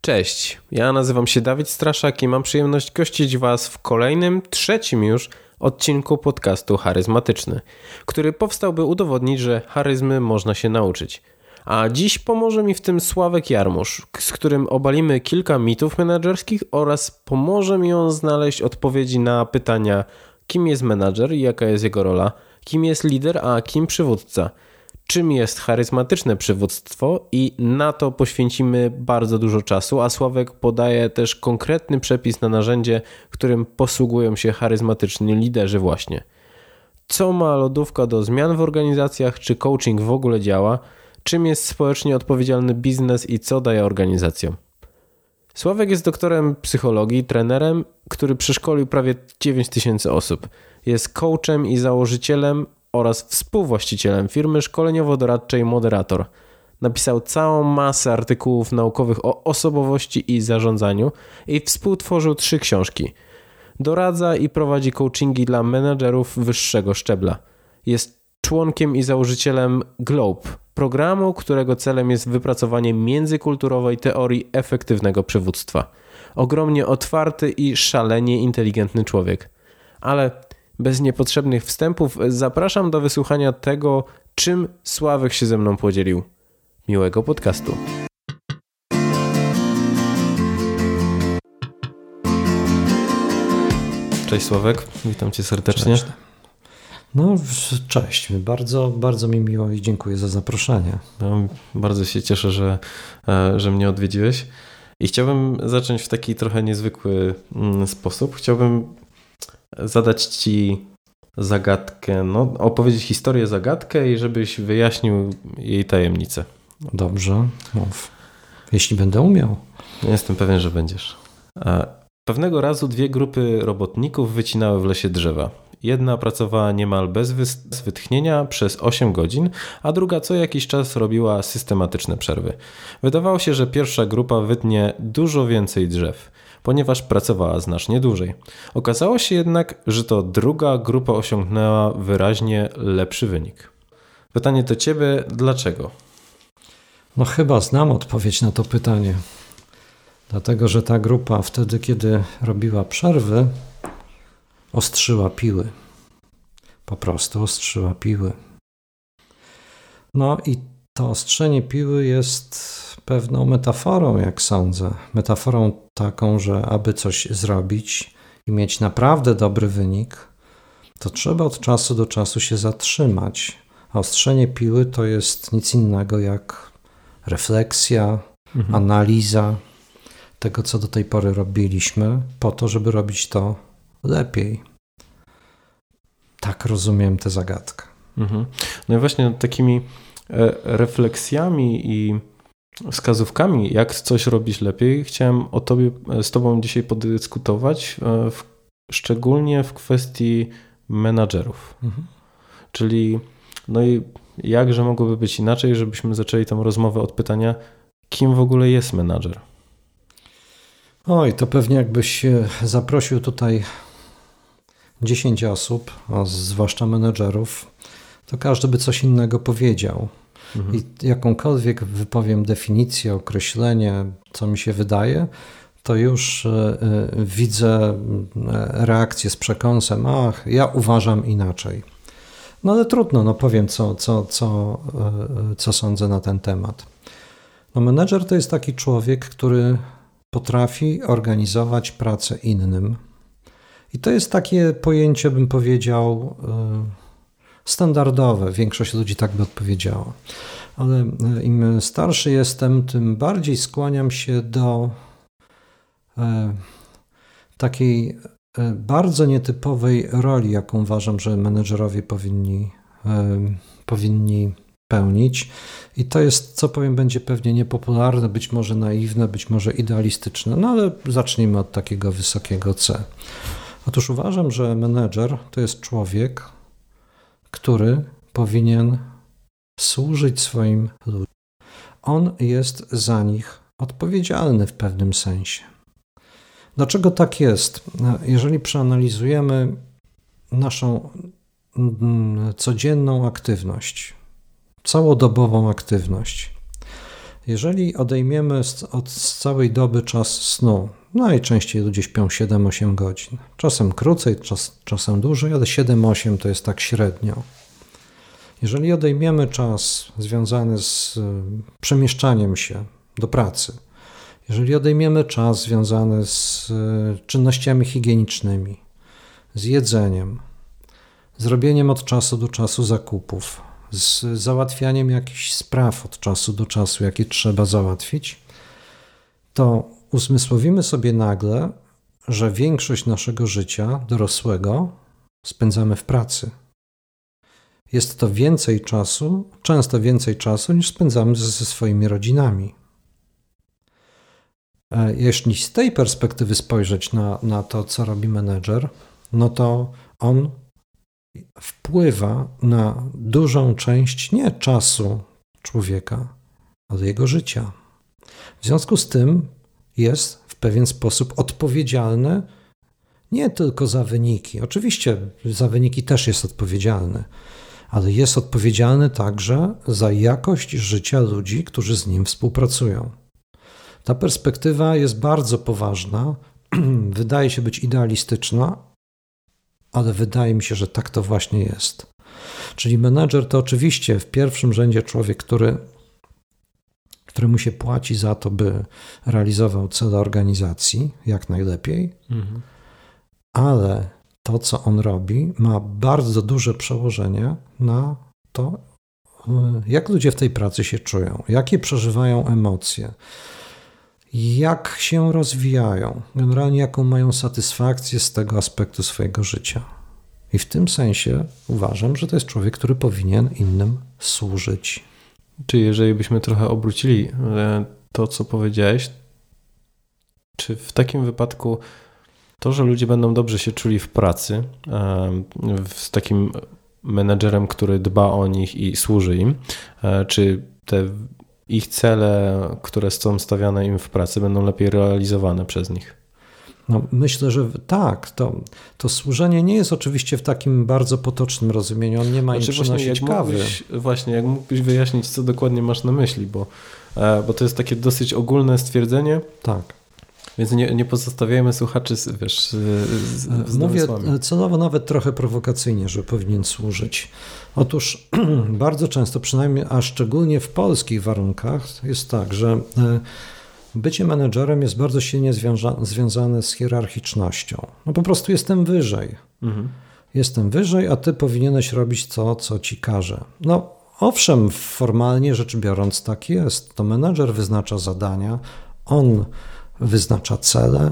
Cześć, ja nazywam się Dawid Straszak i mam przyjemność gościć Was w kolejnym, trzecim już odcinku podcastu Charyzmatyczny, który powstał, by udowodnić, że charyzmy można się nauczyć. A dziś pomoże mi w tym Sławek Jarmusz, z którym obalimy kilka mitów menedżerskich oraz pomoże mi on znaleźć odpowiedzi na pytania, kim jest menadżer i jaka jest jego rola, kim jest lider, a kim przywódca. Czym jest charyzmatyczne przywództwo i na to poświęcimy bardzo dużo czasu, a Sławek podaje też konkretny przepis na narzędzie, którym posługują się charyzmatyczni liderzy właśnie. Co ma lodówka do zmian w organizacjach, czy coaching w ogóle działa, czym jest społecznie odpowiedzialny biznes i co daje organizacjom. Sławek jest doktorem psychologii, trenerem, który przeszkolił prawie 9000 osób. Jest coachem i założycielem oraz współwłaścicielem firmy szkoleniowo-doradczej Moderator. Napisał całą masę artykułów naukowych o osobowości i zarządzaniu i współtworzył 3 książki. Doradza i prowadzi coachingi dla menedżerów wyższego szczebla. Jest członkiem i założycielem Globe, programu, którego celem jest wypracowanie międzykulturowej teorii efektywnego przywództwa. Ogromnie otwarty i szalenie inteligentny człowiek. Ale bez niepotrzebnych wstępów zapraszam do wysłuchania tego, czym Sławek się ze mną podzielił. Miłego podcastu. Cześć Sławek, witam Cię serdecznie. Cześć. No, cześć. Bardzo mi miło i dziękuję za zaproszenie. No, bardzo się cieszę, że mnie odwiedziłeś. I chciałbym zacząć w taki trochę niezwykły sposób. Chciałbym zadać Ci zagadkę, opowiedzieć historię zagadkę i żebyś wyjaśnił jej tajemnicę. Dobrze, mów. Jeśli będę umiał. Jestem pewien, że będziesz. Pewnego razu 2 grupy robotników wycinały w lesie drzewa. Jedna pracowała niemal bez wytchnienia przez 8 godzin, a druga co jakiś czas robiła systematyczne przerwy. Wydawało się, że pierwsza grupa wytnie dużo więcej drzew, ponieważ pracowała znacznie dłużej. Okazało się jednak, że to druga grupa osiągnęła wyraźnie lepszy wynik. Pytanie do Ciebie, dlaczego? No chyba znam odpowiedź na to pytanie. Dlatego, że ta grupa wtedy, kiedy robiła przerwy, ostrzyła piły. Po prostu ostrzyła piły. No i to ostrzenie piły jest pewną metaforą, jak sądzę. Metaforą taką, że aby coś zrobić i mieć naprawdę dobry wynik, to trzeba od czasu do czasu się zatrzymać. A ostrzenie piły to jest nic innego jak refleksja, analiza tego, co do tej pory robiliśmy, po to, żeby robić to lepiej. Tak rozumiem tę zagadkę. No i właśnie takimi refleksjami i wskazówkami, jak coś robić lepiej, chciałem z Tobą dzisiaj podyskutować, szczególnie w kwestii menadżerów. Czyli i jakże mogłoby być inaczej, żebyśmy zaczęli tę rozmowę od pytania, kim w ogóle jest menadżer? Oj, to pewnie jakbyś zaprosił tutaj 10 osób, a zwłaszcza menedżerów, to każdy by coś innego powiedział. I jakąkolwiek wypowiem definicję, określenie, co mi się wydaje, to już widzę reakcję z przekąsem, ja uważam inaczej. No ale trudno, powiem co sądzę na ten temat. Menedżer to jest taki człowiek, który potrafi organizować pracę innym. I to jest takie pojęcie, bym powiedział, standardowe. Większość ludzi tak by odpowiedziała. Ale im starszy jestem, tym bardziej skłaniam się do takiej bardzo nietypowej roli, jaką uważam, że menedżerowie powinni pełnić. I to jest, co powiem, będzie pewnie niepopularne, być może naiwne, być może idealistyczne, ale zacznijmy od takiego wysokiego C. Otóż uważam, że menedżer to jest człowiek, który powinien służyć swoim ludziom. On jest za nich odpowiedzialny w pewnym sensie. Dlaczego tak jest? Jeżeli przeanalizujemy naszą codzienną aktywność, całodobową aktywność, Jeżeli odejmiemy od całej doby czas snu, najczęściej ludzie śpią 7-8 godzin, czasem krócej, czasem dłużej, ale 7-8 to jest tak średnio. Jeżeli odejmiemy czas związany z przemieszczaniem się do pracy, jeżeli odejmiemy czas związany z czynnościami higienicznymi, z jedzeniem, z robieniem od czasu do czasu zakupów, z załatwianiem jakichś spraw od czasu do czasu, jakie trzeba załatwić, to uzmysłowimy sobie nagle, że większość naszego życia dorosłego spędzamy w pracy. Jest to więcej czasu, często więcej czasu, niż spędzamy ze swoimi rodzinami. Jeśli z tej perspektywy spojrzeć na to, co robi menedżer, no to on wpływa na dużą część nie czasu człowieka, ale jego życia. W związku z tym jest w pewien sposób odpowiedzialny nie tylko za wyniki. Oczywiście za wyniki też jest odpowiedzialny, ale jest odpowiedzialny także za jakość życia ludzi, którzy z nim współpracują. Ta perspektywa jest bardzo poważna, wydaje się być idealistyczna, ale wydaje mi się, że tak to właśnie jest. Czyli menedżer to oczywiście w pierwszym rzędzie człowiek, któremu się płaci za to, by realizował cele organizacji jak najlepiej, ale to, co on robi, ma bardzo duże przełożenie na to, jak ludzie w tej pracy się czują, jakie przeżywają emocje, jak się rozwijają, generalnie jaką mają satysfakcję z tego aspektu swojego życia. I w tym sensie uważam, że to jest człowiek, który powinien innym służyć. Czy jeżeli byśmy trochę obrócili to, co powiedziałeś, czy w takim wypadku to, że ludzie będą dobrze się czuli w pracy, z takim menedżerem, który dba o nich i służy im, czy te ich cele, które są stawiane im w pracy, będą lepiej realizowane przez nich? No, myślę, że tak. To służenie nie jest oczywiście w takim bardzo potocznym rozumieniu. On nie ma im przynosić kawy. Jak mógłbyś wyjaśnić, co dokładnie masz na myśli, bo to jest takie dosyć ogólne stwierdzenie. Tak. Więc nie pozostawiajmy słuchaczy, z Mówię domysłami. celowo nawet trochę prowokacyjnie, że powinien służyć. Otóż bardzo często, przynajmniej, a szczególnie w polskich warunkach, jest tak, że bycie menedżerem jest bardzo silnie związane z hierarchicznością. No po prostu jestem wyżej. Jestem wyżej, a ty powinieneś robić to, co ci każę. No owszem, formalnie rzecz biorąc tak jest. To menedżer wyznacza zadania, on wyznacza cele,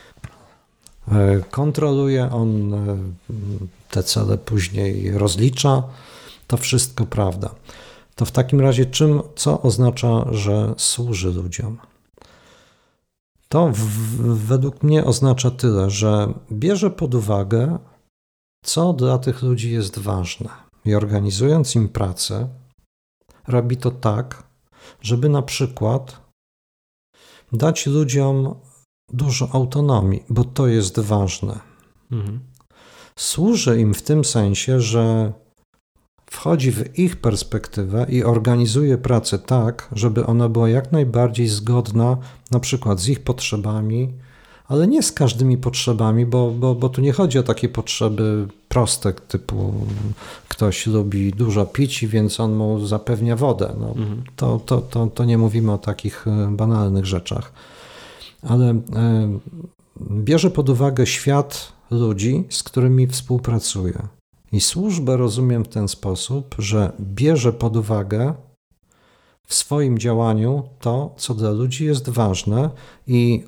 kontroluje, on te cele później rozlicza. To wszystko prawda. To w takim razie co oznacza, że służy ludziom? To według mnie oznacza tyle, że bierze pod uwagę, co dla tych ludzi jest ważne. I organizując im pracę, robi to tak, żeby na przykład dać ludziom dużo autonomii, bo to jest ważne. Służy im w tym sensie, że wchodzi w ich perspektywę i organizuje pracę tak, żeby ona była jak najbardziej zgodna na przykład z ich potrzebami, ale nie z każdymi potrzebami, bo tu nie chodzi o takie potrzeby proste, typu ktoś lubi dużo pić, więc on mu zapewnia wodę. No, to nie mówimy o takich banalnych rzeczach. Ale bierze pod uwagę świat ludzi, z którymi współpracuje. I służbę rozumiem w ten sposób, że bierze pod uwagę w swoim działaniu to, co dla ludzi jest ważne i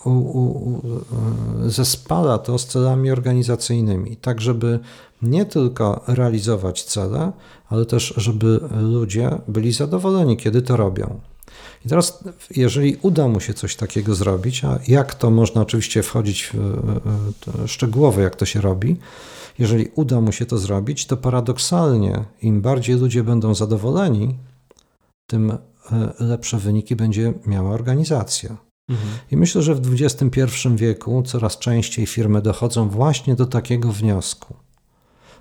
zespala to z celami organizacyjnymi, tak żeby nie tylko realizować cele, ale też żeby ludzie byli zadowoleni, kiedy to robią. I teraz, jeżeli uda mu się coś takiego zrobić, a jak to można oczywiście wchodzić szczegółowo, jak to się robi, jeżeli uda mu się to zrobić, to paradoksalnie im bardziej ludzie będą zadowoleni, tym lepsze wyniki będzie miała organizacja. I myślę, że w XXI wieku coraz częściej firmy dochodzą właśnie do takiego wniosku,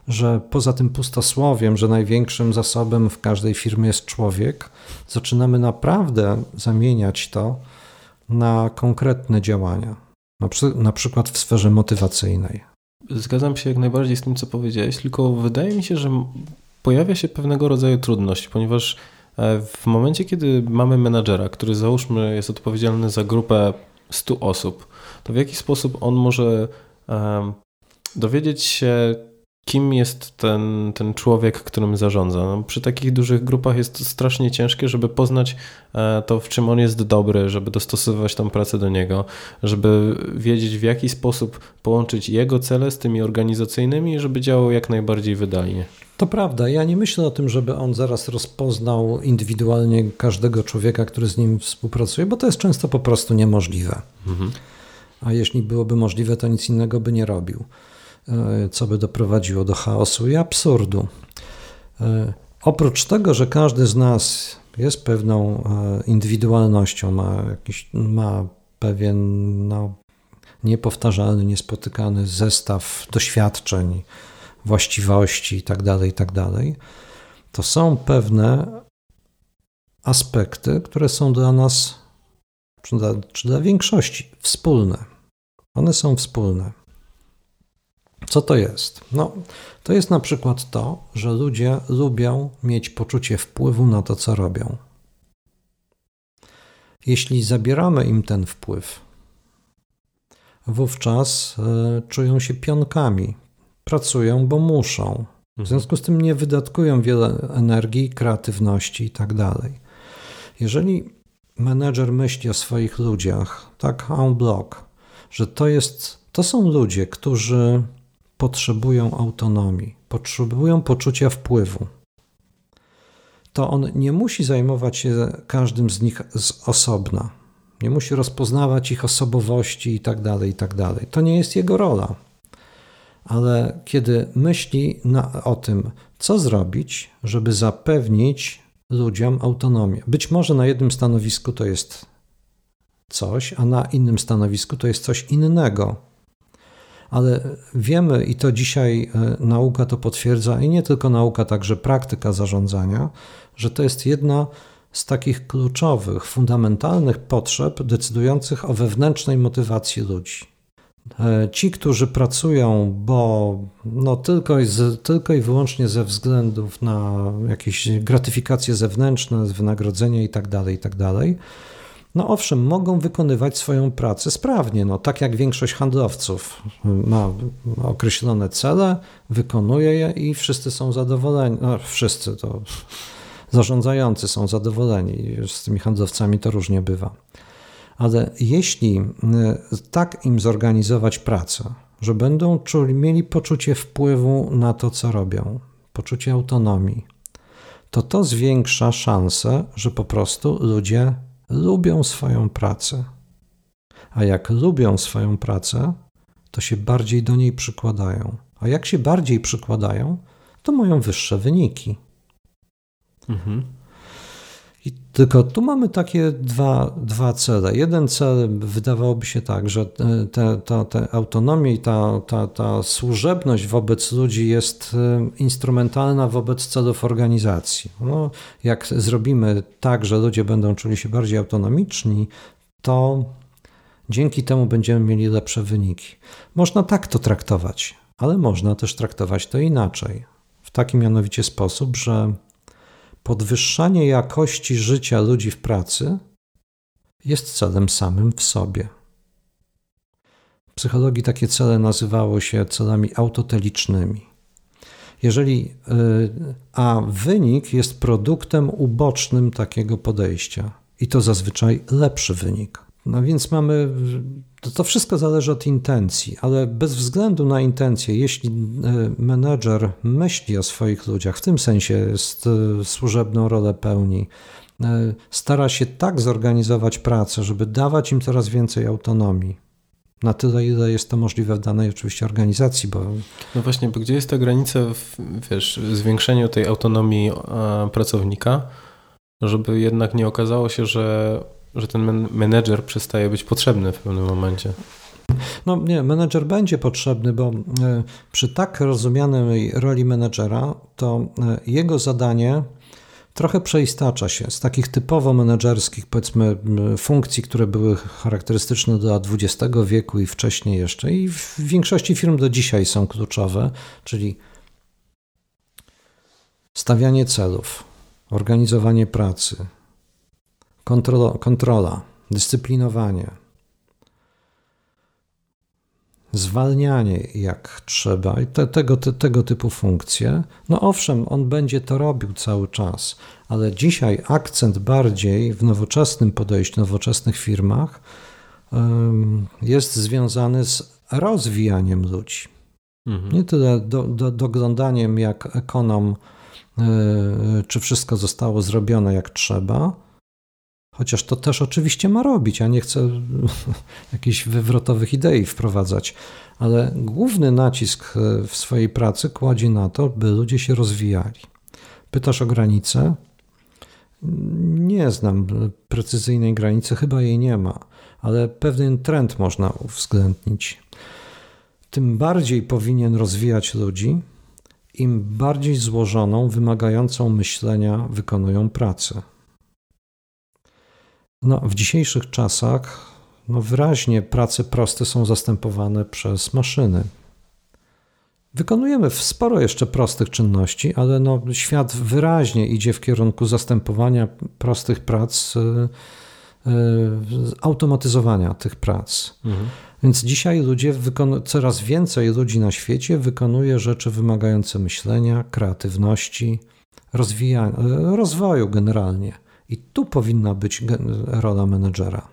że poza tym pustosłowiem, że największym zasobem w każdej firmie jest człowiek, zaczynamy naprawdę zamieniać to na konkretne działania, na przykład w sferze motywacyjnej. Zgadzam się jak najbardziej z tym, co powiedziałeś, tylko wydaje mi się, że pojawia się pewnego rodzaju trudność, ponieważ w momencie, kiedy mamy menadżera, który załóżmy jest odpowiedzialny za grupę 100 osób, to w jaki sposób on może dowiedzieć się, kim jest ten człowiek, którym zarządza. No, przy takich dużych grupach jest to strasznie ciężkie, żeby poznać to, w czym on jest dobry, żeby dostosowywać tą pracę do niego, żeby wiedzieć, w jaki sposób połączyć jego cele z tymi organizacyjnymi, żeby działał jak najbardziej wydajnie. To prawda. Ja nie myślę o tym, żeby on zaraz rozpoznał indywidualnie każdego człowieka, który z nim współpracuje, bo to jest często po prostu niemożliwe. A jeśli byłoby możliwe, to nic innego by nie robił, co by doprowadziło do chaosu i absurdu. Oprócz tego, że każdy z nas jest pewną indywidualnością, ma pewien niepowtarzalny, niespotykany zestaw doświadczeń, właściwości itd., to są pewne aspekty, które są dla nas, czy dla większości, wspólne. One są wspólne. Co to jest? No, to jest na przykład to, że ludzie lubią mieć poczucie wpływu na to, co robią. Jeśli zabieramy im ten wpływ, wówczas czują się pionkami. Pracują, bo muszą. W związku z tym nie wydatkują wiele energii, kreatywności i tak dalej. Jeżeli menedżer myśli o swoich ludziach, tak en bloc, że to są ludzie, którzy potrzebują autonomii, potrzebują poczucia wpływu, to on nie musi zajmować się każdym z nich z osobna. Nie musi rozpoznawać ich osobowości i tak dalej, i tak dalej. To nie jest jego rola. Ale kiedy myśli o tym, co zrobić, żeby zapewnić ludziom autonomię. Być może na jednym stanowisku to jest coś, a na innym stanowisku to jest coś innego. Ale wiemy, i to dzisiaj nauka to potwierdza, i nie tylko nauka, także praktyka zarządzania, że to jest jedna z takich kluczowych, fundamentalnych potrzeb decydujących o wewnętrznej motywacji ludzi. Ci, którzy pracują, bo tylko i wyłącznie ze względów na jakieś gratyfikacje zewnętrzne, wynagrodzenia itd., no owszem, mogą wykonywać swoją pracę sprawnie, tak jak większość handlowców ma określone cele, wykonuje je i wszyscy są zadowoleni. Wszyscy to zarządzający są zadowoleni, z tymi handlowcami to różnie bywa. Ale jeśli tak im zorganizować pracę, że będą mieli poczucie wpływu na to, co robią, poczucie autonomii, to zwiększa szansę, że po prostu ludzie lubią swoją pracę. A jak lubią swoją pracę, to się bardziej do niej przykładają. A jak się bardziej przykładają, to mają wyższe wyniki. I tylko tu mamy takie dwa cele. Jeden cel wydawałoby się tak, że ta autonomia i ta służebność wobec ludzi jest instrumentalna wobec celów organizacji. Jak zrobimy tak, że ludzie będą czuli się bardziej autonomiczni, to dzięki temu będziemy mieli lepsze wyniki. Można tak to traktować, ale można też traktować to inaczej. W taki mianowicie sposób, że podwyższanie jakości życia ludzi w pracy jest celem samym w sobie. W psychologii takie cele nazywało się celami autotelicznymi. A wynik jest produktem ubocznym takiego podejścia i to zazwyczaj lepszy wynik. No więc to wszystko zależy od intencji, ale bez względu na intencje, jeśli menedżer myśli o swoich ludziach, w tym sensie służebną rolę pełni, stara się tak zorganizować pracę, żeby dawać im coraz więcej autonomii, na tyle, ile jest to możliwe w danej oczywiście organizacji. No właśnie, bo gdzie jest ta granica w zwiększeniu tej autonomii pracownika, żeby jednak nie okazało się, że ten menedżer przestaje być potrzebny w pewnym momencie. No nie, menedżer będzie potrzebny, bo przy tak rozumianej roli menedżera to jego zadanie trochę przeistacza się z takich typowo menedżerskich, powiedzmy, funkcji, które były charakterystyczne do XX wieku i wcześniej jeszcze i w większości firm do dzisiaj są kluczowe, czyli stawianie celów, organizowanie pracy, kontrola, dyscyplinowanie, zwalnianie jak trzeba i tego typu funkcje. No owszem, on będzie to robił cały czas, ale dzisiaj akcent bardziej w nowoczesnym podejściu, nowoczesnych firmach jest związany z rozwijaniem ludzi. Nie tyle doglądaniem jak ekonom, czy wszystko zostało zrobione jak trzeba, chociaż to też oczywiście ma robić. Ja nie chcę jakichś wywrotowych idei wprowadzać, ale główny nacisk w swojej pracy kładzie na to, by ludzie się rozwijali. Pytasz o granicę? Nie znam precyzyjnej granicy, chyba jej nie ma, ale pewien trend można uwzględnić. Tym bardziej powinien rozwijać ludzi, im bardziej złożoną, wymagającą myślenia wykonują pracę. No, w dzisiejszych czasach wyraźnie prace proste są zastępowane przez maszyny. Wykonujemy sporo jeszcze prostych czynności, ale świat wyraźnie idzie w kierunku zastępowania prostych prac, automatyzowania tych prac. Więc dzisiaj coraz więcej ludzi na świecie wykonuje rzeczy wymagające myślenia, kreatywności, rozwoju generalnie. I tu powinna być rola menedżera.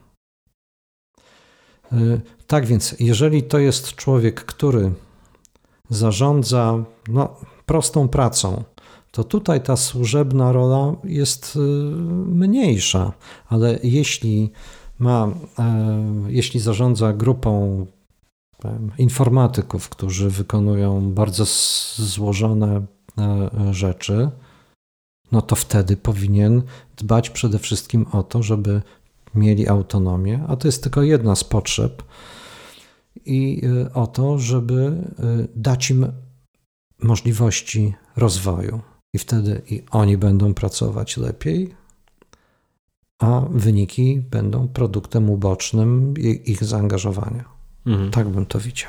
Tak więc, jeżeli to jest człowiek, który zarządza prostą pracą, to tutaj ta służebna rola jest mniejsza, ale jeśli zarządza grupą informatyków, którzy wykonują bardzo złożone rzeczy, no to wtedy powinien dbać przede wszystkim o to, żeby mieli autonomię, a to jest tylko jedna z potrzeb, i o to, żeby dać im możliwości rozwoju. I wtedy i oni będą pracować lepiej, a wyniki będą produktem ubocznym ich zaangażowania. Tak bym to widział.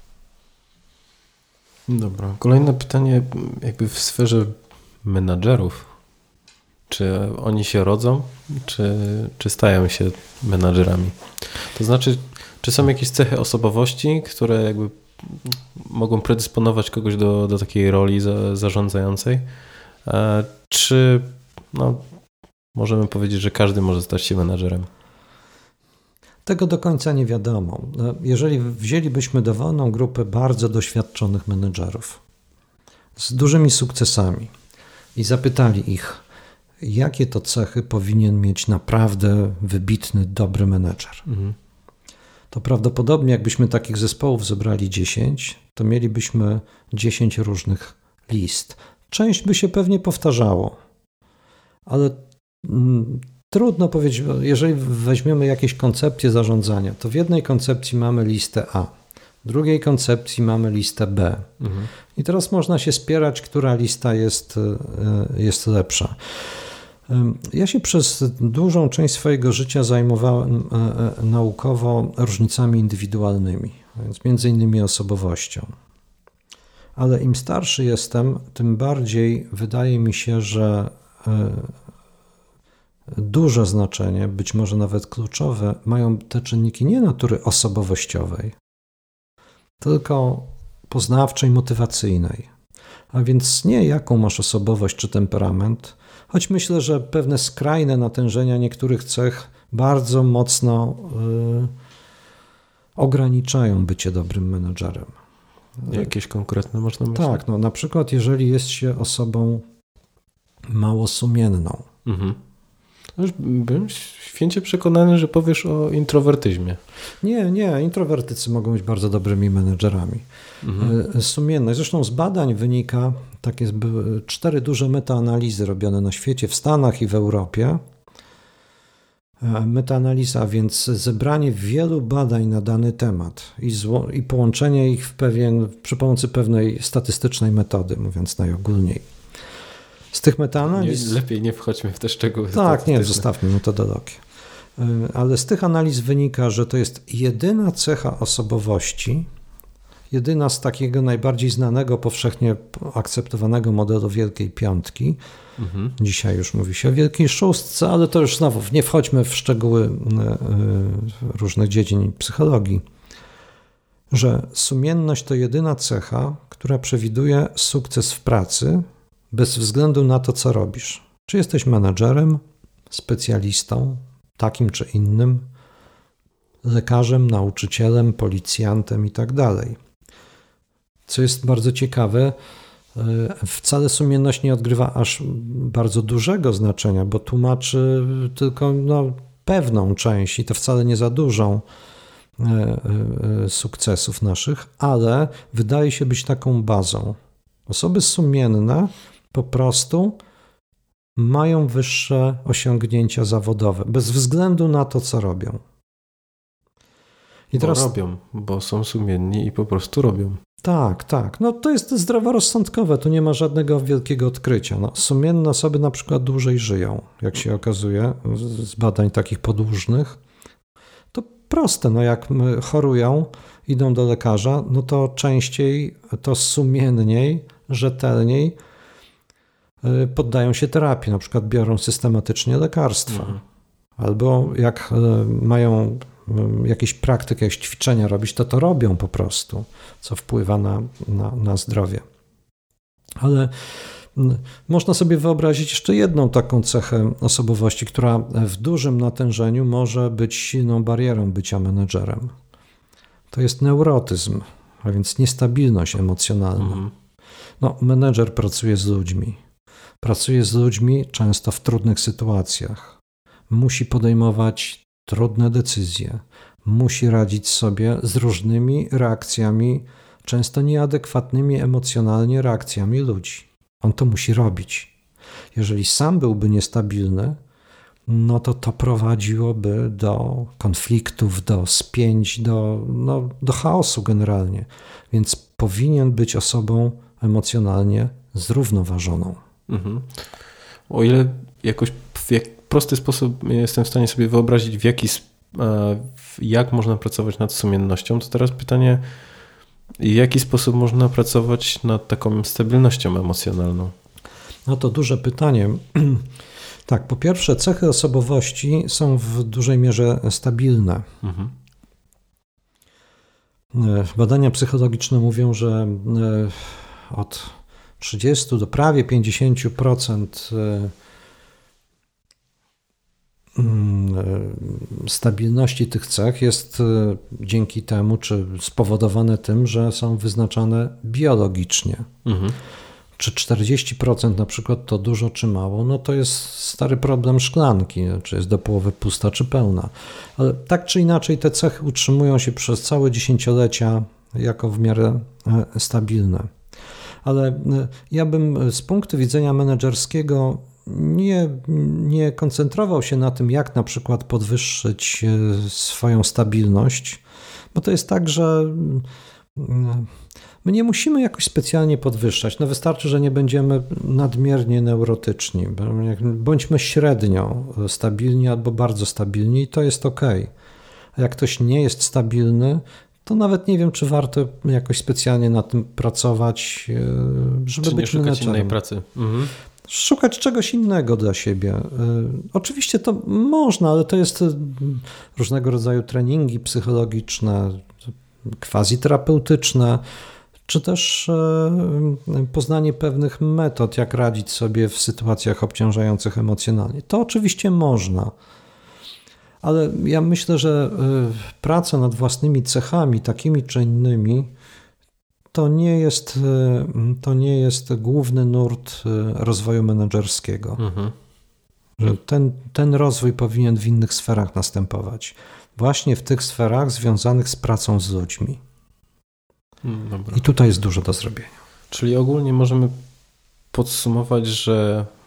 Dobra. Kolejne pytanie jakby w sferze menadżerów. Czy oni się rodzą, czy stają się menadżerami? To znaczy, czy są jakieś cechy osobowości, które jakby mogą predysponować kogoś do takiej roli zarządzającej? Czy możemy powiedzieć, że każdy może stać się menadżerem? Tego do końca nie wiadomo. Jeżeli wzięlibyśmy dowolną grupę bardzo doświadczonych menedżerów z dużymi sukcesami i zapytali ich, jakie to cechy powinien mieć naprawdę wybitny, dobry menedżer, to prawdopodobnie jakbyśmy takich zespołów zebrali 10, to mielibyśmy 10 różnych list. Część by się pewnie powtarzało, ale trudno powiedzieć, jeżeli weźmiemy jakieś koncepcje zarządzania, to w jednej koncepcji mamy listę A, w drugiej koncepcji mamy listę B. I teraz można się spierać, która lista jest lepsza. Ja się przez dużą część swojego życia zajmowałem naukowo różnicami indywidualnymi, więc między innymi osobowością. Ale im starszy jestem, tym bardziej wydaje mi się, że duże znaczenie, być może nawet kluczowe, mają te czynniki nie natury osobowościowej, tylko poznawczej, motywacyjnej. A więc nie jaką masz osobowość czy temperament, choć myślę, że pewne skrajne natężenia niektórych cech bardzo mocno ograniczają bycie dobrym menedżerem. Jakieś konkretne można myśleć? Tak, na przykład jeżeli jest się osobą mało sumienną. Byłem święcie przekonany, że powiesz o introwertyzmie. Nie, introwertycy mogą być bardzo dobrymi menedżerami. Sumienność. Zresztą z badań wynika, były 4 duże metaanalizy robione na świecie, w Stanach i w Europie. Metaanaliza, więc zebranie wielu badań na dany temat i połączenie ich przy pomocy pewnej statystycznej metody, mówiąc najogólniej. Z tych metaanaliz... Lepiej nie wchodźmy w te szczegóły. Tak, nie, zostawmy metodologię. Ale z tych analiz wynika, że to jest jedyna cecha osobowości, jedyna z takiego najbardziej znanego, powszechnie akceptowanego modelu Wielkiej Piątki. Dzisiaj już mówi się o Wielkiej Szóstce, ale to już znowu nie wchodźmy w szczegóły różnych dziedzin psychologii, że sumienność to jedyna cecha, która przewiduje sukces w pracy bez względu na to, co robisz. Czy jesteś menedżerem, specjalistą, takim czy innym, lekarzem, nauczycielem, policjantem i tak dalej. Co jest bardzo ciekawe, wcale sumienność nie odgrywa aż bardzo dużego znaczenia, bo tłumaczy tylko pewną część i to wcale nie za dużą sukcesów naszych, ale wydaje się być taką bazą. Osoby sumienne po prostu mają wyższe osiągnięcia zawodowe, bez względu na to, co robią. I teraz robią, bo są sumienni i po prostu robią. Tak. No to jest zdroworozsądkowe, tu nie ma żadnego wielkiego odkrycia. Sumienne osoby na przykład dłużej żyją, jak się okazuje, z badań takich podłużnych. To proste, jak chorują, idą do lekarza, to częściej, to sumienniej, rzetelniej poddają się terapii, na przykład biorą systematycznie lekarstwa. Albo jak mają jakieś praktyki, jakieś ćwiczenia robić, to robią po prostu, co wpływa na zdrowie. Ale można sobie wyobrazić jeszcze jedną taką cechę osobowości, która w dużym natężeniu może być silną barierą bycia menedżerem. To jest neurotyzm, a więc niestabilność emocjonalna. Menedżer pracuje z ludźmi. Pracuje z ludźmi często w trudnych sytuacjach. Musi podejmować trudne decyzje. Musi radzić sobie z różnymi reakcjami, często nieadekwatnymi emocjonalnie reakcjami ludzi. On to musi robić. Jeżeli sam byłby niestabilny, to prowadziłoby do konfliktów, do spięć, do chaosu generalnie. Więc powinien być osobą emocjonalnie zrównoważoną. O ile jakoś w prosty sposób jestem w stanie sobie wyobrazić, jak można pracować nad sumiennością, to teraz pytanie, w jaki sposób można pracować nad taką stabilnością emocjonalną? To duże pytanie. Tak, po pierwsze, cechy osobowości są w dużej mierze stabilne. Badania psychologiczne mówią, że od 30 do prawie 50% stabilności tych cech jest dzięki temu, czy spowodowane tym, że są wyznaczane biologicznie. Czy 40% na przykład to dużo, czy mało, to jest stary problem szklanki, czy jest do połowy pusta, czy pełna. Ale tak czy inaczej te cechy utrzymują się przez całe dziesięciolecia jako w miarę stabilne. Ale ja bym z punktu widzenia menedżerskiego nie koncentrował się na tym, jak na przykład podwyższyć swoją stabilność, bo to jest tak, że my nie musimy jakoś specjalnie podwyższać. Wystarczy, że nie będziemy nadmiernie neurotyczni. Bądźmy średnio stabilni albo bardzo stabilni i to jest ok. A jak ktoś nie jest stabilny, to nawet nie wiem, czy warto jakoś specjalnie na tym pracować, żeby być szukać innej pracy. Szukać czegoś innego dla siebie. Oczywiście to można, ale to jest różnego rodzaju treningi psychologiczne, quasi-terapeutyczne, czy też poznanie pewnych metod, jak radzić sobie w sytuacjach obciążających emocjonalnie. To oczywiście można, ale ja myślę, że praca nad własnymi cechami, takimi czy innymi, to nie jest główny nurt rozwoju menedżerskiego. Że ten rozwój powinien w innych sferach następować. Właśnie w tych sferach związanych z pracą z ludźmi. Dobra. I tutaj jest dużo do zrobienia. Czyli ogólnie możemy podsumować, że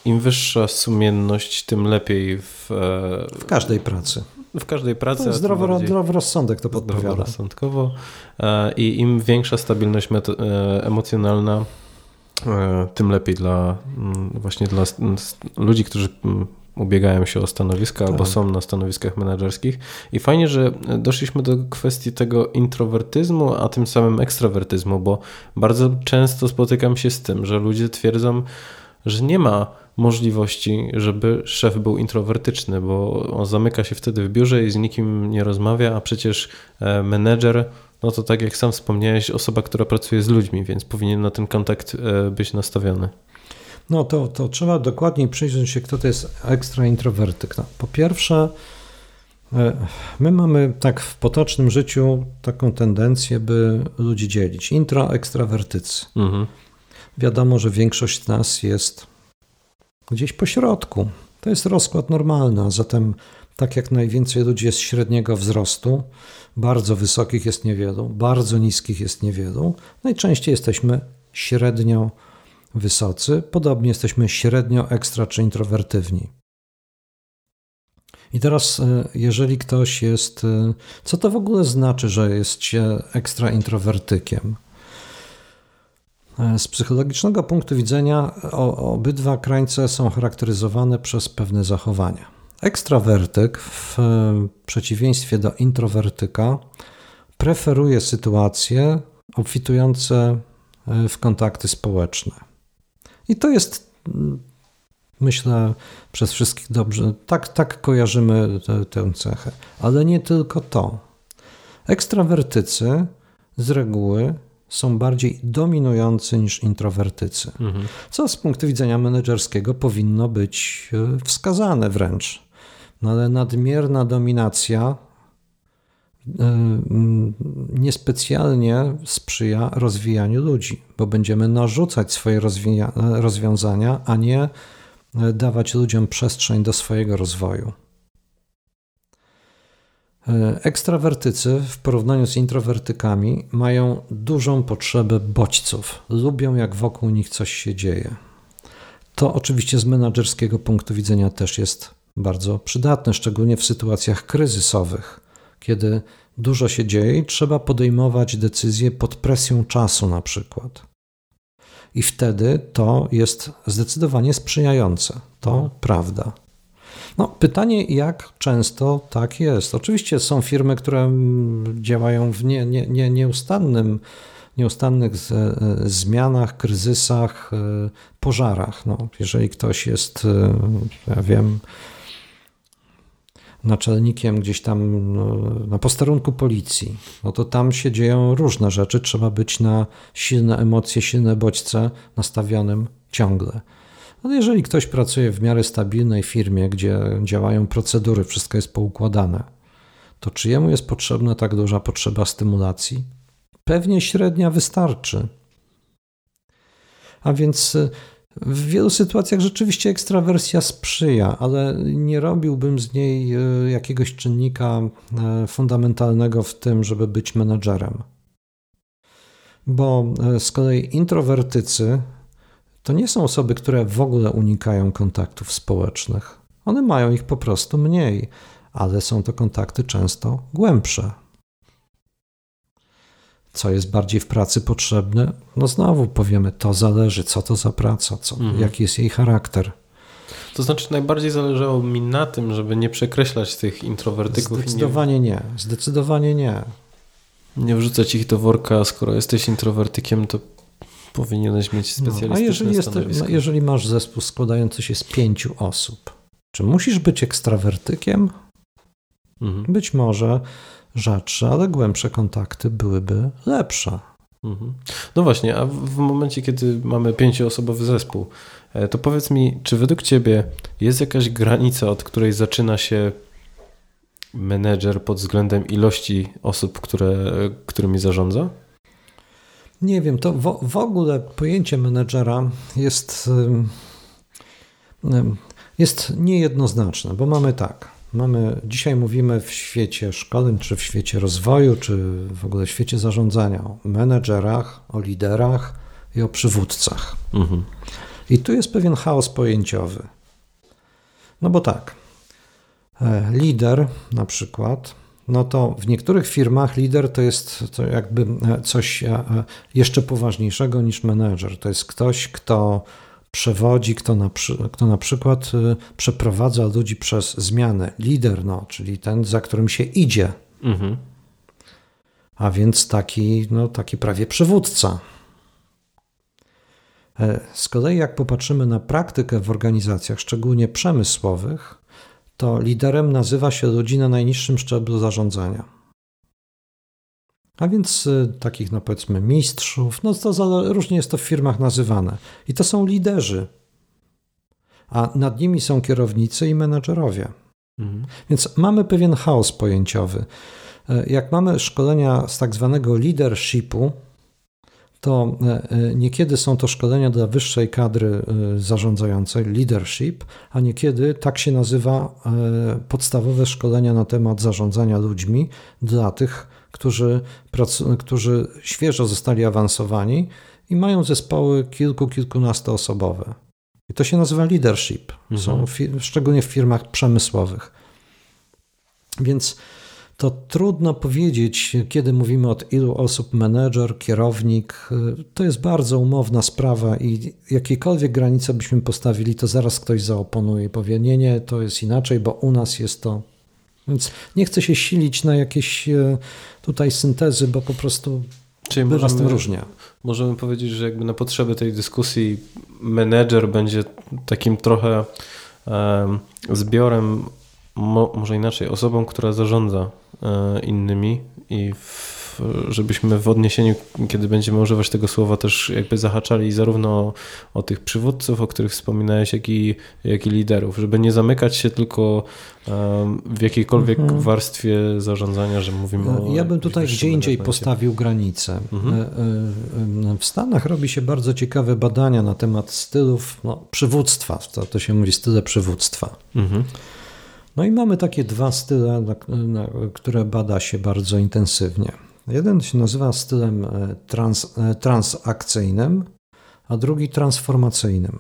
im wyższa sumienność, tym lepiej w każdej pracy. W każdej pracy. To zdrowy rozsądek to podpowiada. Zdroworozsądkowo. I im większa stabilność emocjonalna, tym lepiej właśnie dla ludzi, którzy ubiegają się o stanowiska albo są na stanowiskach menedżerskich. I fajnie, że doszliśmy do kwestii tego introwertyzmu, a tym samym ekstrawertyzmu, bo bardzo często spotykam się z tym, że ludzie twierdzą, że nie ma możliwości, żeby szef był introwertyczny, bo on zamyka się wtedy w biurze i z nikim nie rozmawia, a przecież menedżer, no to tak jak sam wspomniałeś, osoba, która pracuje z ludźmi, więc powinien na ten kontakt być nastawiony. No to trzeba dokładniej przyjrzeć się, kto to jest ekstra introwertyk. No, po pierwsze, my mamy tak w potocznym życiu taką tendencję, by ludzi dzielić. Ekstrawertycy. Wiadomo, że większość z nas jest gdzieś po środku. To jest rozkład normalny, a zatem tak jak najwięcej ludzi jest średniego wzrostu, bardzo wysokich jest niewielu, bardzo niskich jest niewielu, najczęściej jesteśmy średnio wysocy, podobnie jesteśmy średnio ekstra czy introwertywni. I teraz, jeżeli ktoś jest, co to w ogóle znaczy, że jest się ekstra introwertykiem? Z psychologicznego punktu widzenia obydwa krańce są charakteryzowane przez pewne zachowania. Ekstrawertyk w przeciwieństwie do introwertyka preferuje sytuacje obfitujące w kontakty społeczne. I to jest, myślę, przez wszystkich dobrze, tak kojarzymy tę cechę. Ale nie tylko to. Ekstrawertycy z reguły są bardziej dominujący niż introwertycy. Co z punktu widzenia menedżerskiego powinno być wskazane wręcz. No ale nadmierna dominacja niespecjalnie sprzyja rozwijaniu ludzi, bo będziemy narzucać swoje rozwiązania, a nie dawać ludziom przestrzeń do swojego rozwoju. Ekstrawertycy w porównaniu z introwertykami mają dużą potrzebę bodźców. Lubią, jak wokół nich coś się dzieje. To oczywiście z menedżerskiego punktu widzenia też jest bardzo przydatne, szczególnie w sytuacjach kryzysowych, kiedy dużo się dzieje i trzeba podejmować decyzje pod presją czasu na przykład. I wtedy to jest zdecydowanie sprzyjające. To prawda. No, pytanie, jak często tak jest. Oczywiście są firmy, które działają w nieustannych zmianach, kryzysach, pożarach. No, jeżeli ktoś jest, ja wiem, naczelnikiem gdzieś tam na posterunku policji, no to tam się dzieją różne rzeczy. Trzeba być na silne emocje, silne bodźce nastawionym ciągle. Ale jeżeli ktoś pracuje w miarę stabilnej firmie, gdzie działają procedury, wszystko jest poukładane, to czy jemu jest potrzebna tak duża potrzeba stymulacji? Pewnie średnia wystarczy. A więc w wielu sytuacjach rzeczywiście ekstrawersja sprzyja, ale nie robiłbym z niej jakiegoś czynnika fundamentalnego w tym, żeby być menedżerem. Bo z kolei introwertycy to nie są osoby, które w ogóle unikają kontaktów społecznych. One mają ich po prostu mniej, ale są to kontakty często głębsze. Co jest bardziej w pracy potrzebne? No znowu powiemy, to zależy, co to za praca, jaki jest jej charakter. To znaczy najbardziej zależało mi na tym, żeby nie przekreślać tych introwertyków. Zdecydowanie nie. Nie wrzucać ich do worka, skoro jesteś introwertykiem, to powinieneś mieć specjalistyczne stanowisko. Jeżeli masz zespół składający się z 5 osób, czy musisz być ekstrawertykiem? Być może rzadsze, ale głębsze kontakty byłyby lepsze. No właśnie, a w momencie, kiedy mamy 5-osobowy zespół, to powiedz mi, czy według Ciebie jest jakaś granica, od której zaczyna się menedżer pod względem ilości osób, którymi zarządza? Nie wiem, to w ogóle pojęcie menedżera jest niejednoznaczne, bo dzisiaj mówimy w świecie szkoleń, czy w świecie rozwoju, czy w ogóle w świecie zarządzania o menedżerach, o liderach i o przywódcach. I tu jest pewien chaos pojęciowy. No bo tak, lider na przykład, no to w niektórych firmach lider to jest to jakby coś jeszcze poważniejszego niż menedżer. To jest ktoś, kto przewodzi, kto na przykład przeprowadza ludzi przez zmianę. Lider, czyli ten, za którym się idzie. Mhm. A więc taki prawie przywódca. Z kolei jak popatrzymy na praktykę w organizacjach, szczególnie przemysłowych, to liderem nazywa się ludzi na najniższym szczeblu zarządzania. A więc takich, powiedzmy, mistrzów, to różnie jest to w firmach nazywane. I to są liderzy. A nad nimi są kierownicy i menedżerowie. Mhm. Więc mamy pewien chaos pojęciowy. Jak mamy szkolenia z tak zwanego leadershipu, to niekiedy są to szkolenia dla wyższej kadry zarządzającej, leadership, a niekiedy tak się nazywa podstawowe szkolenia na temat zarządzania ludźmi dla tych, którzy świeżo zostali awansowani i mają zespoły kilkunastoosobowe. I to się nazywa leadership, szczególnie w firmach przemysłowych. Więc to trudno powiedzieć, kiedy mówimy od ilu osób menedżer, kierownik. To jest bardzo umowna sprawa i jakiekolwiek granice byśmy postawili, to zaraz ktoś zaoponuje i powie, nie, to jest inaczej, bo u nas jest to. Więc nie chcę się silić na jakieś tutaj syntezy, bo po prostu bywa z tym różnie. Możemy powiedzieć, że jakby na potrzeby tej dyskusji menedżer będzie takim trochę zbiorem, może inaczej, osobą, która zarządza innymi i żebyśmy w odniesieniu, kiedy będziemy używać tego słowa, też jakby zahaczali zarówno o tych przywódców, o których wspominałeś, jak i liderów, żeby nie zamykać się tylko w jakiejkolwiek warstwie zarządzania, że mówimy o... Ja bym tutaj gdzie indziej postawił granicę. W Stanach robi się bardzo ciekawe badania na temat stylów przywództwa, to się mówi style przywództwa. No i mamy takie dwa style, które bada się bardzo intensywnie. Jeden się nazywa stylem transakcyjnym, a drugi transformacyjnym.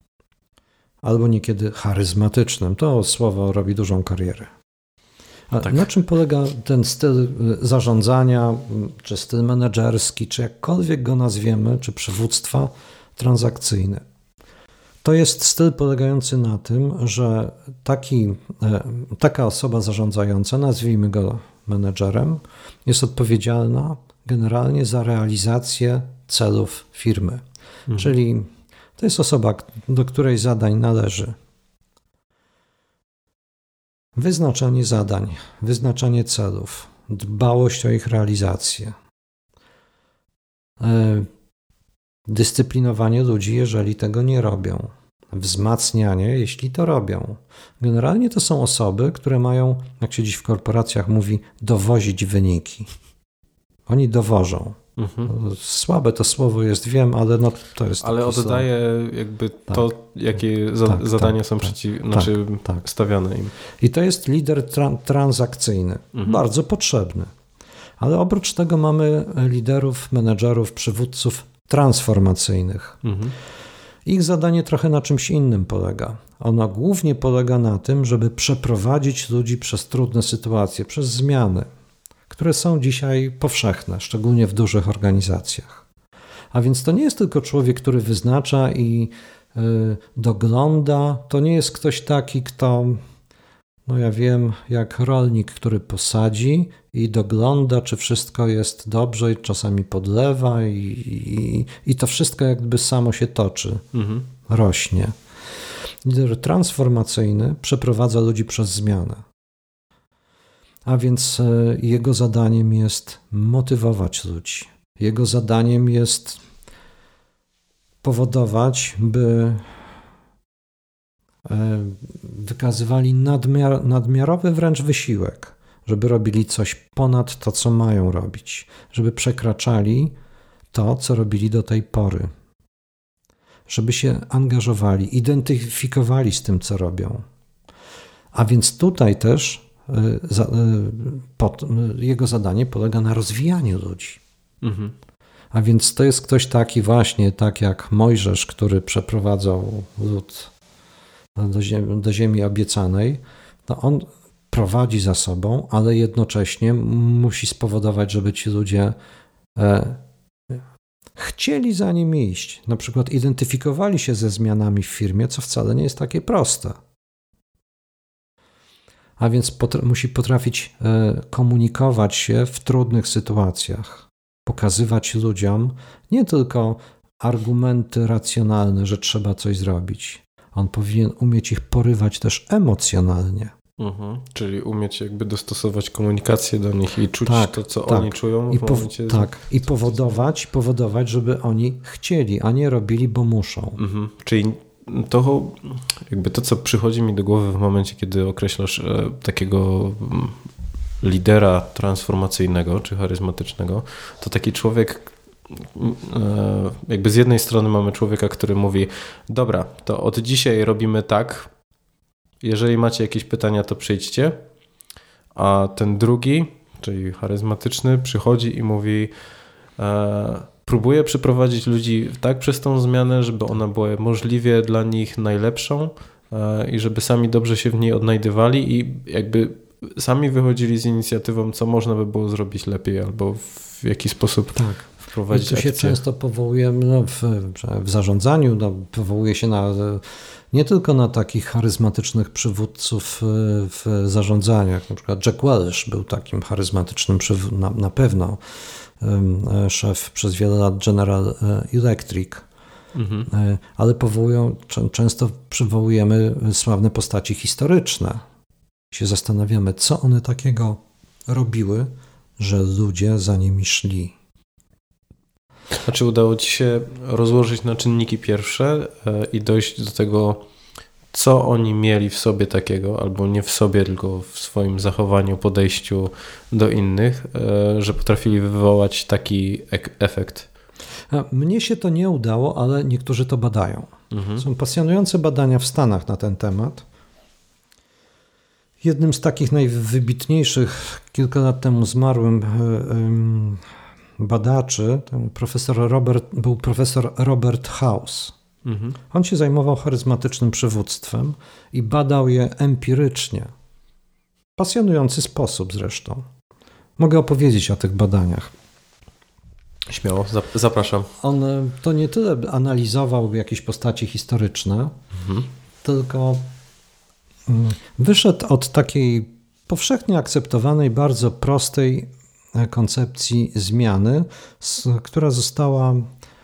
Albo niekiedy charyzmatycznym. To słowo robi dużą karierę. A tak. Na czym polega ten styl zarządzania, czy styl menedżerski, czy jakkolwiek go nazwiemy, czy przywództwa transakcyjny? To jest styl polegający na tym, że taka osoba zarządzająca, nazwijmy go menedżerem, jest odpowiedzialna generalnie za realizację celów firmy. Czyli to jest osoba, do której zadań należy wyznaczanie zadań, wyznaczanie celów, dbałość o ich realizację, dyscyplinowanie ludzi, jeżeli tego nie robią, wzmacnianie, jeśli to robią. Generalnie to są osoby, które mają, jak się dziś w korporacjach mówi, dowozić wyniki. Oni dowożą. Słabe to słowo jest, wiem, ale to jest... Ale oddaje jakby to, jakie zadania są stawiane im. I to jest lider transakcyjny, bardzo potrzebny. Ale oprócz tego mamy liderów, menedżerów, przywódców transformacyjnych. Ich zadanie trochę na czymś innym polega. Ono głównie polega na tym, żeby przeprowadzić ludzi przez trudne sytuacje, przez zmiany, które są dzisiaj powszechne, szczególnie w dużych organizacjach. A więc to nie jest tylko człowiek, który wyznacza i dogląda. To nie jest ktoś taki, kto, ja wiem, jak rolnik, który posadzi i dogląda, czy wszystko jest dobrze i czasami podlewa i to wszystko jakby samo się toczy, rośnie. Lider transformacyjny przeprowadza ludzi przez zmianę. A więc jego zadaniem jest motywować ludzi. Jego zadaniem jest powodować, by wykazywali nadmiarowy wręcz wysiłek, żeby robili coś ponad to, co mają robić, żeby przekraczali to, co robili do tej pory, żeby się angażowali, identyfikowali z tym, co robią. A więc tutaj też jego zadanie polega na rozwijaniu ludzi. A więc to jest ktoś taki właśnie, tak jak Mojżesz, który przeprowadzał lud do ziemi obiecanej, to on prowadzi za sobą, ale jednocześnie musi spowodować, żeby ci ludzie chcieli za nim iść. Na przykład identyfikowali się ze zmianami w firmie, co wcale nie jest takie proste. A więc musi potrafić komunikować się w trudnych sytuacjach. Pokazywać ludziom nie tylko argumenty racjonalne, że trzeba coś zrobić. On powinien umieć ich porywać też emocjonalnie. Czyli umieć jakby dostosować komunikację do nich i czuć to, co oni czują w momencie. I powodować, żeby oni chcieli, a nie robili, bo muszą. Czyli to, co przychodzi mi do głowy w momencie, kiedy określasz takiego lidera transformacyjnego czy charyzmatycznego, to taki człowiek, jakby z jednej strony mamy człowieka, który mówi: dobra, to od dzisiaj robimy tak, jeżeli macie jakieś pytania, to przyjdźcie, a ten drugi, czyli charyzmatyczny, przychodzi i mówi: próbuje przeprowadzić ludzi tak przez tą zmianę, żeby ona była możliwie dla nich najlepszą i żeby sami dobrze się w niej odnajdywali i jakby sami wychodzili z inicjatywą, co można by było zrobić lepiej albo w jaki sposób wprowadzić akcję. Tu się często powołujemy w zarządzaniu, powołuje się nie tylko na takich charyzmatycznych przywódców w zarządzaniu, jak na przykład Jack Welch był takim charyzmatycznym na pewno, szef przez wiele lat General Electric, ale często przywołujemy sławne postaci historyczne. Się zastanawiamy, co one takiego robiły, że ludzie za nimi szli. A czy udało ci się rozłożyć na czynniki pierwsze i dojść do tego, co oni mieli w sobie takiego, albo nie w sobie, tylko w swoim zachowaniu, podejściu do innych, że potrafili wywołać taki efekt? Mnie się to nie udało, ale niektórzy to badają. Są pasjonujące badania w Stanach na ten temat. Jednym z takich najwybitniejszych, kilka lat temu zmarłym badaczy, był profesor Robert House. On się zajmował charyzmatycznym przywództwem i badał je empirycznie. Pasjonujący sposób zresztą. Mogę opowiedzieć o tych badaniach. Śmiało, zapraszam. On to nie tyle analizował jakieś postaci historyczne, tylko wyszedł od takiej powszechnie akceptowanej, bardzo prostej koncepcji zmiany, która została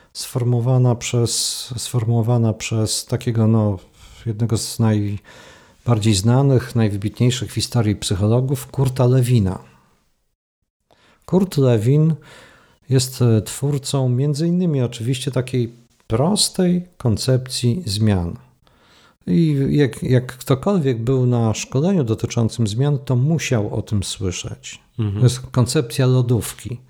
sformułowana przez takiego jednego z najbardziej znanych, najwybitniejszych w historii psychologów, Kurta Lewina. Kurt Lewin jest twórcą między innymi oczywiście takiej prostej koncepcji zmian. I jak ktokolwiek był na szkoleniu dotyczącym zmian, to musiał o tym słyszeć. To jest koncepcja lodówki.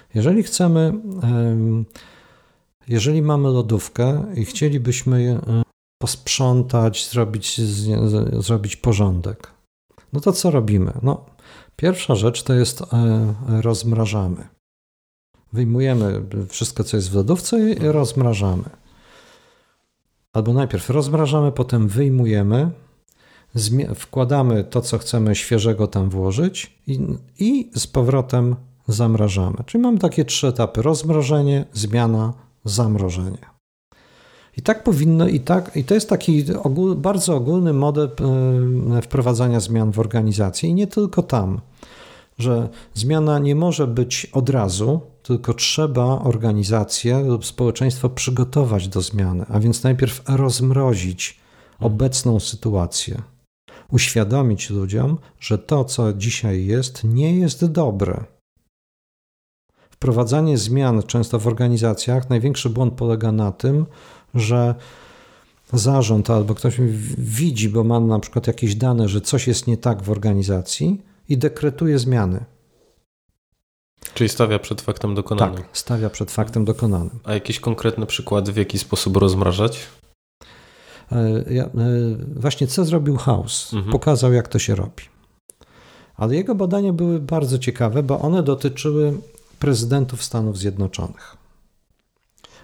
Jeżeli mamy lodówkę i chcielibyśmy posprzątać, zrobić porządek, no to co robimy? Pierwsza rzecz to jest rozmrażamy. Wyjmujemy wszystko, co jest w lodówce i rozmrażamy. Albo najpierw rozmrażamy, potem wyjmujemy, wkładamy to, co chcemy świeżego tam włożyć i z powrotem zamrażamy. Czyli mamy takie 3 etapy: rozmrożenie, zmiana, zamrożenie. I tak powinno, i to jest taki bardzo ogólny model wprowadzania zmian w organizacji i nie tylko tam, że zmiana nie może być od razu, tylko trzeba organizację lub społeczeństwo przygotować do zmiany, a więc najpierw rozmrozić obecną sytuację, uświadomić ludziom, że to, co dzisiaj jest, nie jest dobre. Wprowadzanie zmian często w organizacjach, największy błąd polega na tym, że zarząd albo ktoś widzi, bo ma na przykład jakieś dane, że coś jest nie tak w organizacji i dekretuje zmiany. Czyli stawia przed faktem dokonanym. Tak, stawia przed faktem dokonanym. A jakieś konkretne przykłady, w jaki sposób rozmrażać? Właśnie co zrobił House? Pokazał, jak to się robi. Ale jego badania były bardzo ciekawe, bo one dotyczyły prezydentów Stanów Zjednoczonych.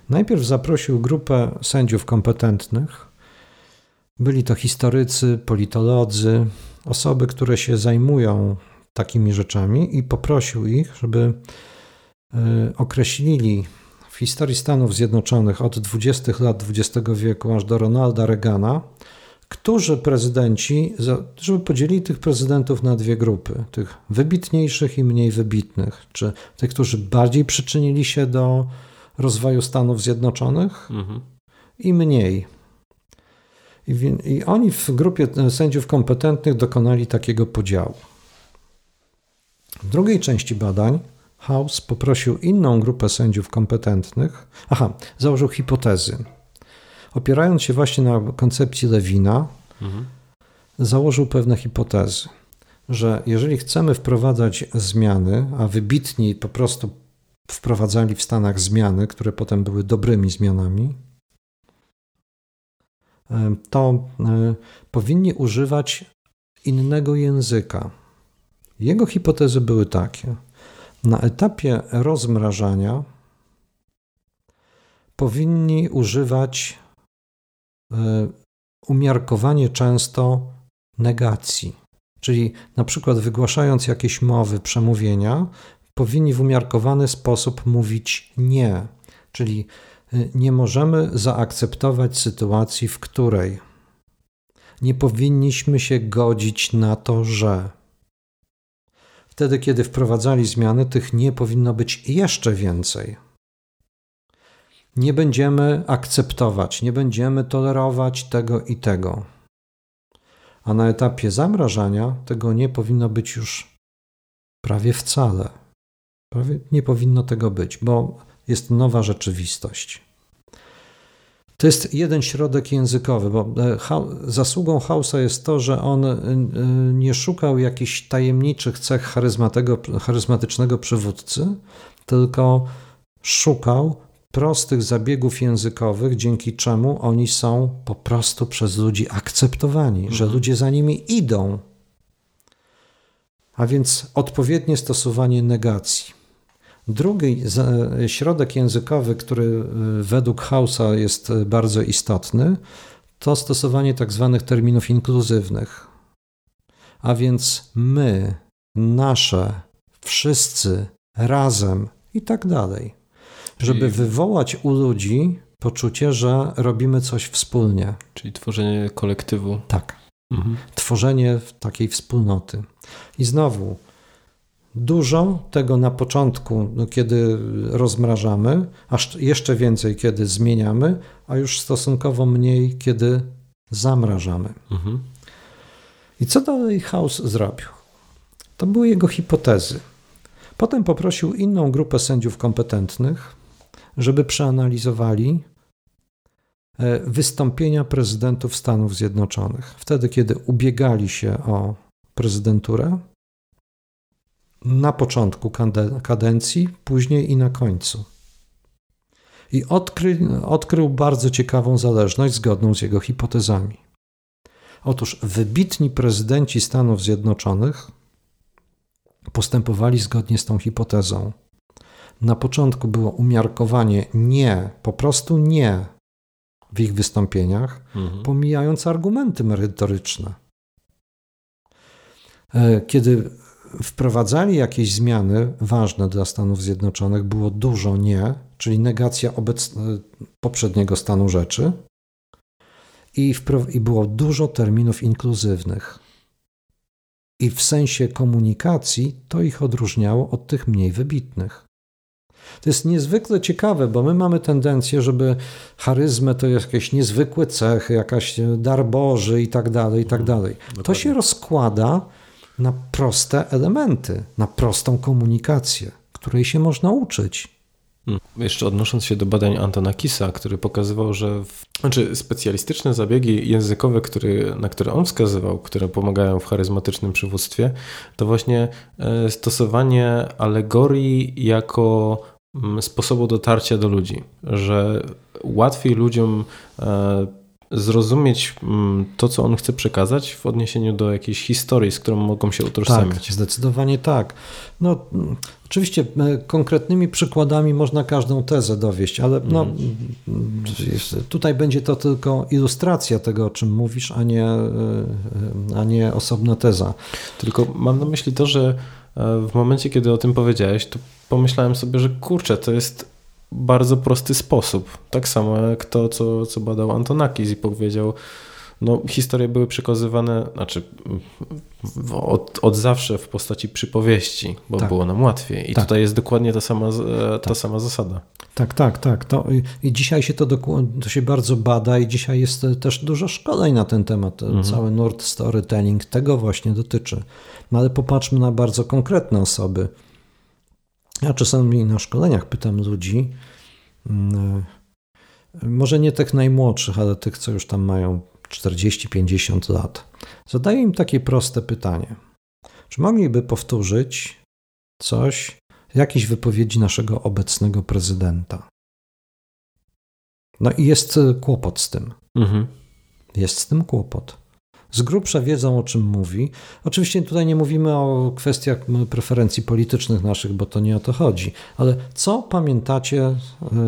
Najpierw zaprosił grupę sędziów kompetentnych. Byli to historycy, politolodzy, osoby, które się zajmują takimi rzeczami i poprosił ich, żeby określili w historii Stanów Zjednoczonych od 20 lat XX wieku aż do Ronalda Reagana, którzy prezydenci, żeby podzielili tych prezydentów na dwie grupy, tych wybitniejszych i mniej wybitnych, czy tych, którzy bardziej przyczynili się do rozwoju Stanów Zjednoczonych i mniej. I oni w grupie sędziów kompetentnych dokonali takiego podziału. W drugiej części badań House poprosił inną grupę sędziów kompetentnych, założył hipotezy. Opierając się właśnie na koncepcji Lewina, założył pewne hipotezy, że jeżeli chcemy wprowadzać zmiany, a wybitni po prostu wprowadzali w Stanach zmiany, które potem były dobrymi zmianami, to powinni używać innego języka. Jego hipotezy były takie. Na etapie rozmrażania powinni używać umiarkowanie często negacji. Czyli na przykład wygłaszając jakieś mowy, przemówienia, powinni w umiarkowany sposób mówić nie. Czyli nie możemy zaakceptować sytuacji, w której nie powinniśmy się godzić na to, że. Wtedy, kiedy wprowadzali zmiany, tych nie powinno być jeszcze więcej. Nie będziemy akceptować, nie będziemy tolerować tego i tego. A na etapie zamrażania tego nie powinno być już prawie wcale. Prawie nie powinno tego być, bo jest nowa rzeczywistość. To jest jeden środek językowy, bo zasługą House'a jest to, że on nie szukał jakichś tajemniczych cech charyzmatycznego przywódcy, tylko szukał prostych zabiegów językowych, dzięki czemu oni są po prostu przez ludzi akceptowani, że ludzie za nimi idą. A więc odpowiednie stosowanie negacji. Drugi środek językowy, który według House'a jest bardzo istotny, to stosowanie tak zwanych terminów inkluzywnych. A więc my, nasze, wszyscy, razem i tak dalej. Żeby wywołać u ludzi poczucie, że robimy coś wspólnie. Czyli tworzenie kolektywu. Tak. Tworzenie takiej wspólnoty. I znowu, dużo tego na początku, kiedy rozmrażamy, aż jeszcze więcej, kiedy zmieniamy, a już stosunkowo mniej, kiedy zamrażamy. I co dalej House zrobił? To były jego hipotezy. Potem poprosił inną grupę sędziów kompetentnych, żeby przeanalizowali wystąpienia prezydentów Stanów Zjednoczonych. Wtedy, kiedy ubiegali się o prezydenturę, na początku kadencji, później i na końcu. I odkrył bardzo ciekawą zależność zgodną z jego hipotezami. Otóż wybitni prezydenci Stanów Zjednoczonych postępowali zgodnie z tą hipotezą. Na początku było umiarkowanie nie, po prostu nie w ich wystąpieniach, pomijając argumenty merytoryczne. Kiedy wprowadzali jakieś zmiany ważne dla Stanów Zjednoczonych, było dużo nie, czyli negacja poprzedniego stanu rzeczy i było dużo terminów inkluzywnych. I w sensie komunikacji to ich odróżniało od tych mniej wybitnych. To jest niezwykle ciekawe, bo my mamy tendencję, żeby charyzmę to jakieś niezwykłe cechy, jakaś dar Boży i tak dalej, i tak dalej. To się rozkłada na proste elementy, na prostą komunikację, której się można uczyć. Jeszcze odnosząc się do badań Antona Keyesa, który pokazywał, że specjalistyczne zabiegi językowe, na które on wskazywał, które pomagają w charyzmatycznym przywództwie, to właśnie stosowanie alegorii jako sposobu dotarcia do ludzi, że łatwiej ludziom zrozumieć to, co on chce przekazać w odniesieniu do jakiejś historii, z którą mogą się utożsamić. Tak, zdecydowanie tak. No, oczywiście konkretnymi przykładami można każdą tezę dowieść, ale tutaj będzie to tylko ilustracja tego, o czym mówisz, a nie osobna teza. Tylko mam na myśli to, że w momencie, kiedy o tym powiedziałeś, to pomyślałem sobie, że kurczę, to jest bardzo prosty sposób. Tak samo jak to, co badał Antonakis i powiedział, no historie były przekazywane, od zawsze w postaci przypowieści, bo było nam łatwiej. I tutaj jest dokładnie ta sama zasada. Tak. I dzisiaj się to się bardzo bada i dzisiaj jest też dużo szkoleń na ten temat. Cały nurt storytelling tego właśnie dotyczy. No ale popatrzmy na bardzo konkretne osoby. Ja czasami na szkoleniach pytam ludzi, może nie tych najmłodszych, ale tych, co już tam mają 40-50 lat. Zadaję im takie proste pytanie. Czy mogliby powtórzyć jakieś wypowiedzi naszego obecnego prezydenta? No i jest kłopot z tym. Jest z tym kłopot. Z grubsza wiedzą, o czym mówi. Oczywiście tutaj nie mówimy o kwestiach preferencji politycznych naszych, bo to nie o to chodzi. Ale co pamiętacie,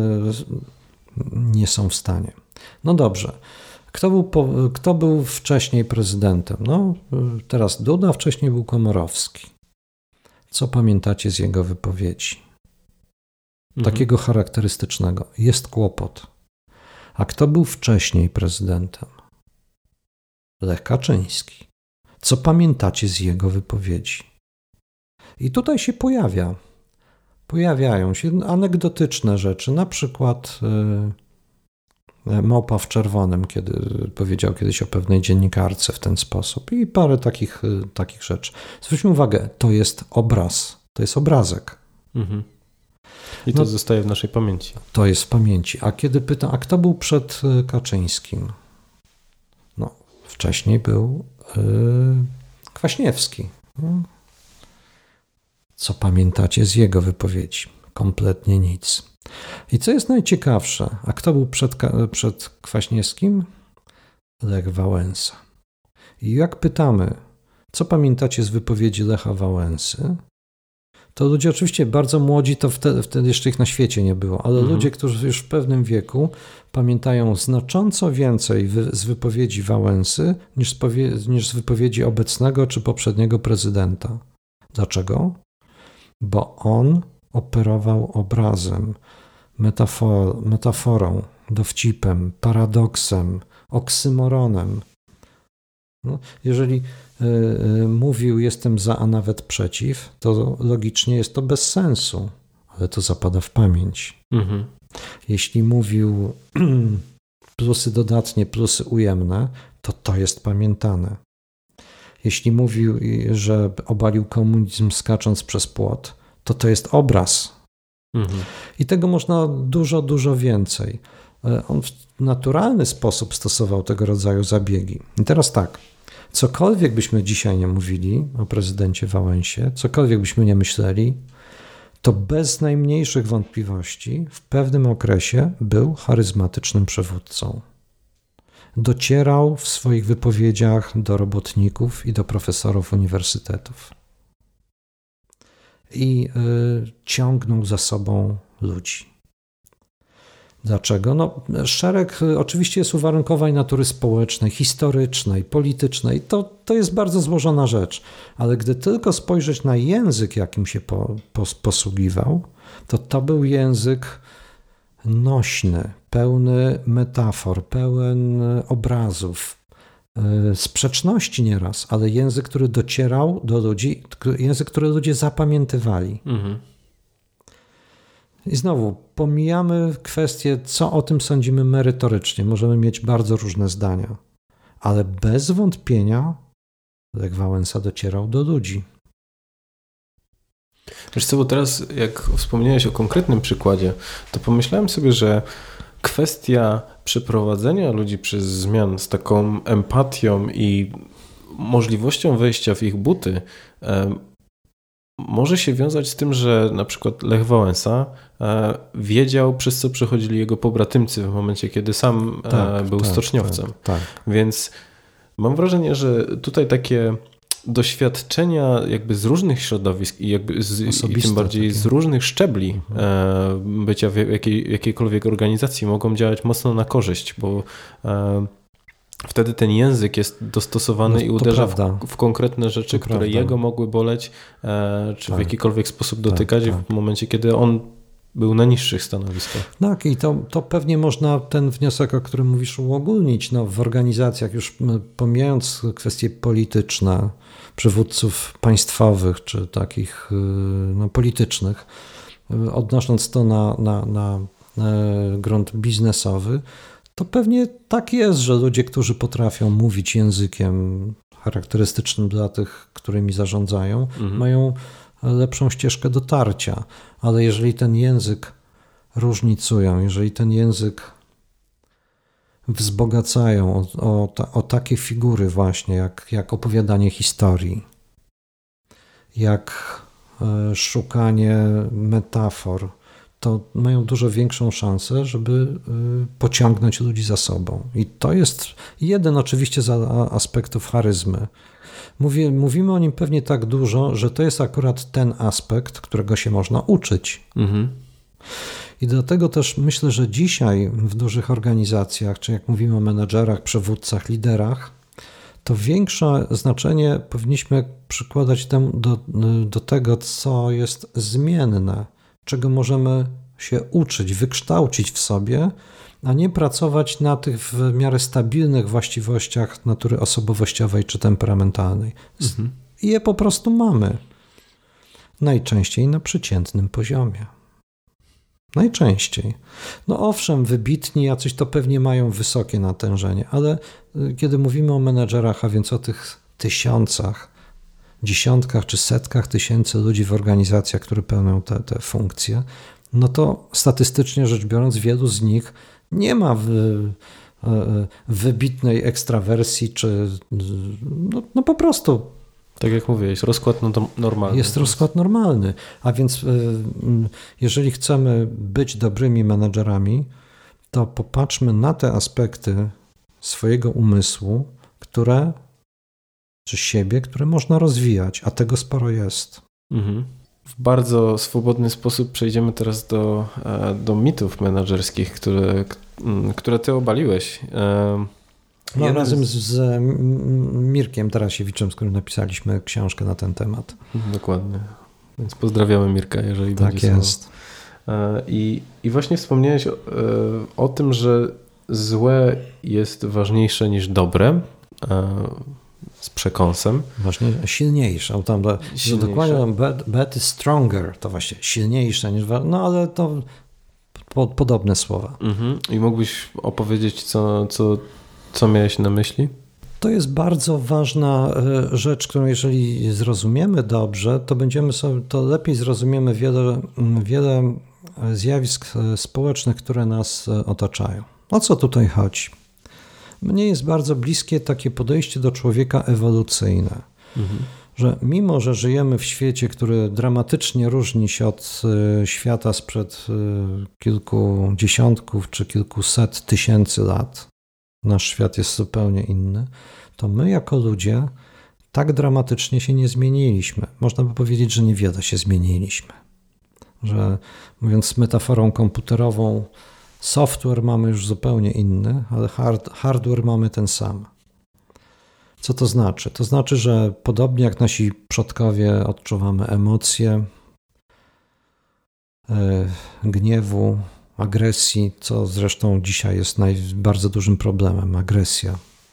nie są w stanie. No dobrze. Kto był wcześniej prezydentem? No, teraz Duda, wcześniej był Komorowski. Co pamiętacie z jego wypowiedzi? Takiego charakterystycznego. Jest kłopot. A kto był wcześniej prezydentem? Lech Kaczyński. Co pamiętacie z jego wypowiedzi? I tutaj się pojawiają się anegdotyczne rzeczy, na przykład Małpa w czerwonym, kiedy powiedział kiedyś o pewnej dziennikarce w ten sposób i parę takich rzeczy. Zwróćmy uwagę, to jest obraz, to jest obrazek. I to zostaje w naszej pamięci. To jest w pamięci. A kiedy pytam, a kto był przed Kaczyńskim? No, wcześniej był Kwaśniewski. Co pamiętacie z jego wypowiedzi? Kompletnie nic. I co jest najciekawsze, a kto był przed Kwaśniewskim? Lech Wałęsa. I jak pytamy, co pamiętacie z wypowiedzi Lecha Wałęsy, to ludzie oczywiście bardzo młodzi, to wtedy jeszcze ich na świecie nie było, ale ludzie, którzy już w pewnym wieku pamiętają znacząco więcej z wypowiedzi Wałęsy niż z wypowiedzi obecnego czy poprzedniego prezydenta. Dlaczego? Bo on operował obrazem, metaforą, dowcipem, paradoksem, oksymoronem. No, jeżeli mówił jestem za, a nawet przeciw, to logicznie jest to bez sensu, ale to zapada w pamięć. Jeśli mówił plusy dodatnie, plusy ujemne, to jest pamiętane. Jeśli mówił, że obalił komunizm skacząc przez płot, to jest obraz. I tego można dużo, dużo więcej. On w naturalny sposób stosował tego rodzaju zabiegi. I teraz tak, cokolwiek byśmy dzisiaj nie mówili o prezydencie Wałęsie, cokolwiek byśmy nie myśleli, to bez najmniejszych wątpliwości w pewnym okresie był charyzmatycznym przywódcą. Docierał w swoich wypowiedziach do robotników i do profesorów uniwersytetów. I ciągnął za sobą ludzi. Dlaczego? No, szereg oczywiście jest uwarunkowań natury społecznej, historycznej, politycznej. To jest bardzo złożona rzecz, ale gdy tylko spojrzeć na język, jakim się posługiwał, to był język nośny, pełny metafor, pełen obrazów, sprzeczności nieraz, ale język, który docierał do ludzi, język, który ludzie zapamiętywali. I znowu, pomijamy kwestię, co o tym sądzimy merytorycznie. Możemy mieć bardzo różne zdania, ale bez wątpienia Lech Wałęsa docierał do ludzi. Wiesz co, bo teraz jak wspomniałeś o konkretnym przykładzie, to pomyślałem sobie, że kwestia przeprowadzenia ludzi przez zmian z taką empatią i możliwością wejścia w ich buty może się wiązać z tym, że na przykład Lech Wałęsa wiedział, przez co przechodzili jego pobratymcy w momencie, kiedy sam był stoczniowcem. Tak. Więc mam wrażenie, że tutaj takie doświadczenia jakby z różnych środowisk i jakby i tym bardziej z różnych szczebli bycia w jakiejkolwiek organizacji mogą działać mocno na korzyść, bo wtedy ten język jest dostosowany i uderza w konkretne rzeczy, które jego mogły boleć, czy w jakikolwiek sposób dotykać w momencie, kiedy on był na niższych stanowiskach. Tak, i to pewnie można ten wniosek, o którym mówisz, uogólnić. W organizacjach, już pomijając kwestie polityczne, przywódców państwowych, czy takich politycznych, odnosząc to na grunt biznesowy, to pewnie tak jest, że ludzie, którzy potrafią mówić językiem charakterystycznym dla tych, którymi zarządzają, mają lepszą ścieżkę dotarcia. Ale jeżeli ten język różnicują, jeżeli ten język wzbogacają o takie figury właśnie, jak opowiadanie historii, jak szukanie metafor, to mają dużo większą szansę, żeby pociągnąć ludzi za sobą. I to jest jeden oczywiście z aspektów charyzmy. Mówimy o nim pewnie tak dużo, że to jest akurat ten aspekt, którego się można uczyć. I dlatego też myślę, że dzisiaj w dużych organizacjach, czy jak mówimy o menedżerach, przywódcach, liderach, to większe znaczenie powinniśmy przykładać do tego, co jest zmienne, czego możemy się uczyć, wykształcić w sobie, a nie pracować na tych w miarę stabilnych właściwościach natury osobowościowej czy temperamentalnej. I je po prostu mamy. Najczęściej na przeciętnym poziomie. Najczęściej. Owszem, wybitni jacyś to pewnie mają wysokie natężenie, ale kiedy mówimy o menedżerach, a więc o tych tysiącach, dziesiątkach czy setkach tysięcy ludzi w organizacjach, które pełnią te funkcje, to statystycznie rzecz biorąc wielu z nich nie ma wybitnej ekstrawersji, czy po prostu. Tak jak mówiłeś, rozkład normalny. Jest rozkład normalny, a więc jeżeli chcemy być dobrymi menedżerami, to popatrzmy na te aspekty swojego umysłu, czy siebie, które można rozwijać, a tego sporo jest. W bardzo swobodny sposób przejdziemy teraz do mitów menedżerskich, które ty obaliłeś. Razem z Mirkiem Tarasiewiczem, z którym napisaliśmy książkę na ten temat. Dokładnie. Więc pozdrawiamy Mirka, jeżeli będzie. Tak jest. I właśnie wspomniałeś o tym, że złe jest ważniejsze niż dobre, z przekąsem. Silniejsze. Dokładnie bad is stronger, to właśnie silniejsze niż ale to podobne słowa. I mógłbyś opowiedzieć, co miałeś na myśli? To jest bardzo ważna rzecz, którą jeżeli zrozumiemy dobrze, to lepiej zrozumiemy wiele zjawisk społecznych, które nas otaczają. O co tutaj chodzi? Mnie jest bardzo bliskie takie podejście do człowieka ewolucyjne, że mimo, że żyjemy w świecie, który dramatycznie różni się od świata sprzed kilku dziesiątków czy kilkuset tysięcy lat, nasz świat jest zupełnie inny, to my jako ludzie tak dramatycznie się nie zmieniliśmy. Można by powiedzieć, że niewiele się zmieniliśmy. Że mówiąc metaforą komputerową, software mamy już zupełnie inny, ale hardware mamy ten sam. Co to znaczy? To znaczy, że podobnie jak nasi przodkowie odczuwamy emocje gniewu, agresji, co zresztą dzisiaj jest bardzo dużym problemem, agresja.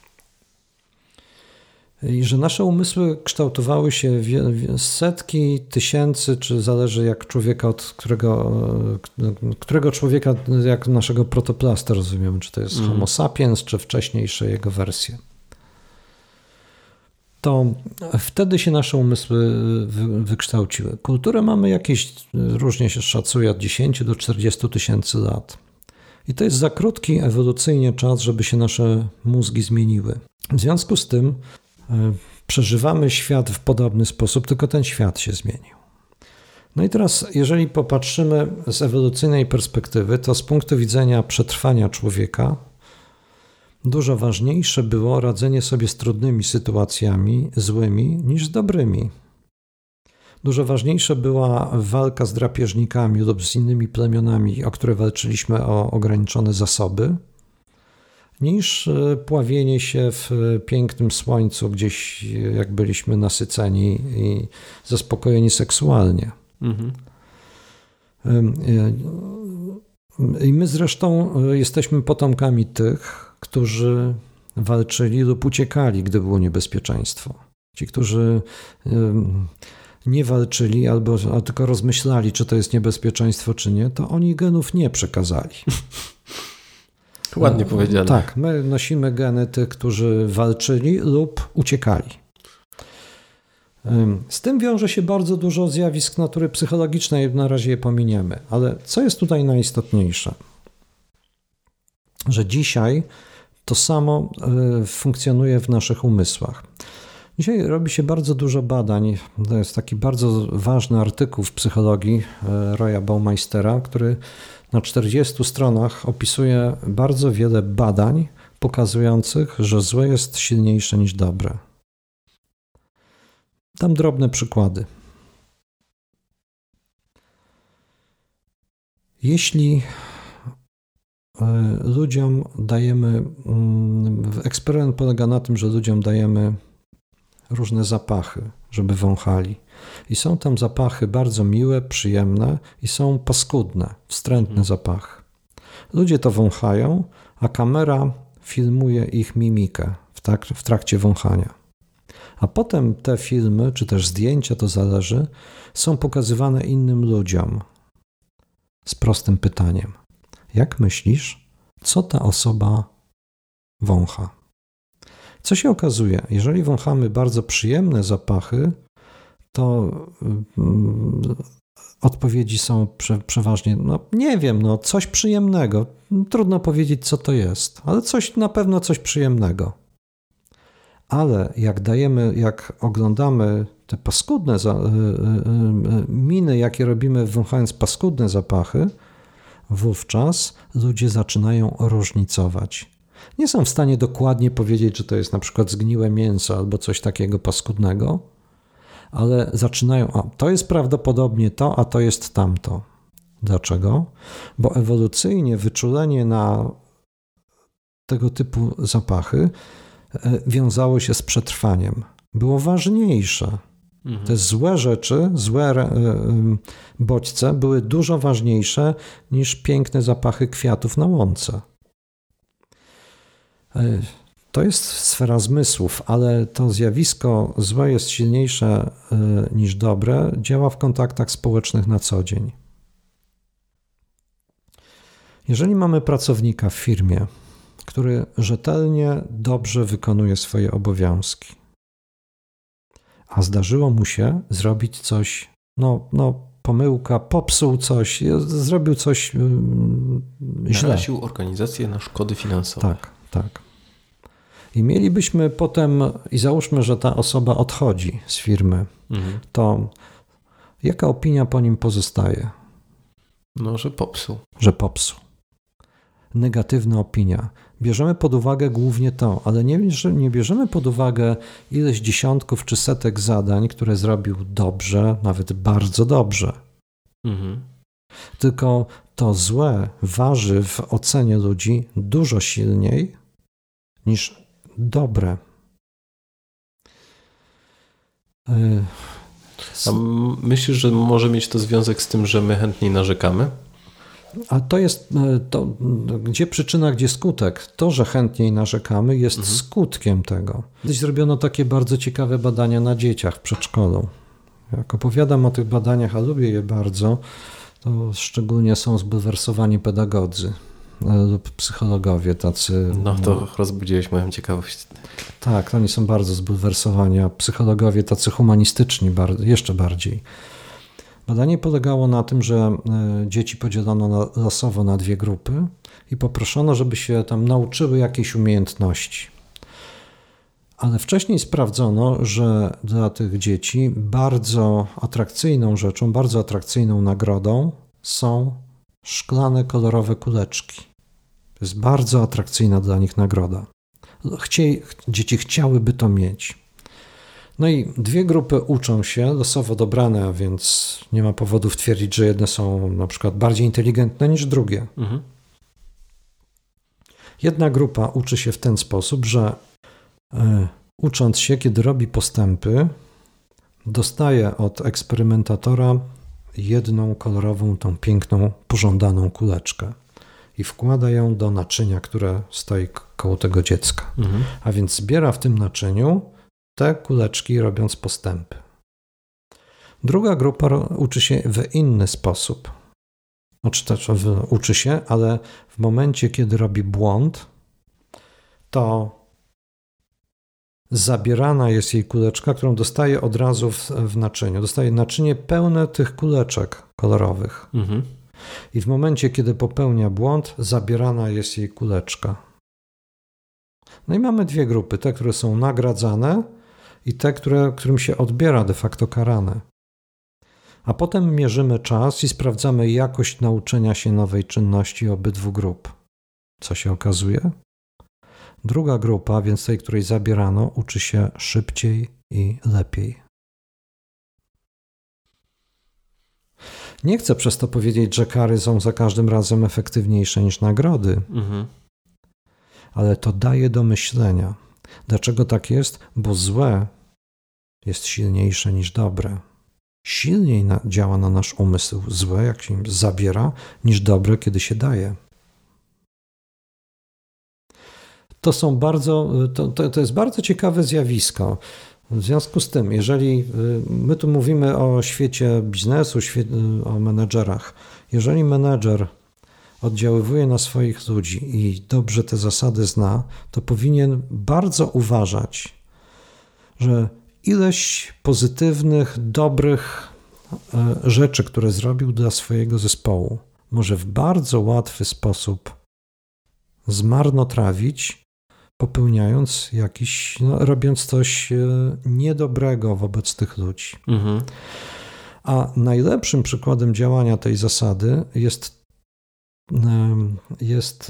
I że nasze umysły kształtowały się setki tysięcy, czy zależy jak człowieka, od którego człowieka, jak naszego protoplasta rozumiemy, czy to jest Homo sapiens, czy wcześniejsze jego wersje. To wtedy się nasze umysły wykształciły. Kulturę mamy jakieś, różnie się szacuje, od 10 do 40 tysięcy lat. I to jest za krótki ewolucyjnie czas, żeby się nasze mózgi zmieniły. W związku z tym przeżywamy świat w podobny sposób, tylko ten świat się zmienił. No i teraz, jeżeli popatrzymy z ewolucyjnej perspektywy, to z punktu widzenia przetrwania człowieka dużo ważniejsze było radzenie sobie z trudnymi sytuacjami, złymi, niż z dobrymi. Dużo ważniejsza była walka z drapieżnikami lub z innymi plemionami, o które walczyliśmy o ograniczone zasoby, niż pławienie się w pięknym słońcu gdzieś, jak byliśmy nasyceni i zaspokojeni seksualnie. Mhm. I my zresztą jesteśmy potomkami tych, którzy walczyli lub uciekali, gdy było niebezpieczeństwo. Ci, którzy nie walczyli a tylko rozmyślali, czy to jest niebezpieczeństwo, czy nie, to oni genów nie przekazali. Ładnie powiedziane. Tak, my nosimy geny tych, którzy walczyli lub uciekali. Z tym wiąże się bardzo dużo zjawisk natury psychologicznej, na razie je pominiemy. Ale co jest tutaj najistotniejsze? Że dzisiaj to samo funkcjonuje w naszych umysłach. Dzisiaj robi się bardzo dużo badań. To jest taki bardzo ważny artykuł w psychologii Roya Baumeistera, który na 40 stronach opisuje bardzo wiele badań pokazujących, że złe jest silniejsze niż dobre. Dam drobne przykłady. Jeśli ludziom dajemy, eksperyment polega na tym, że ludziom dajemy różne zapachy, żeby wąchali. I są tam zapachy bardzo miłe, przyjemne i są paskudne, wstrętne zapachy. Ludzie to wąchają, a kamera filmuje ich mimikę w trakcie wąchania. A potem te filmy, czy też zdjęcia, to zależy, są pokazywane innym ludziom z prostym pytaniem. Jak myślisz, co ta osoba wącha? Co się okazuje? Jeżeli wąchamy bardzo przyjemne zapachy, to odpowiedzi są przeważnie, nie wiem, coś przyjemnego. Trudno powiedzieć, co to jest, ale na pewno coś przyjemnego. Ale jak oglądamy te paskudne miny, jakie robimy wąchając paskudne zapachy, wówczas ludzie zaczynają różnicować. Nie są w stanie dokładnie powiedzieć, że to jest na przykład zgniłe mięso albo coś takiego paskudnego, ale zaczynają, to jest prawdopodobnie to, a to jest tamto. Dlaczego? Bo ewolucyjnie wyczulenie na tego typu zapachy wiązało się z przetrwaniem. Było ważniejsze. Te złe rzeczy, złe bodźce były dużo ważniejsze niż piękne zapachy kwiatów na łące. To jest sfera zmysłów, ale to zjawisko złe jest silniejsze niż dobre działa w kontaktach społecznych na co dzień. Jeżeli mamy pracownika w firmie, który rzetelnie, dobrze wykonuje swoje obowiązki, a zdarzyło mu się zrobić coś, pomyłka, popsuł coś, zrobił coś źle. Naraził organizację na szkody finansowe. Tak. I mielibyśmy potem, i załóżmy, że ta osoba odchodzi z firmy, to jaka opinia po nim pozostaje? Że popsuł. Negatywna opinia. Bierzemy pod uwagę głównie to, ale nie bierzemy pod uwagę ileś dziesiątków czy setek zadań, które zrobił dobrze, nawet bardzo dobrze. Tylko to złe waży w ocenie ludzi dużo silniej niż dobre. A myślisz, że może mieć to związek z tym, że my chętniej narzekamy? A to jest, gdzie przyczyna, gdzie skutek. To, że chętniej narzekamy, jest skutkiem tego. Kiedyś zrobiono takie bardzo ciekawe badania na dzieciach w przedszkolu. Jak opowiadam o tych badaniach, a lubię je bardzo, to szczególnie są zbulwersowani pedagodzy lub psychologowie tacy. To rozbudziłeś moją ciekawość. Tak, oni są bardzo zbulwersowani, a psychologowie tacy humanistyczni jeszcze bardziej. Badanie polegało na tym, że dzieci podzielono losowo na dwie grupy i poproszono, żeby się tam nauczyły jakiejś umiejętności. Ale wcześniej sprawdzono, że dla tych dzieci bardzo atrakcyjną rzeczą, bardzo atrakcyjną nagrodą są szklane, kolorowe kuleczki. To jest bardzo atrakcyjna dla nich nagroda. Dzieci chciałyby to mieć. No i dwie grupy uczą się, losowo dobrane, więc nie ma powodów twierdzić, że jedne są na przykład bardziej inteligentne niż drugie. Jedna grupa uczy się w ten sposób, że ucząc się, kiedy robi postępy, dostaje od eksperymentatora jedną kolorową, tą piękną, pożądaną kuleczkę i wkłada ją do naczynia, które stoi koło tego dziecka. A więc zbiera w tym naczyniu te kuleczki, robiąc postępy. Druga grupa uczy się w inny sposób. Znaczy też uczy się, ale w momencie, kiedy robi błąd, to zabierana jest jej kuleczka, którą dostaje od razu w naczyniu. Dostaje naczynie pełne tych kuleczek kolorowych. I w momencie, kiedy popełnia błąd, zabierana jest jej kuleczka. No i mamy dwie grupy. Te, które są nagradzane i te, którym się odbiera de facto karane. A potem mierzymy czas i sprawdzamy jakość nauczenia się nowej czynności obydwu grup. Co się okazuje? Druga grupa, więc tej, której zabierano, uczy się szybciej i lepiej. Nie chcę przez to powiedzieć, że kary są za każdym razem efektywniejsze niż nagrody, ale to daje do myślenia. Dlaczego tak jest? Bo złe jest silniejsze niż dobre. Silniej działa na nasz umysł złe, jak się zabiera, niż dobre, kiedy się daje. To jest bardzo ciekawe zjawisko. W związku z tym, jeżeli my tu mówimy o świecie biznesu, o menedżerach, jeżeli menedżer oddziaływuje na swoich ludzi i dobrze te zasady zna, to powinien bardzo uważać, że ileś pozytywnych, dobrych rzeczy, które zrobił dla swojego zespołu, może w bardzo łatwy sposób zmarnotrawić, popełniając robiąc coś niedobrego wobec tych ludzi. A najlepszym przykładem działania tej zasady jest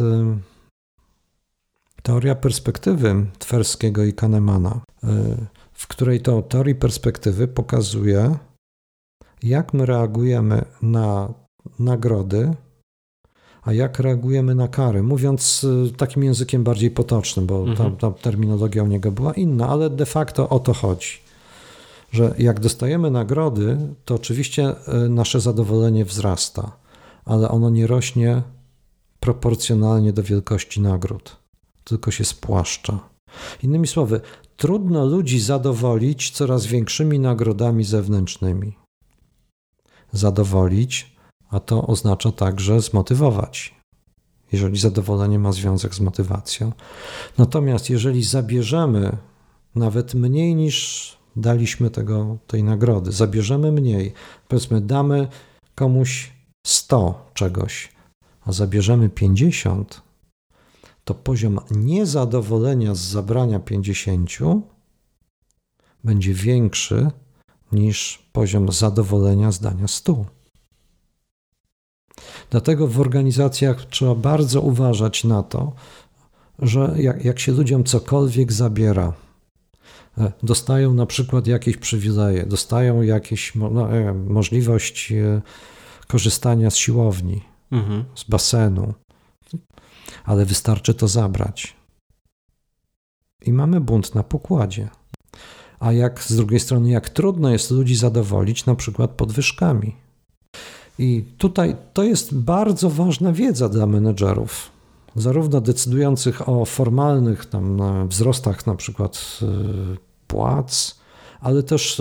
teoria perspektywy Twerskiego i Kahnemana, w której to teorii perspektywy pokazuje, jak my reagujemy na nagrody, a jak reagujemy na kary. Mówiąc takim językiem bardziej potocznym, bo ta terminologia u niego była inna, ale de facto o to chodzi. Że jak dostajemy nagrody, to oczywiście nasze zadowolenie wzrasta, ale ono nie rośnie proporcjonalnie do wielkości nagród, tylko się spłaszcza. Innymi słowy, trudno ludzi zadowolić coraz większymi nagrodami zewnętrznymi. Zadowolić, a to oznacza także zmotywować, jeżeli zadowolenie ma związek z motywacją. Natomiast jeżeli zabierzemy nawet mniej niż daliśmy tej nagrody, zabierzemy mniej, powiedzmy damy komuś 100 czegoś, a zabierzemy 50, to poziom niezadowolenia z zabrania 50 będzie większy niż poziom zadowolenia z dania 100. Dlatego w organizacjach trzeba bardzo uważać na to, że jak się ludziom cokolwiek zabiera, dostają na przykład jakieś przywileje, dostają jakieś możliwość korzystania z siłowni, z basenu, ale wystarczy to zabrać. I mamy bunt na pokładzie. A z drugiej strony, jak trudno jest ludzi zadowolić, na przykład podwyżkami. I tutaj to jest bardzo ważna wiedza dla menedżerów, zarówno decydujących o formalnych wzrostach na przykład płac, ale też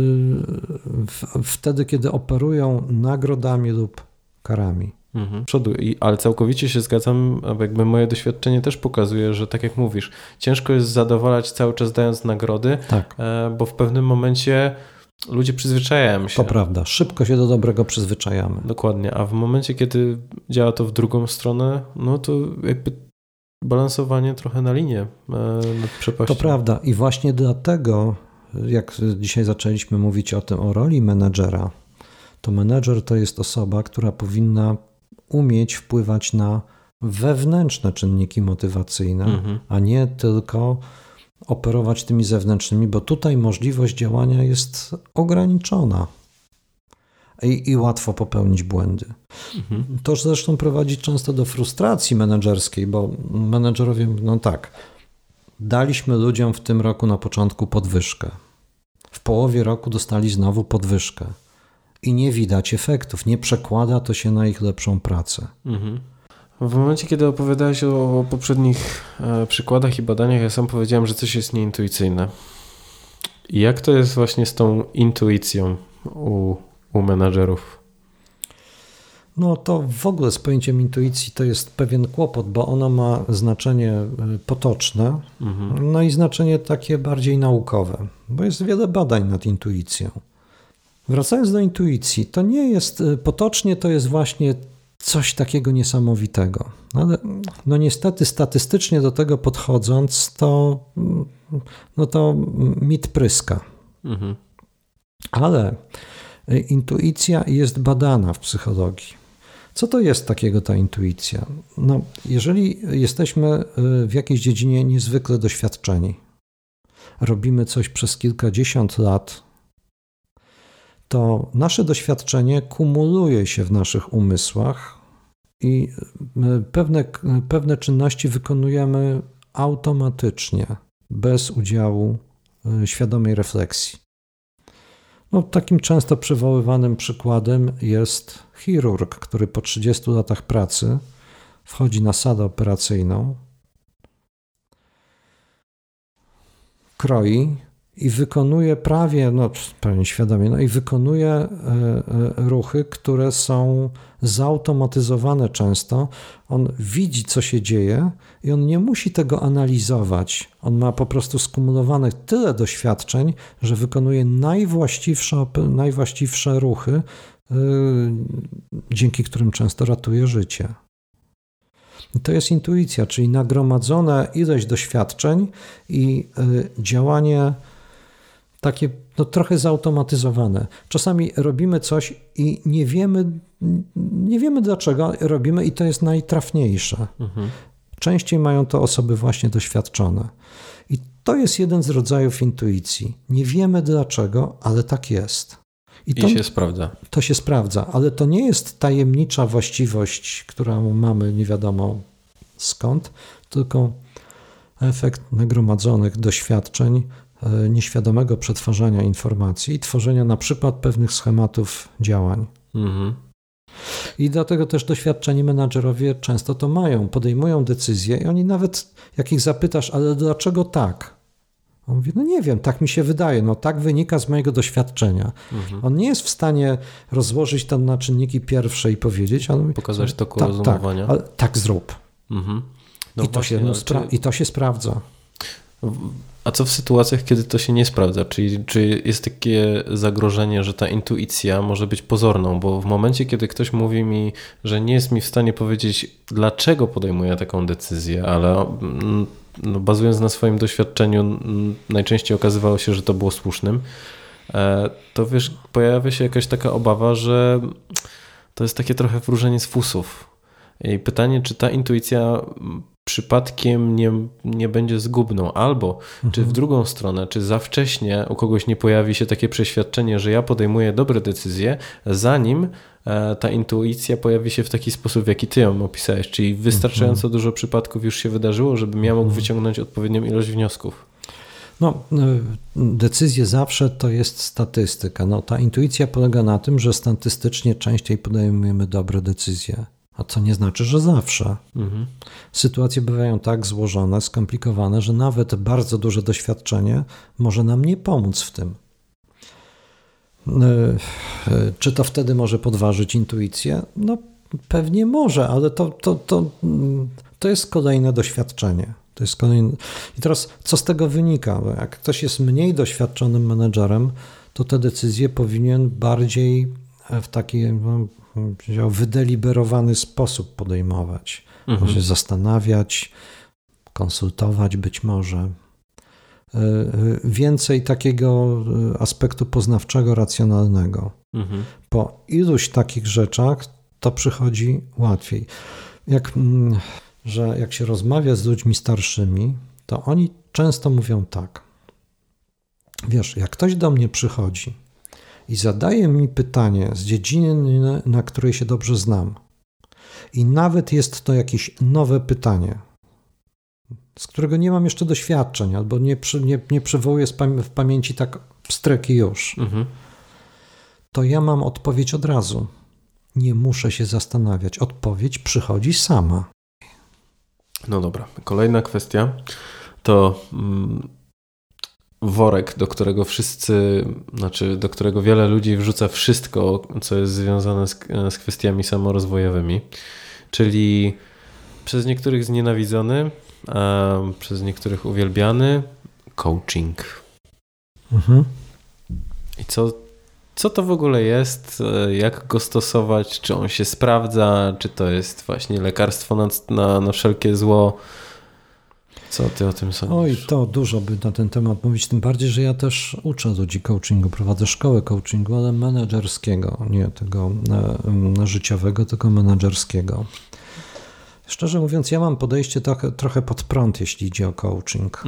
wtedy, kiedy operują nagrodami lub karami. Ale całkowicie się zgadzam, jakby moje doświadczenie też pokazuje, że tak jak mówisz, ciężko jest zadowalać cały czas dając nagrody, tak. Bo w pewnym momencie ludzie przyzwyczajają się. To prawda, szybko się do dobrego przyzwyczajamy. Dokładnie, a w momencie, kiedy działa to w drugą stronę, no to jakby balansowanie trochę na linię nad przepaścią. To prawda i właśnie dlatego, jak dzisiaj zaczęliśmy mówić o roli menedżera, to menedżer to jest osoba, która powinna umieć wpływać na wewnętrzne czynniki motywacyjne, a nie tylko operować tymi zewnętrznymi, bo tutaj możliwość działania jest ograniczona i łatwo popełnić błędy. To zresztą prowadzi często do frustracji menedżerskiej, bo menedżerowie mówią tak, daliśmy ludziom w tym roku na początku podwyżkę. W połowie roku dostali znowu podwyżkę i nie widać efektów, nie przekłada to się na ich lepszą pracę. W momencie, kiedy opowiadałeś o poprzednich przykładach i badaniach, ja sam powiedziałem, że coś jest nieintuicyjne. I jak to jest właśnie z tą intuicją u menadżerów? No to w ogóle z pojęciem intuicji to jest pewien kłopot, bo ono ma znaczenie potoczne, no i znaczenie takie bardziej naukowe, bo jest wiele badań nad intuicją. Wracając do intuicji, to nie jest, potocznie to jest właśnie coś takiego niesamowitego. Ale no niestety statystycznie do tego podchodząc, to mit pryska. Ale intuicja jest badana w psychologii. Co to jest takiego ta intuicja? No, jeżeli jesteśmy w jakiejś dziedzinie niezwykle doświadczeni, robimy coś przez kilkadziesiąt lat, to nasze doświadczenie kumuluje się w naszych umysłach i pewne czynności wykonujemy automatycznie, bez udziału świadomej refleksji. No, takim często przywoływanym przykładem jest chirurg, który po 30 latach pracy wchodzi na salę operacyjną, kroi i wykonuje prawie świadomie, i wykonuje ruchy, które są zautomatyzowane często. On widzi, co się dzieje i on nie musi tego analizować. On ma po prostu skumulowanych tyle doświadczeń, że wykonuje najwłaściwsze ruchy, dzięki którym często ratuje życie. I to jest intuicja, czyli nagromadzona ilość doświadczeń i działanie takie trochę zautomatyzowane. Czasami robimy coś i nie wiemy dlaczego robimy i to jest najtrafniejsze. Częściej mają to osoby właśnie doświadczone. I to jest jeden z rodzajów intuicji. Nie wiemy dlaczego, ale tak jest. I się sprawdza. To się sprawdza, ale to nie jest tajemnicza właściwość, którą mamy nie wiadomo skąd, tylko efekt nagromadzonych doświadczeń, nieświadomego przetwarzania informacji i tworzenia na przykład pewnych schematów działań. I dlatego też doświadczeni menadżerowie często to mają, podejmują decyzje i oni nawet, jak ich zapytasz, ale dlaczego tak? On mówi, no nie wiem, tak mi się wydaje, tak wynika z mojego doświadczenia. On nie jest w stanie rozłożyć to na czynniki pierwsze i powiedzieć, ale mówi, pokazać toku rozumowania. Ale tak zrób. No I, właśnie, I to się sprawdza. A co w sytuacjach, kiedy to się nie sprawdza? Czy jest takie zagrożenie, że ta intuicja może być pozorną? Bo w momencie, kiedy ktoś mówi mi, że nie jest mi w stanie powiedzieć, dlaczego podejmuje taką decyzję, ale bazując na swoim doświadczeniu najczęściej okazywało się, że to było słusznym, to wiesz, pojawia się jakaś taka obawa, że to jest takie trochę wróżenie z fusów. I pytanie, czy ta intuicja przypadkiem nie będzie zgubną, albo czy w drugą stronę, czy za wcześnie u kogoś nie pojawi się takie przeświadczenie, że ja podejmuję dobre decyzje, zanim ta intuicja pojawi się w taki sposób, w jaki ty ją opisałeś, czyli wystarczająco dużo przypadków już się wydarzyło, żebym ja mógł wyciągnąć odpowiednią ilość wniosków. Decyzje zawsze to jest statystyka. Ta intuicja polega na tym, że statystycznie częściej podejmujemy dobre decyzje. A co nie znaczy, że zawsze. Sytuacje bywają tak złożone, skomplikowane, że nawet bardzo duże doświadczenie może nam nie pomóc w tym. Czy to wtedy może podważyć intuicję? Pewnie może, ale to jest kolejne doświadczenie. I teraz co z tego wynika? Bo jak ktoś jest mniej doświadczonym menedżerem, to te decyzje powinien bardziej w taki wydeliberowany sposób podejmować. Może się zastanawiać, konsultować być może. Więcej takiego aspektu poznawczego, racjonalnego. Po iluś takich rzeczach to przychodzi łatwiej. Jak się rozmawia z ludźmi starszymi, to oni często mówią tak. Wiesz, jak ktoś do mnie przychodzi i zadaje mi pytanie z dziedziny, na której się dobrze znam, i nawet jest to jakieś nowe pytanie, z którego nie mam jeszcze doświadczeń, albo nie przywołuję w pamięci tak pstryki już, to ja mam odpowiedź od razu. Nie muszę się zastanawiać. Odpowiedź przychodzi sama. No dobra. Kolejna kwestia to worek, do którego wiele ludzi wrzuca wszystko, co jest związane z kwestiami samorozwojowymi, czyli przez niektórych znienawidzony, a przez niektórych uwielbiany coaching. I co to w ogóle jest? Jak go stosować? Czy on się sprawdza? Czy to jest właśnie lekarstwo na wszelkie zło? Co ty o tym sądzisz? Oj, to dużo by na ten temat mówić, tym bardziej, że ja też uczę ludzi coachingu, prowadzę szkołę coachingu, ale menedżerskiego, nie tego życiowego, tylko menedżerskiego. Szczerze mówiąc, ja mam podejście trochę pod prąd, jeśli idzie o coaching.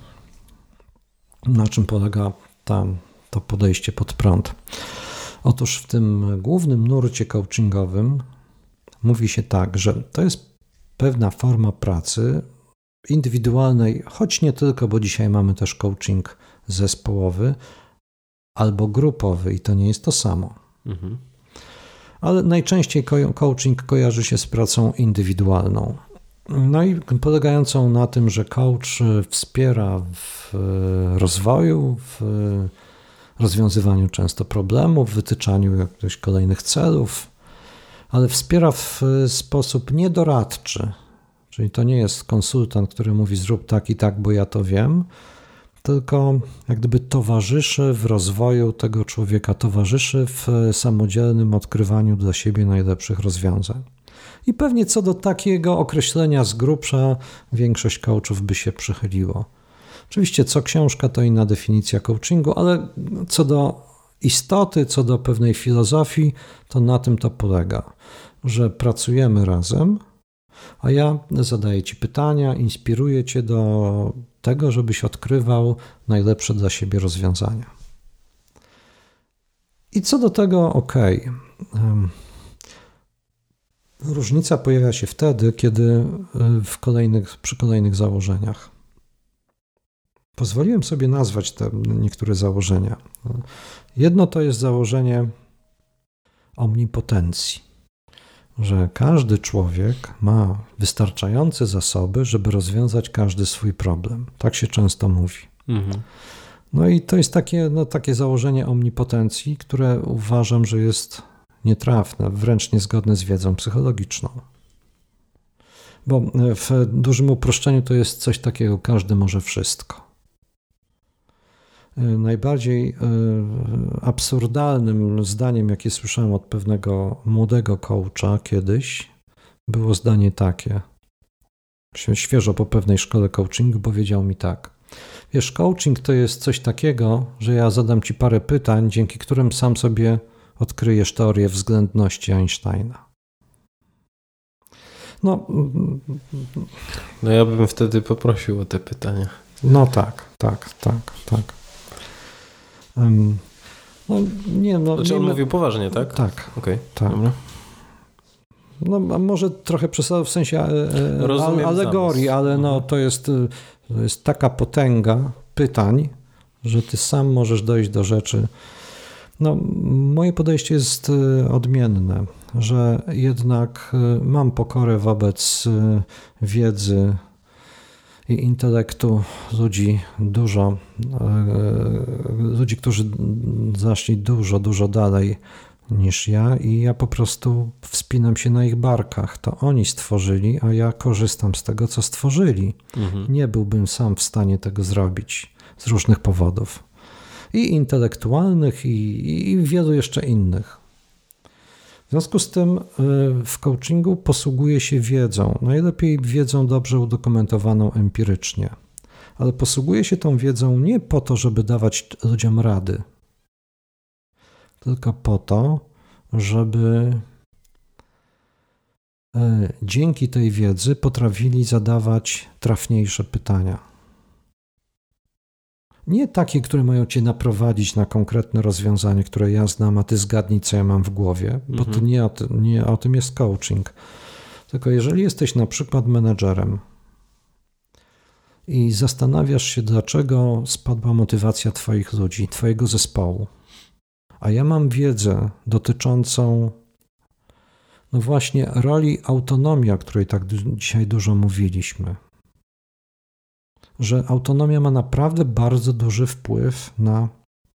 Na czym polega to podejście pod prąd? Otóż w tym głównym nurcie coachingowym mówi się tak, że to jest pewna forma pracy indywidualnej, choć nie tylko, bo dzisiaj mamy też coaching zespołowy albo grupowy i to nie jest to samo. Ale najczęściej coaching kojarzy się z pracą indywidualną. No i polegającą na tym, że coach wspiera w rozwoju, w rozwiązywaniu często problemów, w wytyczaniu jakichś kolejnych celów, ale wspiera w sposób niedoradczy. Czyli to nie jest konsultant, który mówi zrób tak i tak, bo ja to wiem, tylko jak gdyby towarzyszy w rozwoju tego człowieka, towarzyszy w samodzielnym odkrywaniu dla siebie najlepszych rozwiązań. I pewnie co do takiego określenia z grubsza większość coachów by się przychyliło. Oczywiście co książka to inna definicja coachingu, ale co do istoty, co do pewnej filozofii, to na tym to polega, że pracujemy razem, a ja zadaję ci pytania, inspiruję cię do tego, żebyś odkrywał najlepsze dla siebie rozwiązania. I co do tego, różnica pojawia się wtedy, kiedy przy kolejnych założeniach. Pozwoliłem sobie nazwać te niektóre założenia. Jedno to jest założenie omnipotencji, że każdy człowiek ma wystarczające zasoby, żeby rozwiązać każdy swój problem. Tak się często mówi. No i to jest takie założenie omnipotencji, które uważam, że jest nietrafne, wręcz niezgodne z wiedzą psychologiczną. Bo w dużym uproszczeniu to jest coś takiego, każdy może wszystko. Najbardziej absurdalnym zdaniem, jakie słyszałem od pewnego młodego coacha kiedyś, było zdanie takie. Świeżo po pewnej szkole coachingu powiedział mi tak. Wiesz, coaching to jest coś takiego, że ja zadam ci parę pytań, dzięki którym sam sobie odkryjesz teorię względności Einsteina. No ja bym wtedy poprosił o te pytania. No tak. Znaczy on mówił poważnie, tak? Tak. Okej. Tak. Dobra. No, a może trochę przesadą w sensie alegorii, ale to jest taka potęga pytań, że ty sam możesz dojść do rzeczy. No, moje podejście jest odmienne, że jednak mam pokorę wobec wiedzy i intelektu ludzi, którzy zaszli dużo dalej niż ja i ja po prostu wspinam się na ich barkach. To oni stworzyli, a ja korzystam z tego, co stworzyli. Nie byłbym sam w stanie tego zrobić z różnych powodów. I intelektualnych, i wielu jeszcze innych. W związku z tym w coachingu posługuję się wiedzą, najlepiej wiedzą dobrze udokumentowaną empirycznie, ale posługuję się tą wiedzą nie po to, żeby dawać ludziom rady, tylko po to, żeby dzięki tej wiedzy potrafili zadawać trafniejsze pytania. Nie takie, które mają cię naprowadzić na konkretne rozwiązanie, które ja znam, a ty zgadnij, co ja mam w głowie, bo to nie o tym jest coaching. Tylko jeżeli jesteś na przykład menedżerem i zastanawiasz się, dlaczego spadła motywacja twoich ludzi, twojego zespołu, a ja mam wiedzę dotyczącą no właśnie roli autonomii, o której tak dzisiaj dużo mówiliśmy, że autonomia ma naprawdę bardzo duży wpływ na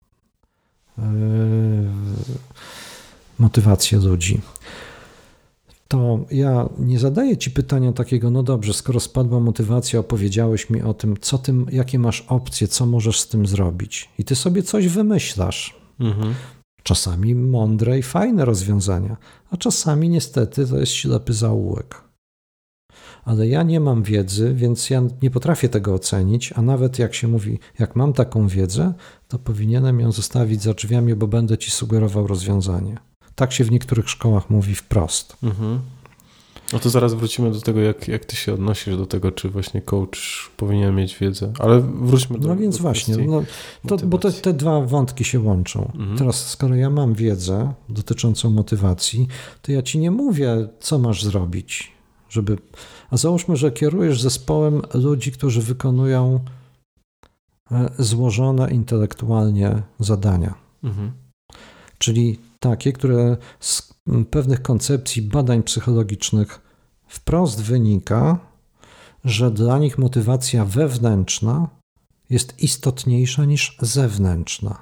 motywację ludzi. To ja nie zadaję ci pytania takiego, no dobrze, skoro spadła motywacja, opowiedziałeś mi o tym, jakie masz opcje, co możesz z tym zrobić. I ty sobie coś wymyślasz. Czasami mądre i fajne rozwiązania, a czasami niestety to jest ślepy zaułek. Ale ja nie mam wiedzy, więc ja nie potrafię tego ocenić, a nawet jak się mówi, jak mam taką wiedzę, to powinienem ją zostawić za drzwiami, bo będę ci sugerował rozwiązanie. Tak się w niektórych szkołach mówi wprost. No to zaraz wrócimy do tego, jak ty się odnosisz do tego, czy właśnie coach powinien mieć wiedzę, ale wróćmy do No więc do właśnie, bo te dwa wątki się łączą. Teraz skoro ja mam wiedzę dotyczącą motywacji, to ja ci nie mówię, co masz zrobić, a załóżmy, że kierujesz zespołem ludzi, którzy wykonują złożone intelektualnie zadania. Czyli takie, które z pewnych koncepcji badań psychologicznych wprost wynika, że dla nich motywacja wewnętrzna jest istotniejsza niż zewnętrzna.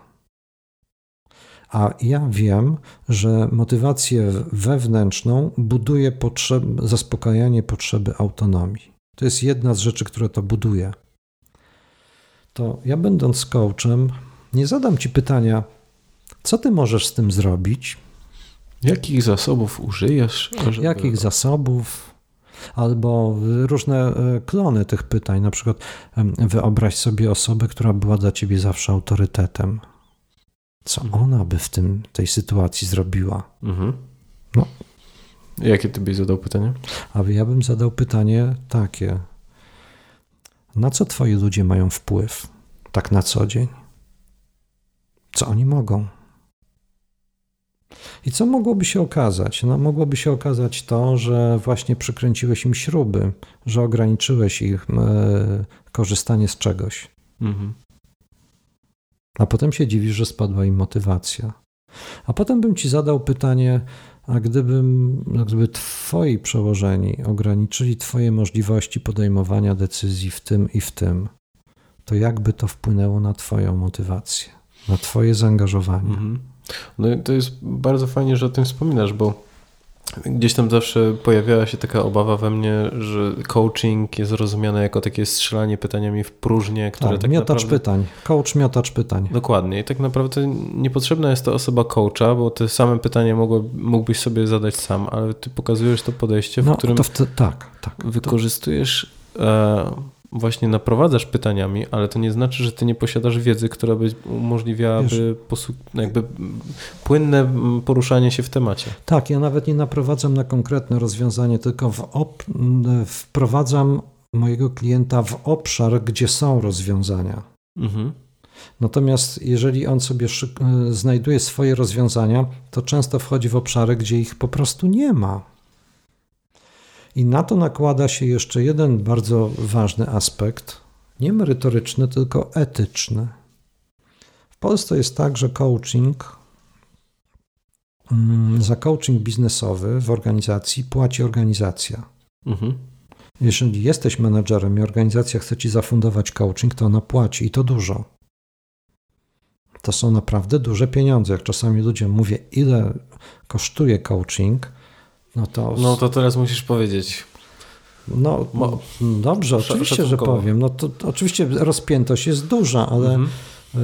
A ja wiem, że motywację wewnętrzną buduje zaspokajanie potrzeby autonomii. To jest jedna z rzeczy, które to buduje. To ja, będąc coachem, nie zadam ci pytania, co ty możesz z tym zrobić? Jakich zasobów użyjesz? Jakich zasobów? Albo różne klony tych pytań. Na przykład wyobraź sobie osobę, która była dla ciebie zawsze autorytetem. Co ona by w tej sytuacji zrobiła? No. Jakie ty byś zadał pytanie? A ja bym zadał pytanie takie. Na co twoi ludzie mają wpływ? Tak na co dzień? Co oni mogą? I co mogłoby się okazać? No, mogłoby się okazać to, że właśnie przykręciłeś im śruby, że ograniczyłeś ich korzystanie z czegoś. A potem się dziwisz, że spadła im motywacja. A potem bym ci zadał pytanie, a gdyby twoi przełożeni ograniczyli twoje możliwości podejmowania decyzji w tym i w tym, to jakby to wpłynęło na twoją motywację, na twoje zaangażowanie? No to jest bardzo fajnie, że o tym wspominasz, bo gdzieś tam zawsze pojawiała się taka obawa we mnie, że coaching jest rozumiane jako takie strzelanie pytaniami w próżnię, które tak miotacz naprawdę... pytań. Coach miotacz pytań. Dokładnie. I tak naprawdę niepotrzebna jest to osoba coacha, bo te same pytania mógłbyś sobie zadać sam, ale ty pokazujesz to podejście, w którym wykorzystujesz... Właśnie naprowadzasz pytaniami, ale to nie znaczy, że ty nie posiadasz wiedzy, która by umożliwiałaby jakby płynne poruszanie się w temacie. Tak, ja nawet nie naprowadzam na konkretne rozwiązanie, tylko wprowadzam mojego klienta w obszar, gdzie są rozwiązania. Natomiast jeżeli on sobie znajduje swoje rozwiązania, to często wchodzi w obszary, gdzie ich po prostu nie ma. I na to nakłada się jeszcze jeden bardzo ważny aspekt, nie merytoryczny, tylko etyczny. W Polsce jest tak, że za coaching biznesowy w organizacji płaci organizacja. Jeżeli jesteś menedżerem i organizacja chce ci zafundować coaching, to ona płaci i to dużo. To są naprawdę duże pieniądze. Jak czasami ludziom mówię, ile kosztuje coaching, no to teraz musisz powiedzieć. Dobrze, oczywiście, że powiem. No to oczywiście rozpiętość jest duża, ale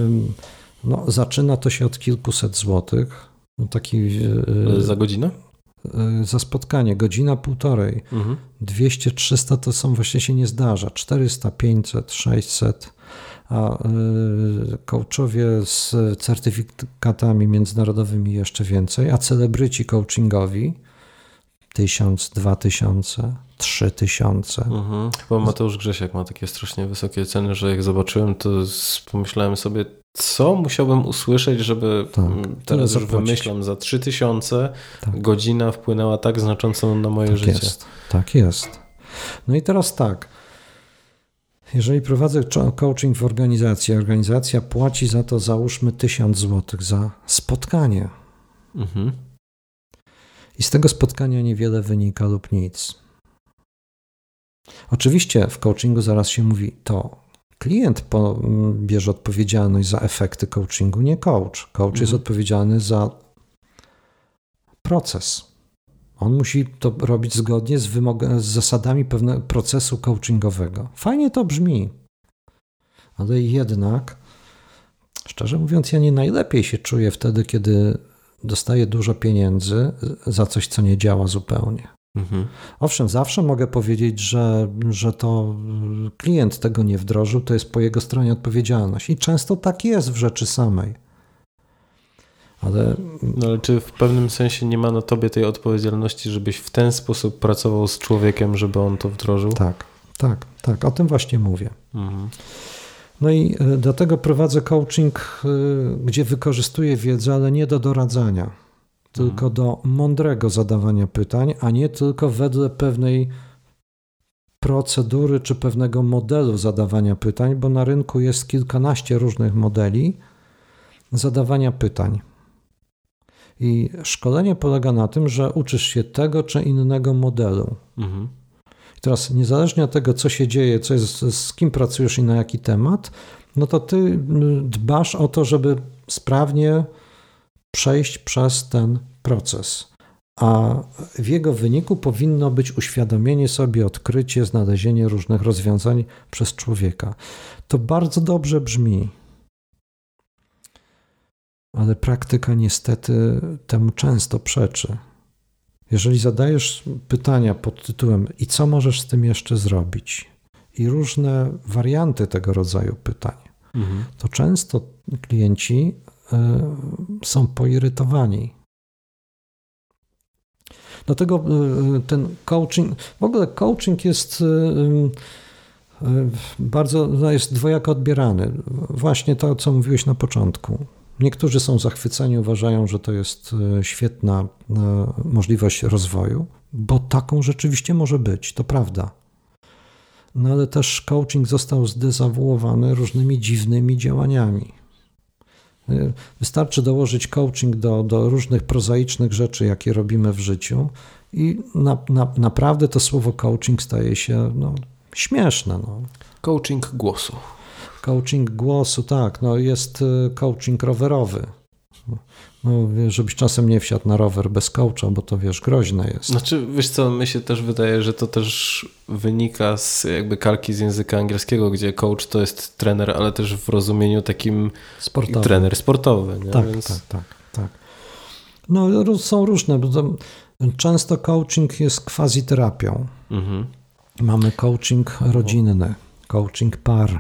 zaczyna to się od kilkuset złotych. Za godzinę? za spotkanie, godzina, półtorej, 200, 300 to są właśnie się nie zdarza, 400, 500, 600, a coachowie z certyfikatami międzynarodowymi jeszcze więcej, a celebryci coachingowi 1000, 2000, 3000. Bo Mateusz Grzesiak ma takie strasznie wysokie ceny, że jak zobaczyłem, to pomyślałem sobie, co musiałbym usłyszeć, żeby teraz już wymyślam za 3000 godzina wpłynęła tak znacząco na moje życie. Tak jest. No i teraz tak. Jeżeli prowadzę coaching w organizacji, organizacja płaci za to, załóżmy 1000 zł za spotkanie. I z tego spotkania niewiele wynika lub nic. Oczywiście w coachingu zaraz się mówi, to klient bierze odpowiedzialność za efekty coachingu, nie coach. Coach jest odpowiedzialny za proces. On musi to robić zgodnie z zasadami pewnego procesu coachingowego. Fajnie to brzmi, ale jednak, szczerze mówiąc, ja nie najlepiej się czuję wtedy, kiedy dostaję dużo pieniędzy za coś, co nie działa zupełnie. Owszem, zawsze mogę powiedzieć, że to klient tego nie wdrożył, to jest po jego stronie odpowiedzialność. I często tak jest w rzeczy samej. Ale czy w pewnym sensie nie ma na tobie tej odpowiedzialności, żebyś w ten sposób pracował z człowiekiem, żeby on to wdrożył? Tak. O tym właśnie mówię. No i dlatego prowadzę coaching, gdzie wykorzystuję wiedzę, ale nie do doradzania, tylko do mądrego zadawania pytań, a nie tylko wedle pewnej procedury czy pewnego modelu zadawania pytań, bo na rynku jest kilkanaście różnych modeli zadawania pytań. I szkolenie polega na tym, że uczysz się tego czy innego modelu. I teraz niezależnie od tego, co się dzieje, co jest, z kim pracujesz i na jaki temat, no to ty dbasz o to, żeby sprawnie przejść przez ten proces. A w jego wyniku powinno być uświadomienie sobie, odkrycie, znalezienie różnych rozwiązań przez człowieka. To bardzo dobrze brzmi. Ale praktyka niestety temu często przeczy. Jeżeli zadajesz pytania pod tytułem i co możesz z tym jeszcze zrobić i różne warianty tego rodzaju pytań, to często klienci są poirytowani. Dlatego ten coaching, w ogóle coaching jest bardzo, jest dwojako odbierany. Właśnie to, co mówiłeś na początku. Niektórzy są zachwyceni, uważają, że to jest świetna możliwość rozwoju, bo taką rzeczywiście może być, to prawda. No ale też coaching został zdezawuowany różnymi dziwnymi działaniami. Wystarczy dołożyć coaching do różnych prozaicznych rzeczy, jakie robimy w życiu i naprawdę to słowo coaching staje się śmieszne. Coaching głosu. Coaching głosu, tak. Jest coaching rowerowy. Żebyś czasem nie wsiadł na rower bez coacha, bo to groźne jest. Znaczy, wiesz co, mi się też wydaje, że to też wynika z jakby kalki z języka angielskiego, gdzie coach to jest trener, ale też w rozumieniu takim sportowy. Trener sportowy. Nie? Tak, tak. Są różne. Często coaching jest quasi-terapią. Mamy coaching rodzinny, coaching par.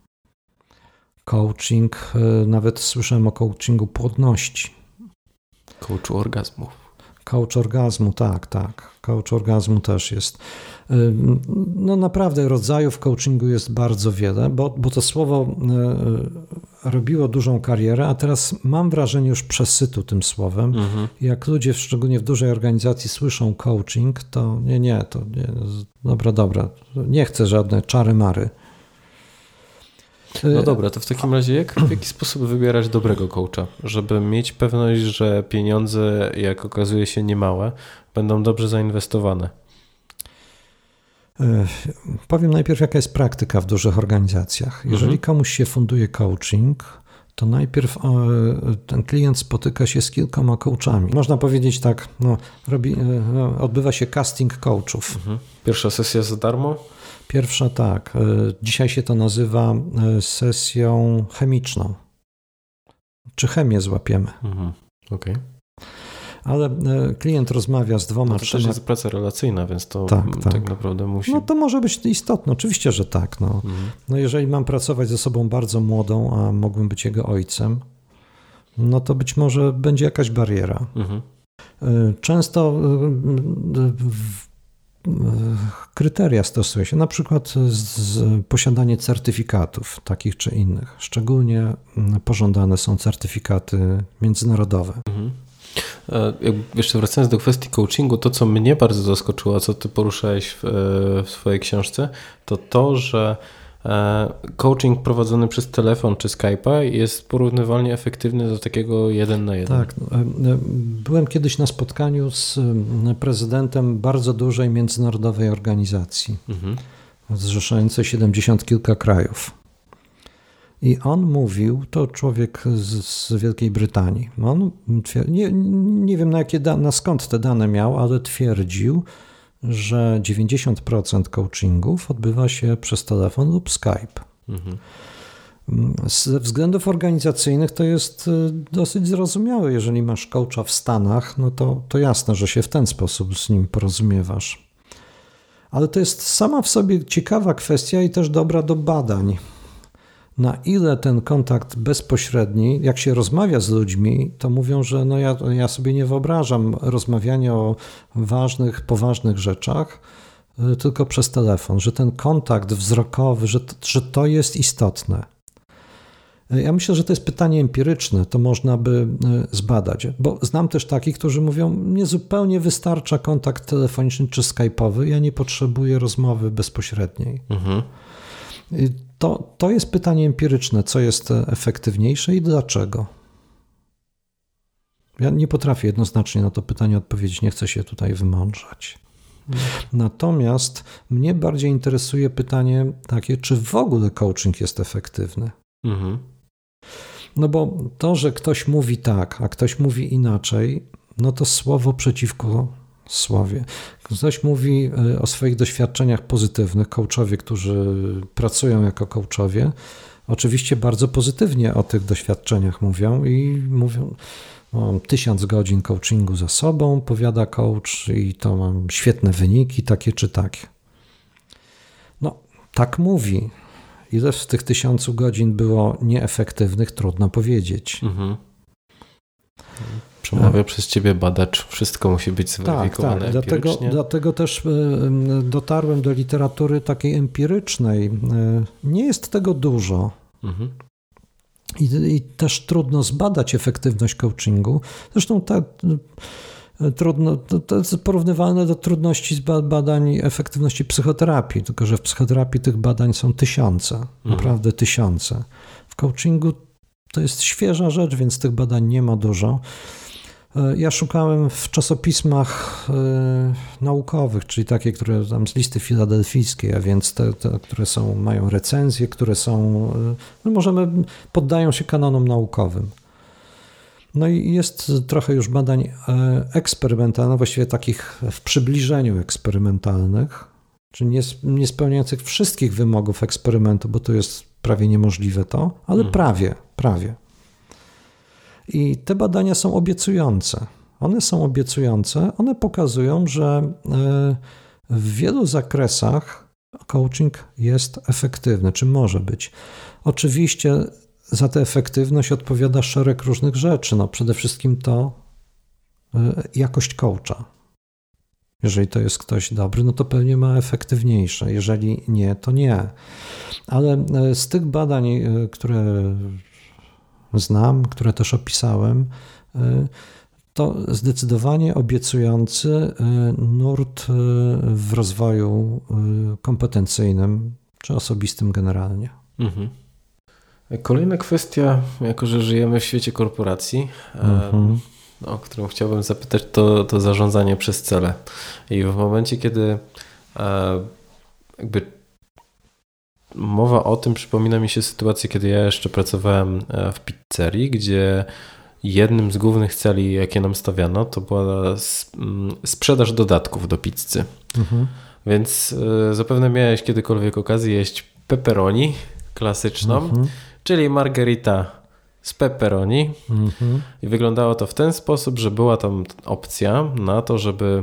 Coaching, nawet słyszałem o coachingu płodności. Coachu orgazmów. Coach orgazmu, tak. Coach orgazmu też jest. Naprawdę rodzajów coachingu jest bardzo wiele, bo to słowo robiło dużą karierę, a teraz mam wrażenie już przesytu tym słowem. Jak ludzie, szczególnie w dużej organizacji, słyszą coaching, to nie. Dobra, nie chcę żadne czary-mary. No dobra, to w takim razie w jaki sposób wybierać dobrego coacha, żeby mieć pewność, że pieniądze, jak okazuje się niemałe, będą dobrze zainwestowane? Powiem najpierw, jaka jest praktyka w dużych organizacjach. Jeżeli komuś się funduje coaching, to najpierw ten klient spotyka się z kilkoma coachami. Można powiedzieć tak, odbywa się casting coachów. Pierwsza sesja za darmo? Pierwsza tak. Dzisiaj się to nazywa sesją chemiczną. Czy chemię złapiemy? Okej. ale klient rozmawia z dwoma, to też jest praca relacyjna, więc to tak naprawdę musi... No to może być istotne, oczywiście, że tak. No jeżeli mam pracować z osobą bardzo młodą, a mógłbym być jego ojcem, no to być może będzie jakaś bariera. Często kryteria stosuje się, na przykład posiadanie certyfikatów takich czy innych. Szczególnie pożądane są certyfikaty międzynarodowe. Jeszcze wracając do kwestii coachingu, to co mnie bardzo zaskoczyło, co ty poruszałeś w swojej książce, to, że coaching prowadzony przez telefon czy Skype'a jest porównywalnie efektywny do takiego 1 na 1. Tak. Byłem kiedyś na spotkaniu z prezydentem bardzo dużej międzynarodowej organizacji, zrzeszającej 70 kilka krajów. I on mówił, to człowiek z Wielkiej Brytanii, on nie wiem skąd te dane miał, ale twierdził, że 90% coachingów odbywa się przez telefon lub Skype. Ze względów organizacyjnych to jest dosyć zrozumiałe. Jeżeli masz coacha w Stanach, no to jasne, że się w ten sposób z nim porozumiewasz. Ale to jest sama w sobie ciekawa kwestia i też dobra do badań. Na ile ten kontakt bezpośredni, jak się rozmawia z ludźmi, to mówią, że ja sobie nie wyobrażam rozmawiania o poważnych rzeczach tylko przez telefon, że ten kontakt wzrokowy, że to jest istotne. Ja myślę, że to jest pytanie empiryczne, to można by zbadać, bo znam też takich, którzy mówią, mnie zupełnie wystarcza kontakt telefoniczny czy skype'owy, ja nie potrzebuję rozmowy bezpośredniej. To jest pytanie empiryczne, co jest efektywniejsze i dlaczego. Ja nie potrafię jednoznacznie na to pytanie odpowiedzieć, nie chcę się tutaj wymądrzać. Natomiast mnie bardziej interesuje pytanie takie, czy w ogóle coaching jest efektywny? No bo to, że ktoś mówi tak, a ktoś mówi inaczej, no to słowo przeciwko słowie. Ktoś mówi o swoich doświadczeniach pozytywnych, coachowie, którzy pracują jako coachowie, oczywiście bardzo pozytywnie o tych doświadczeniach mówią i mówią, mam 1000 godzin coachingu za sobą, powiada coach i to mam świetne wyniki, takie czy takie. No, tak mówi. Ile z tych 1000 godzin było nieefektywnych, trudno powiedzieć. Przemawia przez ciebie badacz, wszystko musi być zweryfikowane empirycznie. Dlatego też dotarłem do literatury takiej empirycznej. Nie jest tego dużo. I też trudno zbadać efektywność coachingu. Zresztą to jest porównywalne do trudności badań efektywności psychoterapii, tylko że w psychoterapii tych badań są tysiące, naprawdę tysiące. W coachingu to jest świeża rzecz, więc tych badań nie ma dużo. Ja szukałem w czasopismach naukowych, czyli takie, które tam z listy filadelfijskiej, a więc te które mają recenzje, które poddają się kanonom naukowym. No i jest trochę już badań eksperymentalnych, właściwie takich w przybliżeniu eksperymentalnych, czyli nie spełniających wszystkich wymogów eksperymentu, bo to jest prawie niemożliwe ale prawie. I te badania są obiecujące. One pokazują, że w wielu zakresach coaching jest efektywny, czy może być. Oczywiście za tę efektywność odpowiada szereg różnych rzeczy. Przede wszystkim to jakość coacha. Jeżeli to jest ktoś dobry, no to pewnie ma efektywniejsze. Jeżeli nie, to nie. Ale z tych badań, które znam, które też opisałem, to zdecydowanie obiecujący nurt w rozwoju kompetencyjnym czy osobistym generalnie. Kolejna kwestia, jako że żyjemy w świecie korporacji, o którą chciałbym zapytać, to zarządzanie przez cele. I w momencie, kiedy mowa o tym, przypomina mi się sytuacja, kiedy ja jeszcze pracowałem w pizzerii, gdzie jednym z głównych celi, jakie nam stawiano, to była sprzedaż dodatków do pizzy. Więc zapewne miałeś kiedykolwiek okazję jeść pepperoni klasyczną, czyli margherita z pepperoni i wyglądało to w ten sposób, że była tam opcja na to,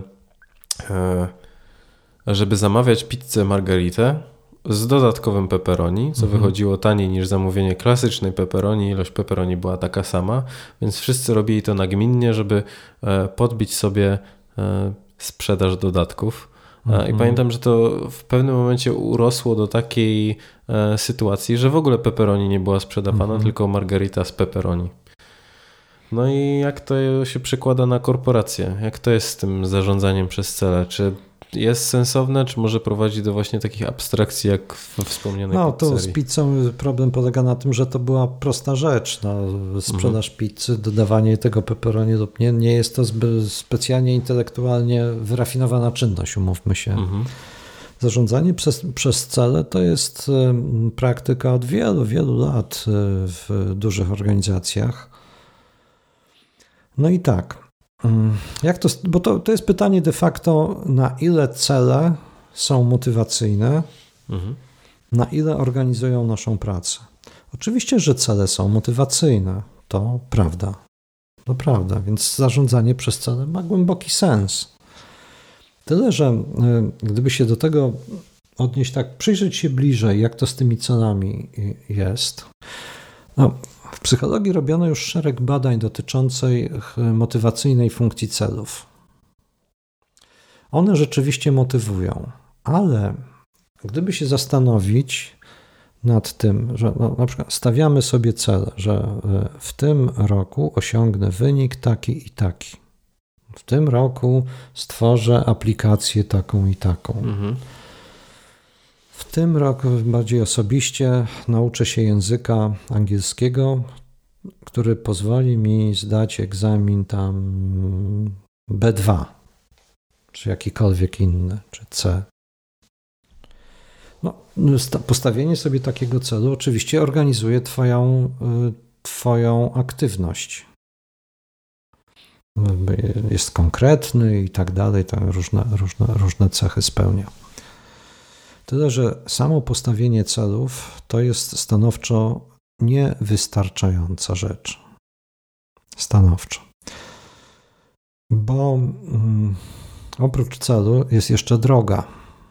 żeby zamawiać pizzę margaritę z dodatkowym pepperoni, co wychodziło taniej niż zamówienie klasycznej pepperoni. Ilość pepperoni była taka sama, więc wszyscy robili to nagminnie, żeby podbić sobie sprzedaż dodatków. I pamiętam, że to w pewnym momencie urosło do takiej sytuacji, że w ogóle pepperoni nie była sprzedawana, tylko margarita z pepperoni. No i jak to się przekłada na korporacje? Jak to jest z tym zarządzaniem przez cele? Czy jest sensowne, czy może prowadzi do właśnie takich abstrakcji, jak we wspomnianej pizzerii? To z pizzą problem polega na tym, że to była prosta rzecz. Sprzedaż pizzy, dodawanie tego pepperoni lub nie jest to specjalnie intelektualnie wyrafinowana czynność, umówmy się. Zarządzanie przez cele to jest praktyka od wielu, wielu lat w dużych organizacjach. No i tak. Bo to jest pytanie de facto, na ile cele są motywacyjne, na ile organizują naszą pracę. Oczywiście, że cele są motywacyjne, to prawda. To prawda, więc zarządzanie przez cele ma głęboki sens. Tyle, że gdyby się do tego odnieść tak, przyjrzeć się bliżej, jak to z tymi celami jest. W psychologii robiono już szereg badań dotyczących motywacyjnej funkcji celów. One rzeczywiście motywują, ale gdyby się zastanowić nad tym, że na przykład stawiamy sobie cel, że w tym roku osiągnę wynik taki i taki. W tym roku stworzę aplikację taką i taką. W tym roku bardziej osobiście nauczę się języka angielskiego, który pozwoli mi zdać egzamin tam B2, czy jakikolwiek inny, czy C. Postawienie sobie takiego celu oczywiście organizuje twoją aktywność. Jest konkretny i tak dalej, tam różne cechy spełnia. Tyle, że samo postawienie celów to jest stanowczo niewystarczająca rzecz. Stanowczo. Bo oprócz celu jest jeszcze droga.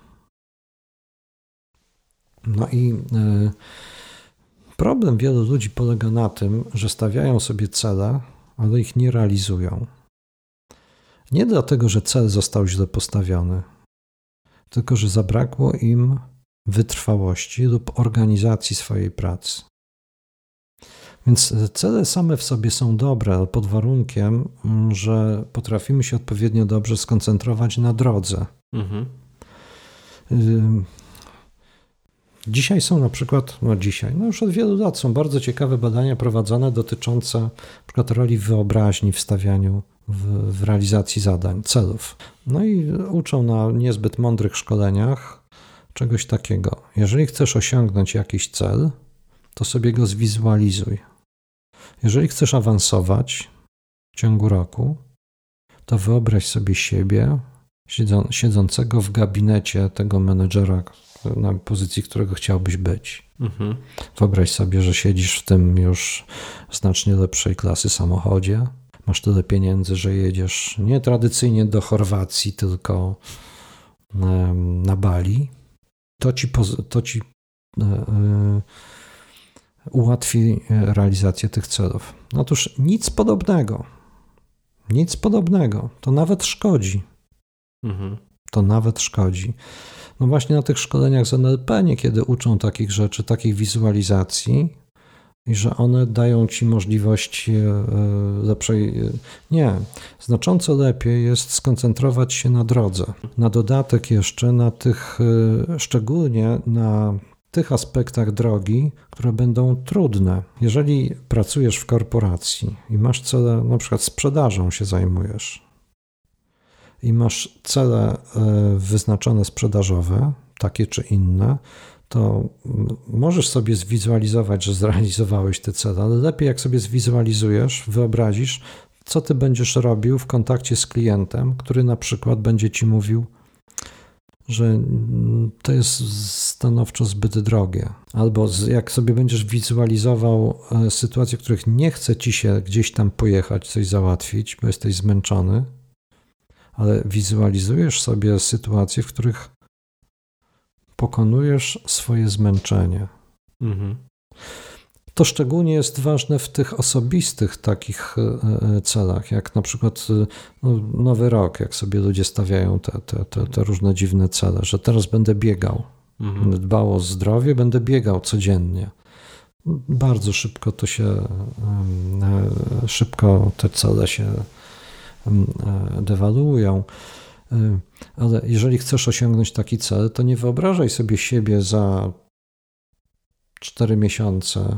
No i problem wielu ludzi polega na tym, że stawiają sobie cele, ale ich nie realizują. Nie dlatego, że cel został źle postawiony, tylko że zabrakło im wytrwałości lub organizacji swojej pracy. Więc cele same w sobie są dobre, ale pod warunkiem, że potrafimy się odpowiednio dobrze skoncentrować na drodze. Dzisiaj są na przykład, już od wielu lat są bardzo ciekawe badania prowadzone dotyczące na przykład roli wyobraźni w stawianiu, w realizacji zadań, celów. No i uczą na niezbyt mądrych szkoleniach czegoś takiego. Jeżeli chcesz osiągnąć jakiś cel, to sobie go zwizualizuj. Jeżeli chcesz awansować w ciągu roku, to wyobraź sobie siebie siedzącego w gabinecie tego menedżera, na pozycji którego chciałbyś być. Wyobraź sobie, że siedzisz w tym już znacznie lepszej klasy samochodzie. Masz tyle pieniędzy, że jedziesz nie tradycyjnie do Chorwacji, tylko na Bali. To ci ułatwi realizację tych celów. Otóż nic podobnego. To nawet szkodzi. To nawet szkodzi. No właśnie na tych szkoleniach z NLP niekiedy uczą takich rzeczy, takich wizualizacji i że one dają ci możliwość lepszej... Nie, znacząco lepiej jest skoncentrować się na drodze. Na dodatek jeszcze na tych, szczególnie na tych aspektach drogi, które będą trudne. Jeżeli pracujesz w korporacji i masz cele, na przykład sprzedażą się zajmujesz i masz cele wyznaczone sprzedażowe, takie czy inne, to możesz sobie zwizualizować, że zrealizowałeś te cele, ale lepiej jak sobie zwizualizujesz, wyobrazisz, co ty będziesz robił w kontakcie z klientem, który na przykład będzie ci mówił: że to jest stanowczo zbyt drogie. Albo jak sobie będziesz wizualizował sytuacje, w których nie chce ci się gdzieś tam pojechać, coś załatwić, bo jesteś zmęczony, ale wizualizujesz sobie sytuacje, w których pokonujesz swoje zmęczenie. Mhm. To szczególnie jest ważne w tych osobistych takich celach, jak na przykład Nowy Rok, jak sobie ludzie stawiają te różne dziwne cele, że teraz będę biegał, będę dbał o zdrowie, będę biegał codziennie. Bardzo szybko szybko te cele się dewaluują. Ale jeżeli chcesz osiągnąć taki cel, to nie wyobrażaj sobie siebie za 4 miesiące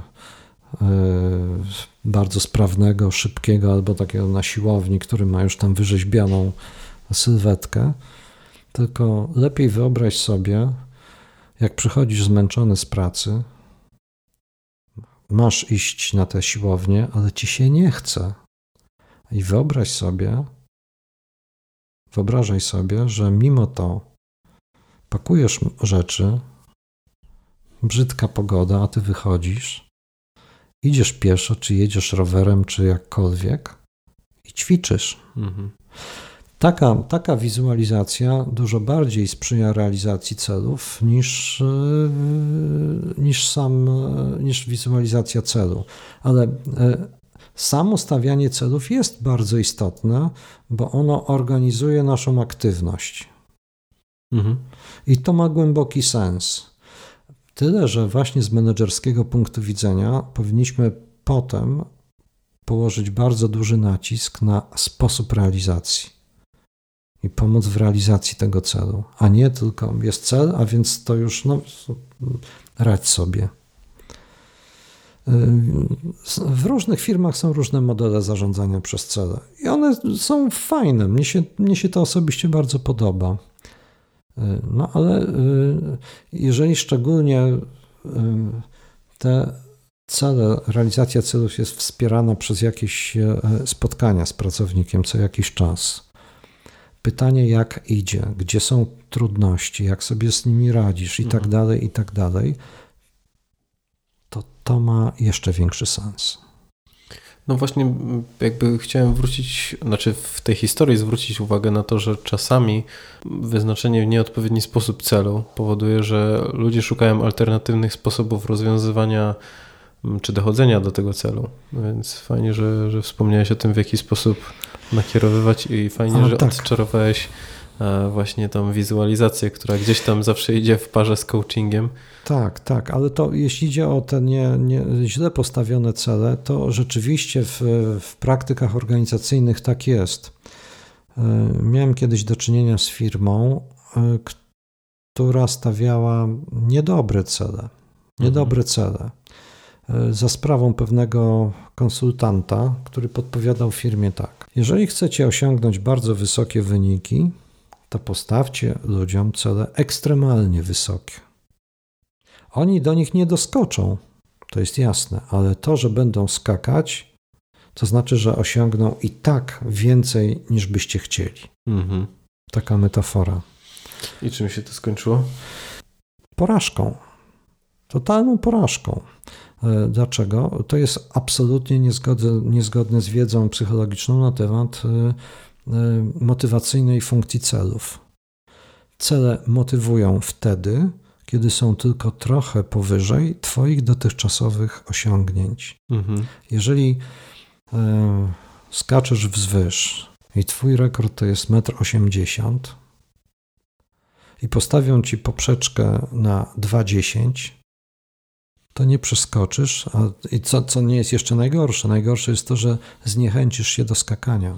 bardzo sprawnego, szybkiego albo takiego na siłowni, który ma już tam wyrzeźbioną sylwetkę, tylko lepiej wyobraź sobie, jak przychodzisz zmęczony z pracy, masz iść na tę siłownię, ale ci się nie chce. I wyobrażaj sobie, że mimo to pakujesz rzeczy, brzydka pogoda, a ty wychodzisz, idziesz pieszo, czy jedziesz rowerem, czy jakkolwiek i ćwiczysz. Mhm. Taka wizualizacja dużo bardziej sprzyja realizacji celów niż wizualizacja celu. Ale samo stawianie celów jest bardzo istotne, bo ono organizuje naszą aktywność. Mhm. I to ma głęboki sens. Tyle, że właśnie z menedżerskiego punktu widzenia powinniśmy potem położyć bardzo duży nacisk na sposób realizacji i pomóc w realizacji tego celu, a nie tylko jest cel, a więc to już radź sobie. W różnych firmach są różne modele zarządzania przez cele i one są fajne. Mnie się to osobiście bardzo podoba. No ale jeżeli szczególnie te cele, realizacja celów jest wspierana przez jakieś spotkania z pracownikiem co jakiś czas, pytanie jak idzie, gdzie są trudności, jak sobie z nimi radzisz i tak dalej, to ma jeszcze większy sens. No właśnie jakby chciałem w tej historii zwrócić uwagę na to, że czasami wyznaczenie w nieodpowiedni sposób celu powoduje, że ludzie szukają alternatywnych sposobów rozwiązywania czy dochodzenia do tego celu. Więc fajnie, że wspomniałeś o tym, w jaki sposób nakierowywać i fajnie, że odczarowałeś właśnie tą wizualizację, która gdzieś tam zawsze idzie w parze z coachingiem. Tak, ale to jeśli idzie o te źle postawione cele, to rzeczywiście w praktykach organizacyjnych tak jest. Miałem kiedyś do czynienia z firmą, która stawiała niedobre cele. Za sprawą pewnego konsultanta, który podpowiadał firmie tak: jeżeli chcecie osiągnąć bardzo wysokie wyniki, to postawcie ludziom cele ekstremalnie wysokie. Oni do nich nie doskoczą, to jest jasne, ale to, że będą skakać, to znaczy, że osiągną i tak więcej, niż byście chcieli. Mhm. Taka metafora. I czym się to skończyło? Porażką. Totalną porażką. Dlaczego? To jest absolutnie niezgodne z wiedzą psychologiczną na temat motywacyjnej funkcji celów. Cele motywują wtedy, kiedy są tylko trochę powyżej twoich dotychczasowych osiągnięć. Mhm. Jeżeli skaczesz wzwyż i twój rekord to jest 1,80 m i postawią ci poprzeczkę na 2,10 m, to nie przeskoczysz. I co nie jest jeszcze najgorsze? Najgorsze jest to, że zniechęcisz się do skakania.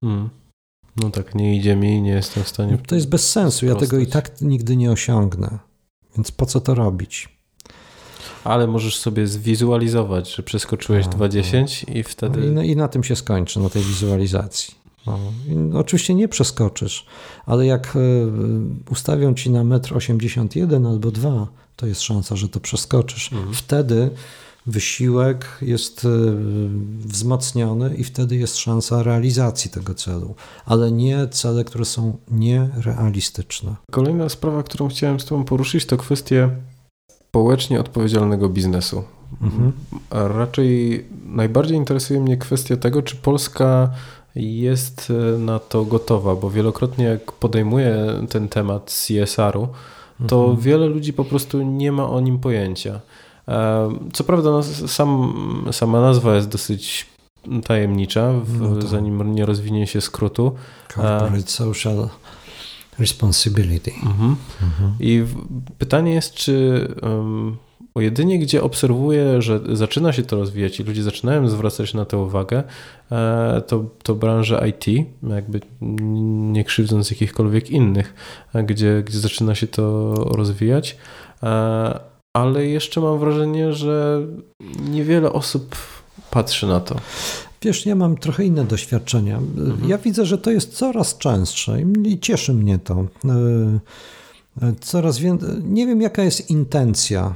No tak, nie idzie mi, nie jestem w stanie. To jest bez sensu, ja tego i tak nigdy nie osiągnę. Więc po co to robić? Ale możesz sobie zwizualizować, że przeskoczyłeś 2,10 i wtedy... No i na tym się skończy, na tej wizualizacji. Oczywiście nie przeskoczysz, ale jak ustawią ci na 1,81 m albo 2 m, to jest szansa, że to przeskoczysz. Wtedy wysiłek jest wzmacniany i wtedy jest szansa realizacji tego celu, ale nie cele, które są nierealistyczne. Kolejna sprawa, którą chciałem z Tobą poruszyć, to kwestie społecznie odpowiedzialnego biznesu. A raczej najbardziej interesuje mnie kwestia tego, czy Polska jest na to gotowa, bo wielokrotnie jak podejmuję ten temat CSR-u, to wiele ludzi po prostu nie ma o nim pojęcia. Co prawda sama nazwa jest dosyć tajemnicza, zanim nie rozwinie się skrótu. Corporate Social Responsibility. I pytanie jest, czy jedynie gdzie obserwuję, że zaczyna się to rozwijać i ludzie zaczynają zwracać na to uwagę, to branża IT, jakby nie krzywdząc jakichkolwiek innych, gdzie zaczyna się to rozwijać, ale jeszcze mam wrażenie, że niewiele osób patrzy na to. Wiesz, ja mam trochę inne doświadczenia. Ja widzę, że to jest coraz częstsze i cieszy mnie to. Coraz więcej. Nie wiem, jaka jest intencja.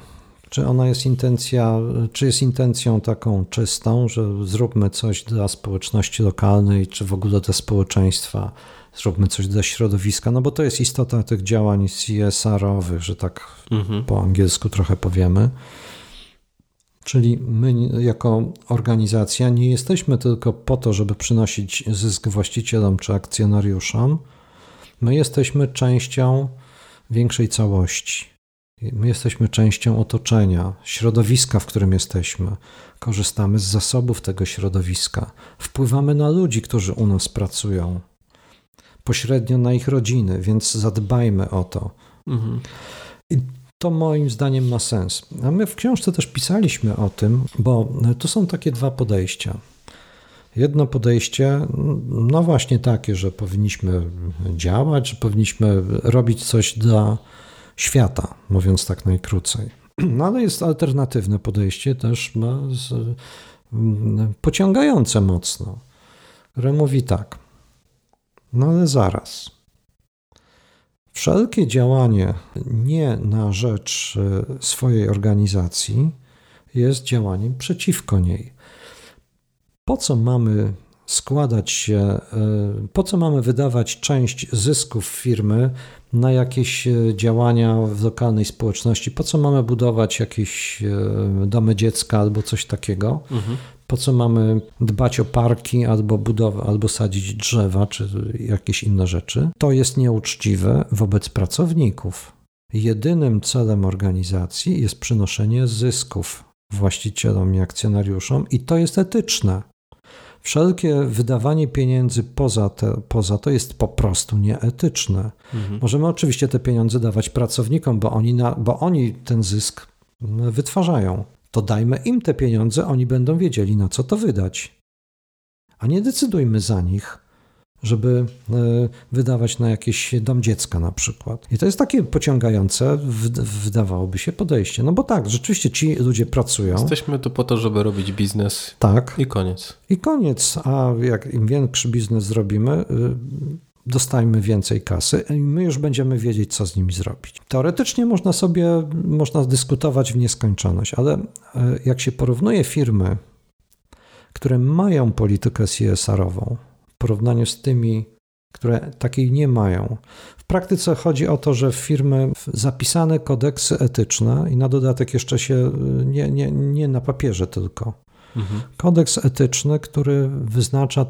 Czy jest intencją taką czystą, że zróbmy coś dla społeczności lokalnej, czy w ogóle dla społeczeństwa, zróbmy coś dla środowiska, no bo to jest istota tych działań CSR-owych, że tak po angielsku trochę powiemy. Czyli my jako organizacja nie jesteśmy tylko po to, żeby przynosić zysk właścicielom czy akcjonariuszom, my jesteśmy częścią większej całości. My jesteśmy częścią otoczenia, środowiska, w którym jesteśmy. Korzystamy z zasobów tego środowiska. Wpływamy na ludzi, którzy u nas pracują. Pośrednio na ich rodziny, więc zadbajmy o to. I to moim zdaniem ma sens. A my w książce też pisaliśmy o tym, bo tu są takie dwa podejścia. Jedno podejście, no właśnie takie, że powinniśmy działać, że powinniśmy robić coś dla świata, mówiąc tak najkrócej. No ale jest alternatywne podejście, też pociągające mocno, które mówi tak, no ale zaraz. Wszelkie działanie nie na rzecz swojej organizacji jest działaniem przeciwko niej. Po co mamy składać się, po co mamy wydawać część zysków firmy na jakieś działania w lokalnej społeczności? Po co mamy budować jakieś domy dziecka albo coś takiego? Po co mamy dbać o parki albo sadzić drzewa czy jakieś inne rzeczy? To jest nieuczciwe wobec pracowników. Jedynym celem organizacji jest przynoszenie zysków właścicielom i akcjonariuszom i to jest etyczne. Wszelkie wydawanie pieniędzy poza to jest po prostu nieetyczne. Możemy oczywiście te pieniądze dawać pracownikom, bo oni ten zysk wytwarzają. To dajmy im te pieniądze, oni będą wiedzieli, na co to wydać. A nie decydujmy za nich, żeby wydawać na jakiś dom dziecka na przykład. I to jest takie pociągające, wydawałoby się, podejście. No bo tak, rzeczywiście ci ludzie pracują. Jesteśmy tu po to, żeby robić biznes. Tak. I koniec. I koniec. A jak im większy biznes zrobimy, dostajmy więcej kasy i my już będziemy wiedzieć, co z nimi zrobić. Teoretycznie można dyskutować w nieskończoność, ale jak się porównuje firmy, które mają politykę CSR-ową, w porównaniu z tymi, które takiej nie mają. W praktyce chodzi o to, że firmy zapisane kodeksy etyczne i na dodatek jeszcze się nie na papierze tylko. Kodeks etyczny, który wyznacza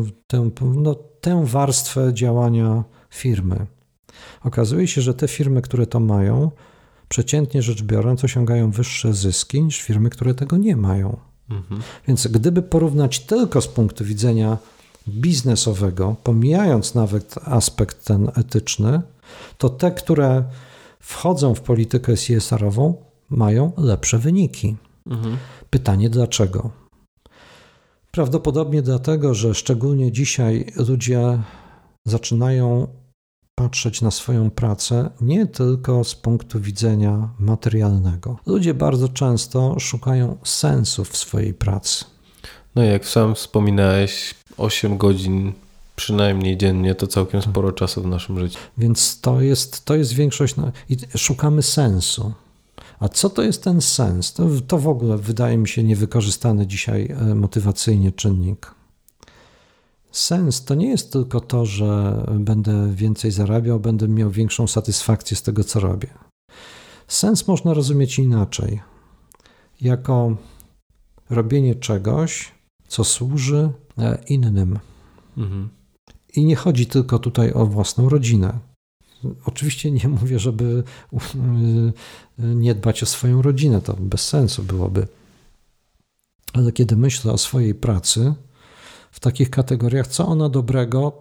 tę warstwę działania firmy. Okazuje się, że te firmy, które to mają, przeciętnie rzecz biorąc, osiągają wyższe zyski niż firmy, które tego nie mają. Więc gdyby porównać tylko z punktu widzenia biznesowego, pomijając nawet aspekt ten etyczny, to te, które wchodzą w politykę CSR-ową, mają lepsze wyniki. Pytanie dlaczego? Prawdopodobnie dlatego, że szczególnie dzisiaj ludzie zaczynają patrzeć na swoją pracę nie tylko z punktu widzenia materialnego. Ludzie bardzo często szukają sensu w swojej pracy. No jak sam wspominałeś, 8 godzin przynajmniej dziennie to całkiem sporo czasu w naszym życiu. Więc to jest większość i szukamy sensu. A co to jest ten sens? To w ogóle wydaje mi się niewykorzystany dzisiaj motywacyjnie czynnik. Sens to nie jest tylko to, że będę więcej zarabiał, będę miał większą satysfakcję z tego, co robię. Sens można rozumieć inaczej. Jako robienie czegoś, co służy innym. I nie chodzi tylko tutaj o własną rodzinę. Oczywiście nie mówię, żeby nie dbać o swoją rodzinę, to bez sensu byłoby. Ale kiedy myślę o swojej pracy w takich kategoriach, co ona dobrego,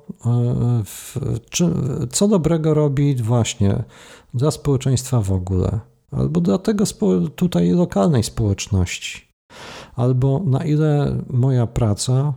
co dobrego robi właśnie dla społeczeństwa w ogóle, albo dla tego tutaj lokalnej społeczności, albo na ile moja praca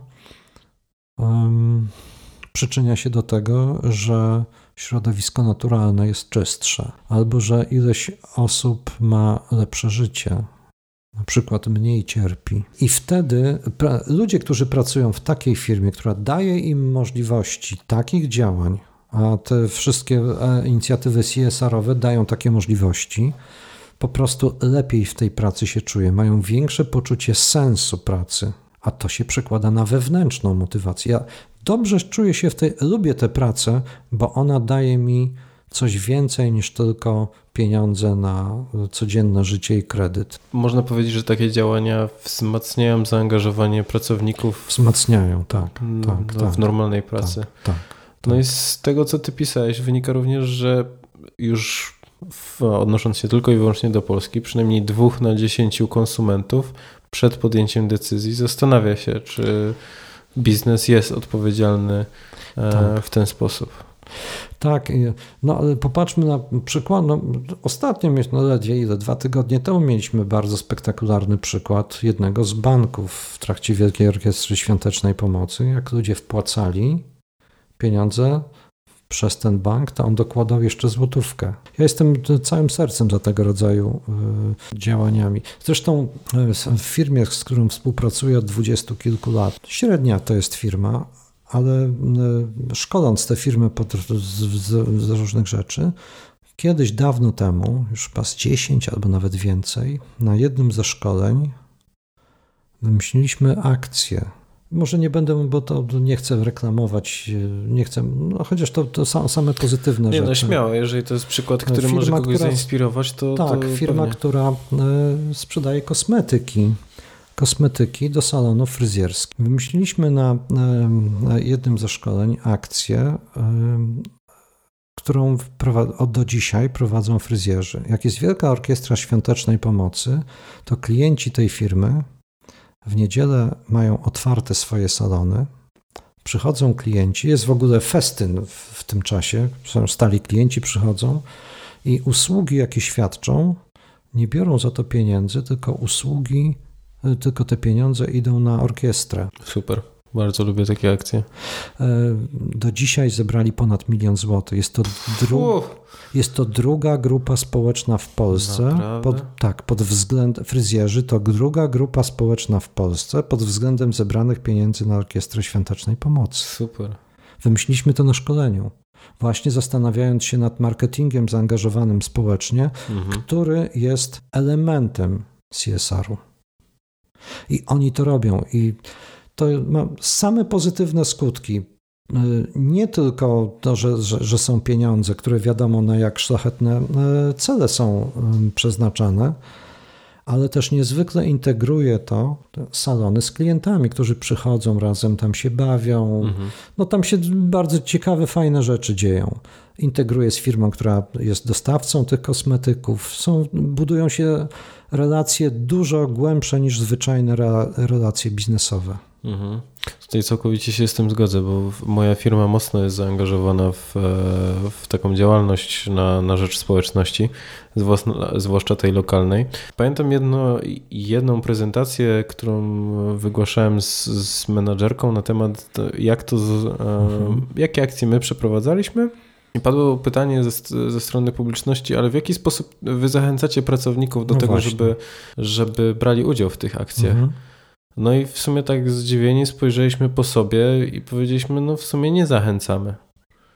przyczynia się do tego, że środowisko naturalne jest czystsze, albo że ileś osób ma lepsze życie, na przykład mniej cierpi. I wtedy ludzie, którzy pracują w takiej firmie, która daje im możliwości takich działań, a te wszystkie inicjatywy CSR-owe dają takie możliwości, po prostu lepiej w tej pracy się czują, mają większe poczucie sensu pracy, a to się przekłada na wewnętrzną motywację. Ja dobrze czuję się lubię tę pracę, bo ona daje mi coś więcej niż tylko pieniądze na codzienne życie i kredyt. Można powiedzieć, że takie działania wzmacniają zaangażowanie pracowników. Wzmacniają, tak. W normalnej pracy. Tak. No i z tego, co ty pisałeś, wynika również, że już odnosząc się tylko i wyłącznie do Polski, przynajmniej 2 na 10 konsumentów przed podjęciem decyzji zastanawia się, czy biznes jest odpowiedzialny w ten sposób. Tak, no ale popatrzmy na przykład, ostatnio, ledwie 2 tygodnie temu mieliśmy bardzo spektakularny przykład jednego z banków w trakcie Wielkiej Orkiestry Świątecznej Pomocy, jak ludzie wpłacali pieniądze przez ten bank, to on dokładał jeszcze złotówkę. Ja jestem całym sercem za tego rodzaju działaniami. Zresztą w firmie, z którą współpracuję od 20 kilku lat, średnia to jest firma, ale szkoląc tę firmę z różnych rzeczy, kiedyś dawno temu, już chyba z 10 albo nawet więcej, na jednym ze szkoleń wymyśliliśmy akcję. Może nie będę, bo to nie chcę reklamować, nie chcę, chociaż to same pozytywne rzeczy. No śmiało, jeżeli to jest przykład, który może kogoś zainspirować, to tak, to firma, pewnie. która sprzedaje kosmetyki do salonów fryzjerskich. Wymyśliliśmy na jednym ze szkoleń akcję, którą do dzisiaj prowadzą fryzjerzy. Jak jest Wielka Orkiestra Świątecznej Pomocy, to klienci tej firmy w niedzielę mają otwarte swoje salony, przychodzą klienci, jest w ogóle festyn w tym czasie, stali klienci przychodzą i usługi, jakie świadczą, nie biorą za to pieniędzy, tylko te pieniądze idą na orkiestrę. Super, bardzo lubię takie akcje. Do dzisiaj zebrali ponad 1 000 000 złotych. Jest to druga grupa społeczna w Polsce. Pod względem fryzjerzy to druga grupa społeczna w Polsce pod względem zebranych pieniędzy na Orkiestrę Świątecznej Pomocy. Super. Wymyśliliśmy to na szkoleniu. Właśnie zastanawiając się nad marketingiem zaangażowanym społecznie, który jest elementem CSR-u. I oni to robią. I to ma same pozytywne skutki. Nie tylko to, że są pieniądze, które wiadomo na jak szlachetne cele są przeznaczane, ale też niezwykle integruje to salony z klientami, którzy przychodzą razem, tam się bawią. No tam się bardzo ciekawe, fajne rzeczy dzieją. Integruje z firmą, która jest dostawcą tych kosmetyków. Budują się relacje dużo głębsze niż zwyczajne relacje biznesowe. Tutaj całkowicie się z tym zgodzę, bo moja firma mocno jest zaangażowana w taką działalność na rzecz społeczności, zwłaszcza tej lokalnej. Pamiętam jedną prezentację, którą wygłaszałem z menadżerką na temat jakie akcje my przeprowadzaliśmy. I padło pytanie ze strony publiczności, ale w jaki sposób wy zachęcacie pracowników do tego, żeby brali udział w tych akcjach? No i w sumie tak zdziwieni spojrzeliśmy po sobie i powiedzieliśmy, no w sumie nie zachęcamy.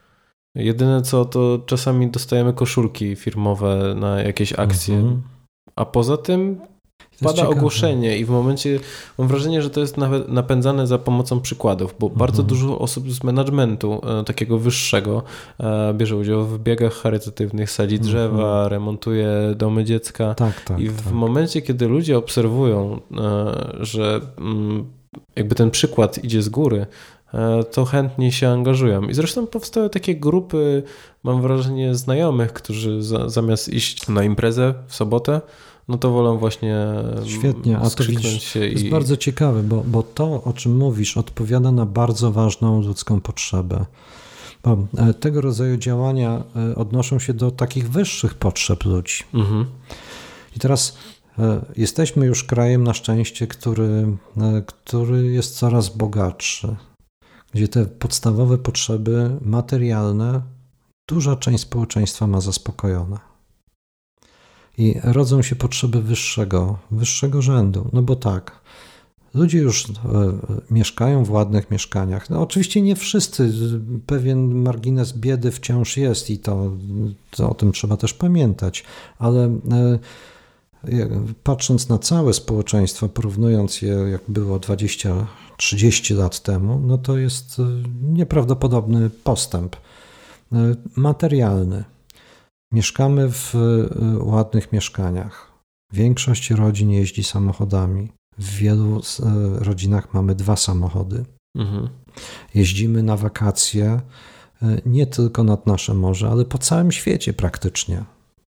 Jedyne co, to czasami dostajemy koszulki firmowe na jakieś akcje. A poza tym pada ogłoszenie i w momencie mam wrażenie, że to jest nawet napędzane za pomocą przykładów, bo bardzo dużo osób z managementu takiego wyższego bierze udział w biegach charytatywnych, sadzi drzewa, remontuje domy dziecka. I w momencie, kiedy ludzie obserwują, że jakby ten przykład idzie z góry, to chętnie się angażują. I zresztą powstały takie grupy, mam wrażenie, znajomych, którzy zamiast iść na imprezę w sobotę, no to wolą właśnie świetnie, a to widzisz, się jest bardzo ciekawe, bo to, o czym mówisz, odpowiada na bardzo ważną ludzką potrzebę. Bo tego rodzaju działania odnoszą się do takich wyższych potrzeb ludzi. I teraz jesteśmy już krajem na szczęście, który jest coraz bogatszy, gdzie te podstawowe potrzeby materialne duża część społeczeństwa ma zaspokojone. I rodzą się potrzeby wyższego rzędu. No bo tak, ludzie już mieszkają w ładnych mieszkaniach. No oczywiście nie wszyscy, pewien margines biedy wciąż jest i to o tym trzeba też pamiętać, ale patrząc na całe społeczeństwo, porównując je jak było 20-30 lat temu, no to jest nieprawdopodobny postęp materialny. Mieszkamy w ładnych mieszkaniach. Większość rodzin jeździ samochodami. W wielu rodzinach mamy 2 samochody. Jeździmy na wakacje nie tylko nad nasze morze, ale po całym świecie praktycznie.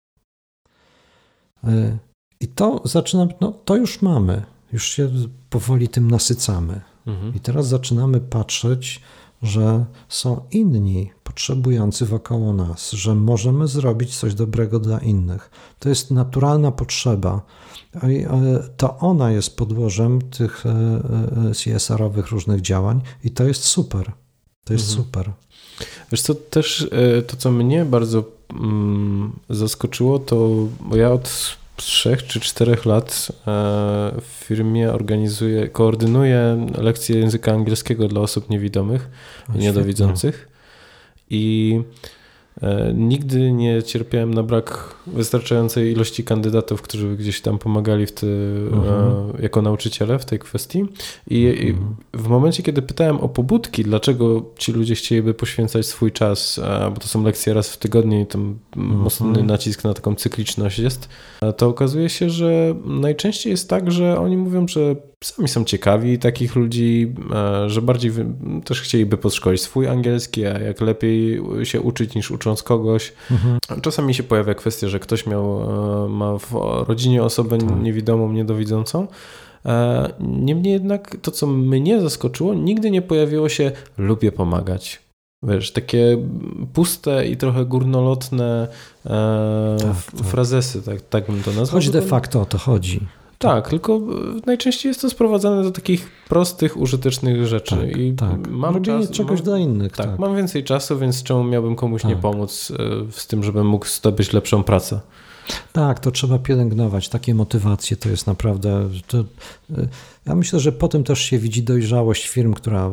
I to to już mamy. Już się powoli tym nasycamy. I teraz zaczynamy patrzeć, że są inni potrzebujący wokoło nas, że możemy zrobić coś dobrego dla innych. To jest naturalna potrzeba. To ona jest podłożem tych CSR-owych różnych działań i to jest super. To jest super. Wiesz co, też to, co mnie bardzo zaskoczyło, bo ja od 3 czy 4 lat w firmie koordynuję lekcje języka angielskiego dla osób niewidomych i niedowidzących. I nigdy nie cierpiałem na brak wystarczającej ilości kandydatów, którzy gdzieś tam pomagali jako nauczyciele w tej kwestii. I w momencie, kiedy pytałem o pobudki, dlaczego ci ludzie chcieliby poświęcać swój czas, bo to są lekcje raz w tygodniu i tam mocny nacisk na taką cykliczność jest, to okazuje się, że najczęściej jest tak, że oni mówią, że sami są ciekawi takich ludzi, że bardziej też chcieliby podszkolić swój angielski, a jak lepiej się uczyć niż ucząc kogoś. Czasami się pojawia kwestia, że ktoś ma w rodzinie osobę niewidomą, niedowidzącą. Niemniej jednak to, co mnie zaskoczyło, nigdy nie pojawiło się lubię pomagać. Wiesz, takie puste i trochę górnolotne frazesy, tak bym to nazwał. Choć de facto o to chodzi. Tak, tylko najczęściej jest to sprowadzane do takich prostych, użytecznych rzeczy. Robienie czegoś dla innych. Tak, mam więcej czasu, więc czemu miałbym komuś nie pomóc z tym, żebym mógł zdobyć lepszą pracę? Tak, to trzeba pielęgnować. Takie motywacje to jest naprawdę... ja myślę, że potem też się widzi dojrzałość firm, która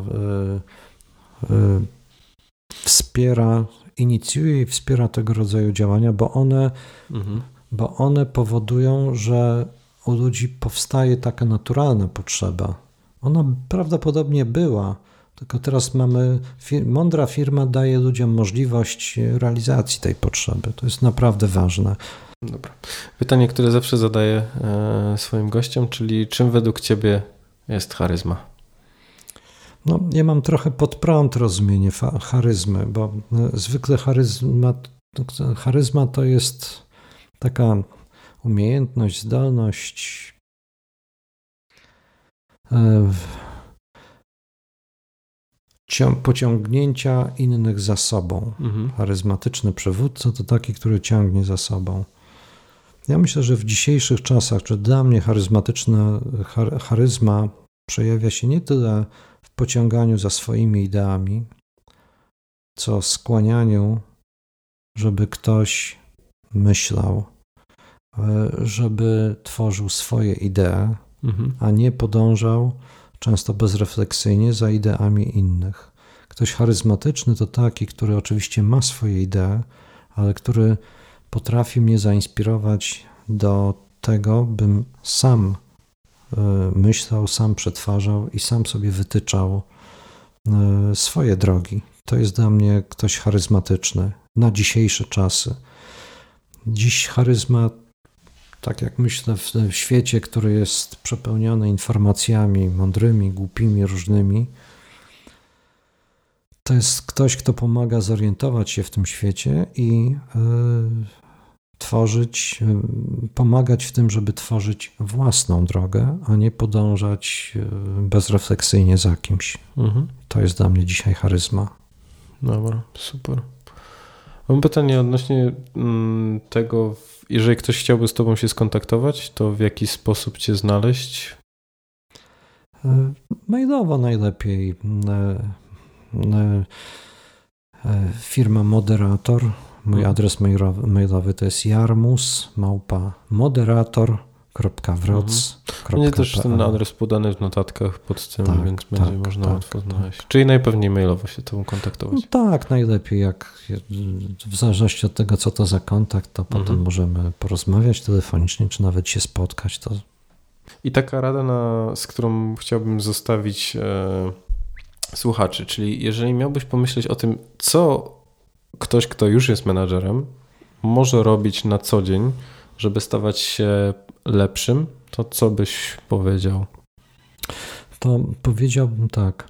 inicjuje i wspiera tego rodzaju działania, bo one powodują, że u ludzi powstaje taka naturalna potrzeba. Ona prawdopodobnie była, tylko teraz mądra firma daje ludziom możliwość realizacji tej potrzeby. To jest naprawdę ważne. Dobra. Pytanie, które zawsze zadaję swoim gościom, czyli czym według Ciebie jest charyzma? No, ja mam trochę pod prąd rozumienie charyzmy, bo zwykle charyzma to jest taka umiejętność, zdolność pociągnięcia innych za sobą. Charyzmatyczny przywódca to taki, który ciągnie za sobą. Ja myślę, że w dzisiejszych czasach, czy dla mnie charyzma przejawia się nie tyle w pociąganiu za swoimi ideami, co skłanianiu, żeby ktoś myślał, żeby tworzył swoje idee, a nie podążał często bezrefleksyjnie za ideami innych. Ktoś charyzmatyczny to taki, który oczywiście ma swoje idee, ale który potrafi mnie zainspirować do tego, bym sam myślał, sam przetwarzał i sam sobie wytyczał swoje drogi. To jest dla mnie ktoś charyzmatyczny na dzisiejsze czasy. Dziś charyzma, tak jak myślę, w świecie, który jest przepełniony informacjami mądrymi, głupimi, różnymi, to jest ktoś, kto pomaga zorientować się w tym świecie i pomagać w tym, żeby tworzyć własną drogę, a nie podążać bezrefleksyjnie za kimś. To jest dla mnie dzisiaj charyzma. Dobra, super. Mam pytanie odnośnie tego, jeżeli ktoś chciałby z tobą się skontaktować, to w jaki sposób cię znaleźć? Mailowo najlepiej. Firma Moderator. Mój adres mailowy to jest jarmus@moderator.wroc.pl. Będzie też ten adres podany w notatkach pod tym, tak, więc będzie można łatwo znaleźć. Czyli najpewniej mailowo się tobą kontaktować. No tak, najlepiej. W zależności od tego, co to za kontakt, to potem możemy porozmawiać telefonicznie, czy nawet się spotkać. I taka rada, z którą chciałbym zostawić słuchaczy, czyli jeżeli miałbyś pomyśleć o tym, co ktoś, kto już jest menadżerem, może robić na co dzień, żeby stawać się lepszym, to co byś powiedział? To powiedziałbym tak.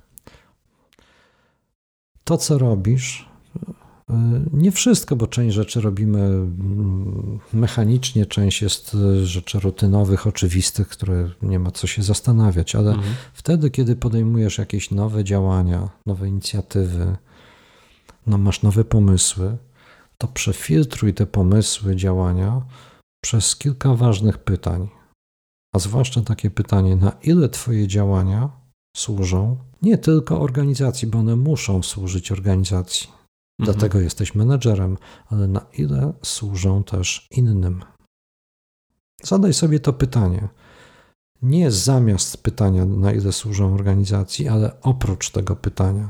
To, co robisz, nie wszystko, bo część rzeczy robimy mechanicznie, część jest rzeczy rutynowych, oczywistych, które nie ma co się zastanawiać, ale wtedy, kiedy podejmujesz jakieś nowe działania, nowe inicjatywy, masz nowe pomysły, to przefiltruj te pomysły, działania przez kilka ważnych pytań. A zwłaszcza takie pytanie, na ile twoje działania służą nie tylko organizacji, bo one muszą służyć organizacji. Dlatego jesteś menedżerem, ale na ile służą też innym. Zadaj sobie to pytanie. Nie zamiast pytania, na ile służą organizacji, ale oprócz tego pytania.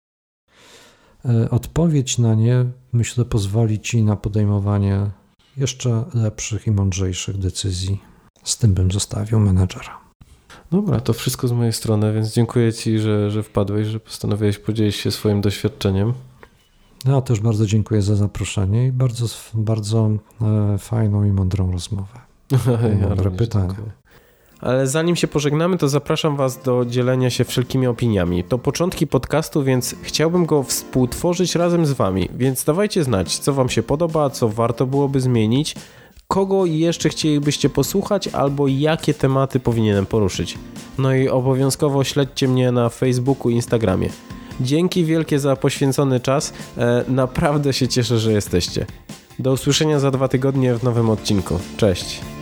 Odpowiedź na nie, myślę, pozwoli ci na podejmowanie jeszcze lepszych i mądrzejszych decyzji. Z tym bym zostawił menedżera. Dobra, to wszystko z mojej strony, więc dziękuję ci, że wpadłeś, że postanowiłeś podzielić się swoim doświadczeniem. Ja też bardzo dziękuję za zaproszenie i bardzo, bardzo fajną i mądrą rozmowę. Mądre pytania. Dziękuję. Ale zanim się pożegnamy, to zapraszam was do dzielenia się wszelkimi opiniami. To początki podcastu, więc chciałbym go współtworzyć razem z wami, więc dawajcie znać, co wam się podoba, co warto byłoby zmienić, kogo jeszcze chcielibyście posłuchać, albo jakie tematy powinienem poruszyć. No i obowiązkowo śledźcie mnie na Facebooku i Instagramie. Dzięki wielkie za poświęcony czas, naprawdę się cieszę, że jesteście. Do usłyszenia za 2 tygodnie w nowym odcinku. Cześć!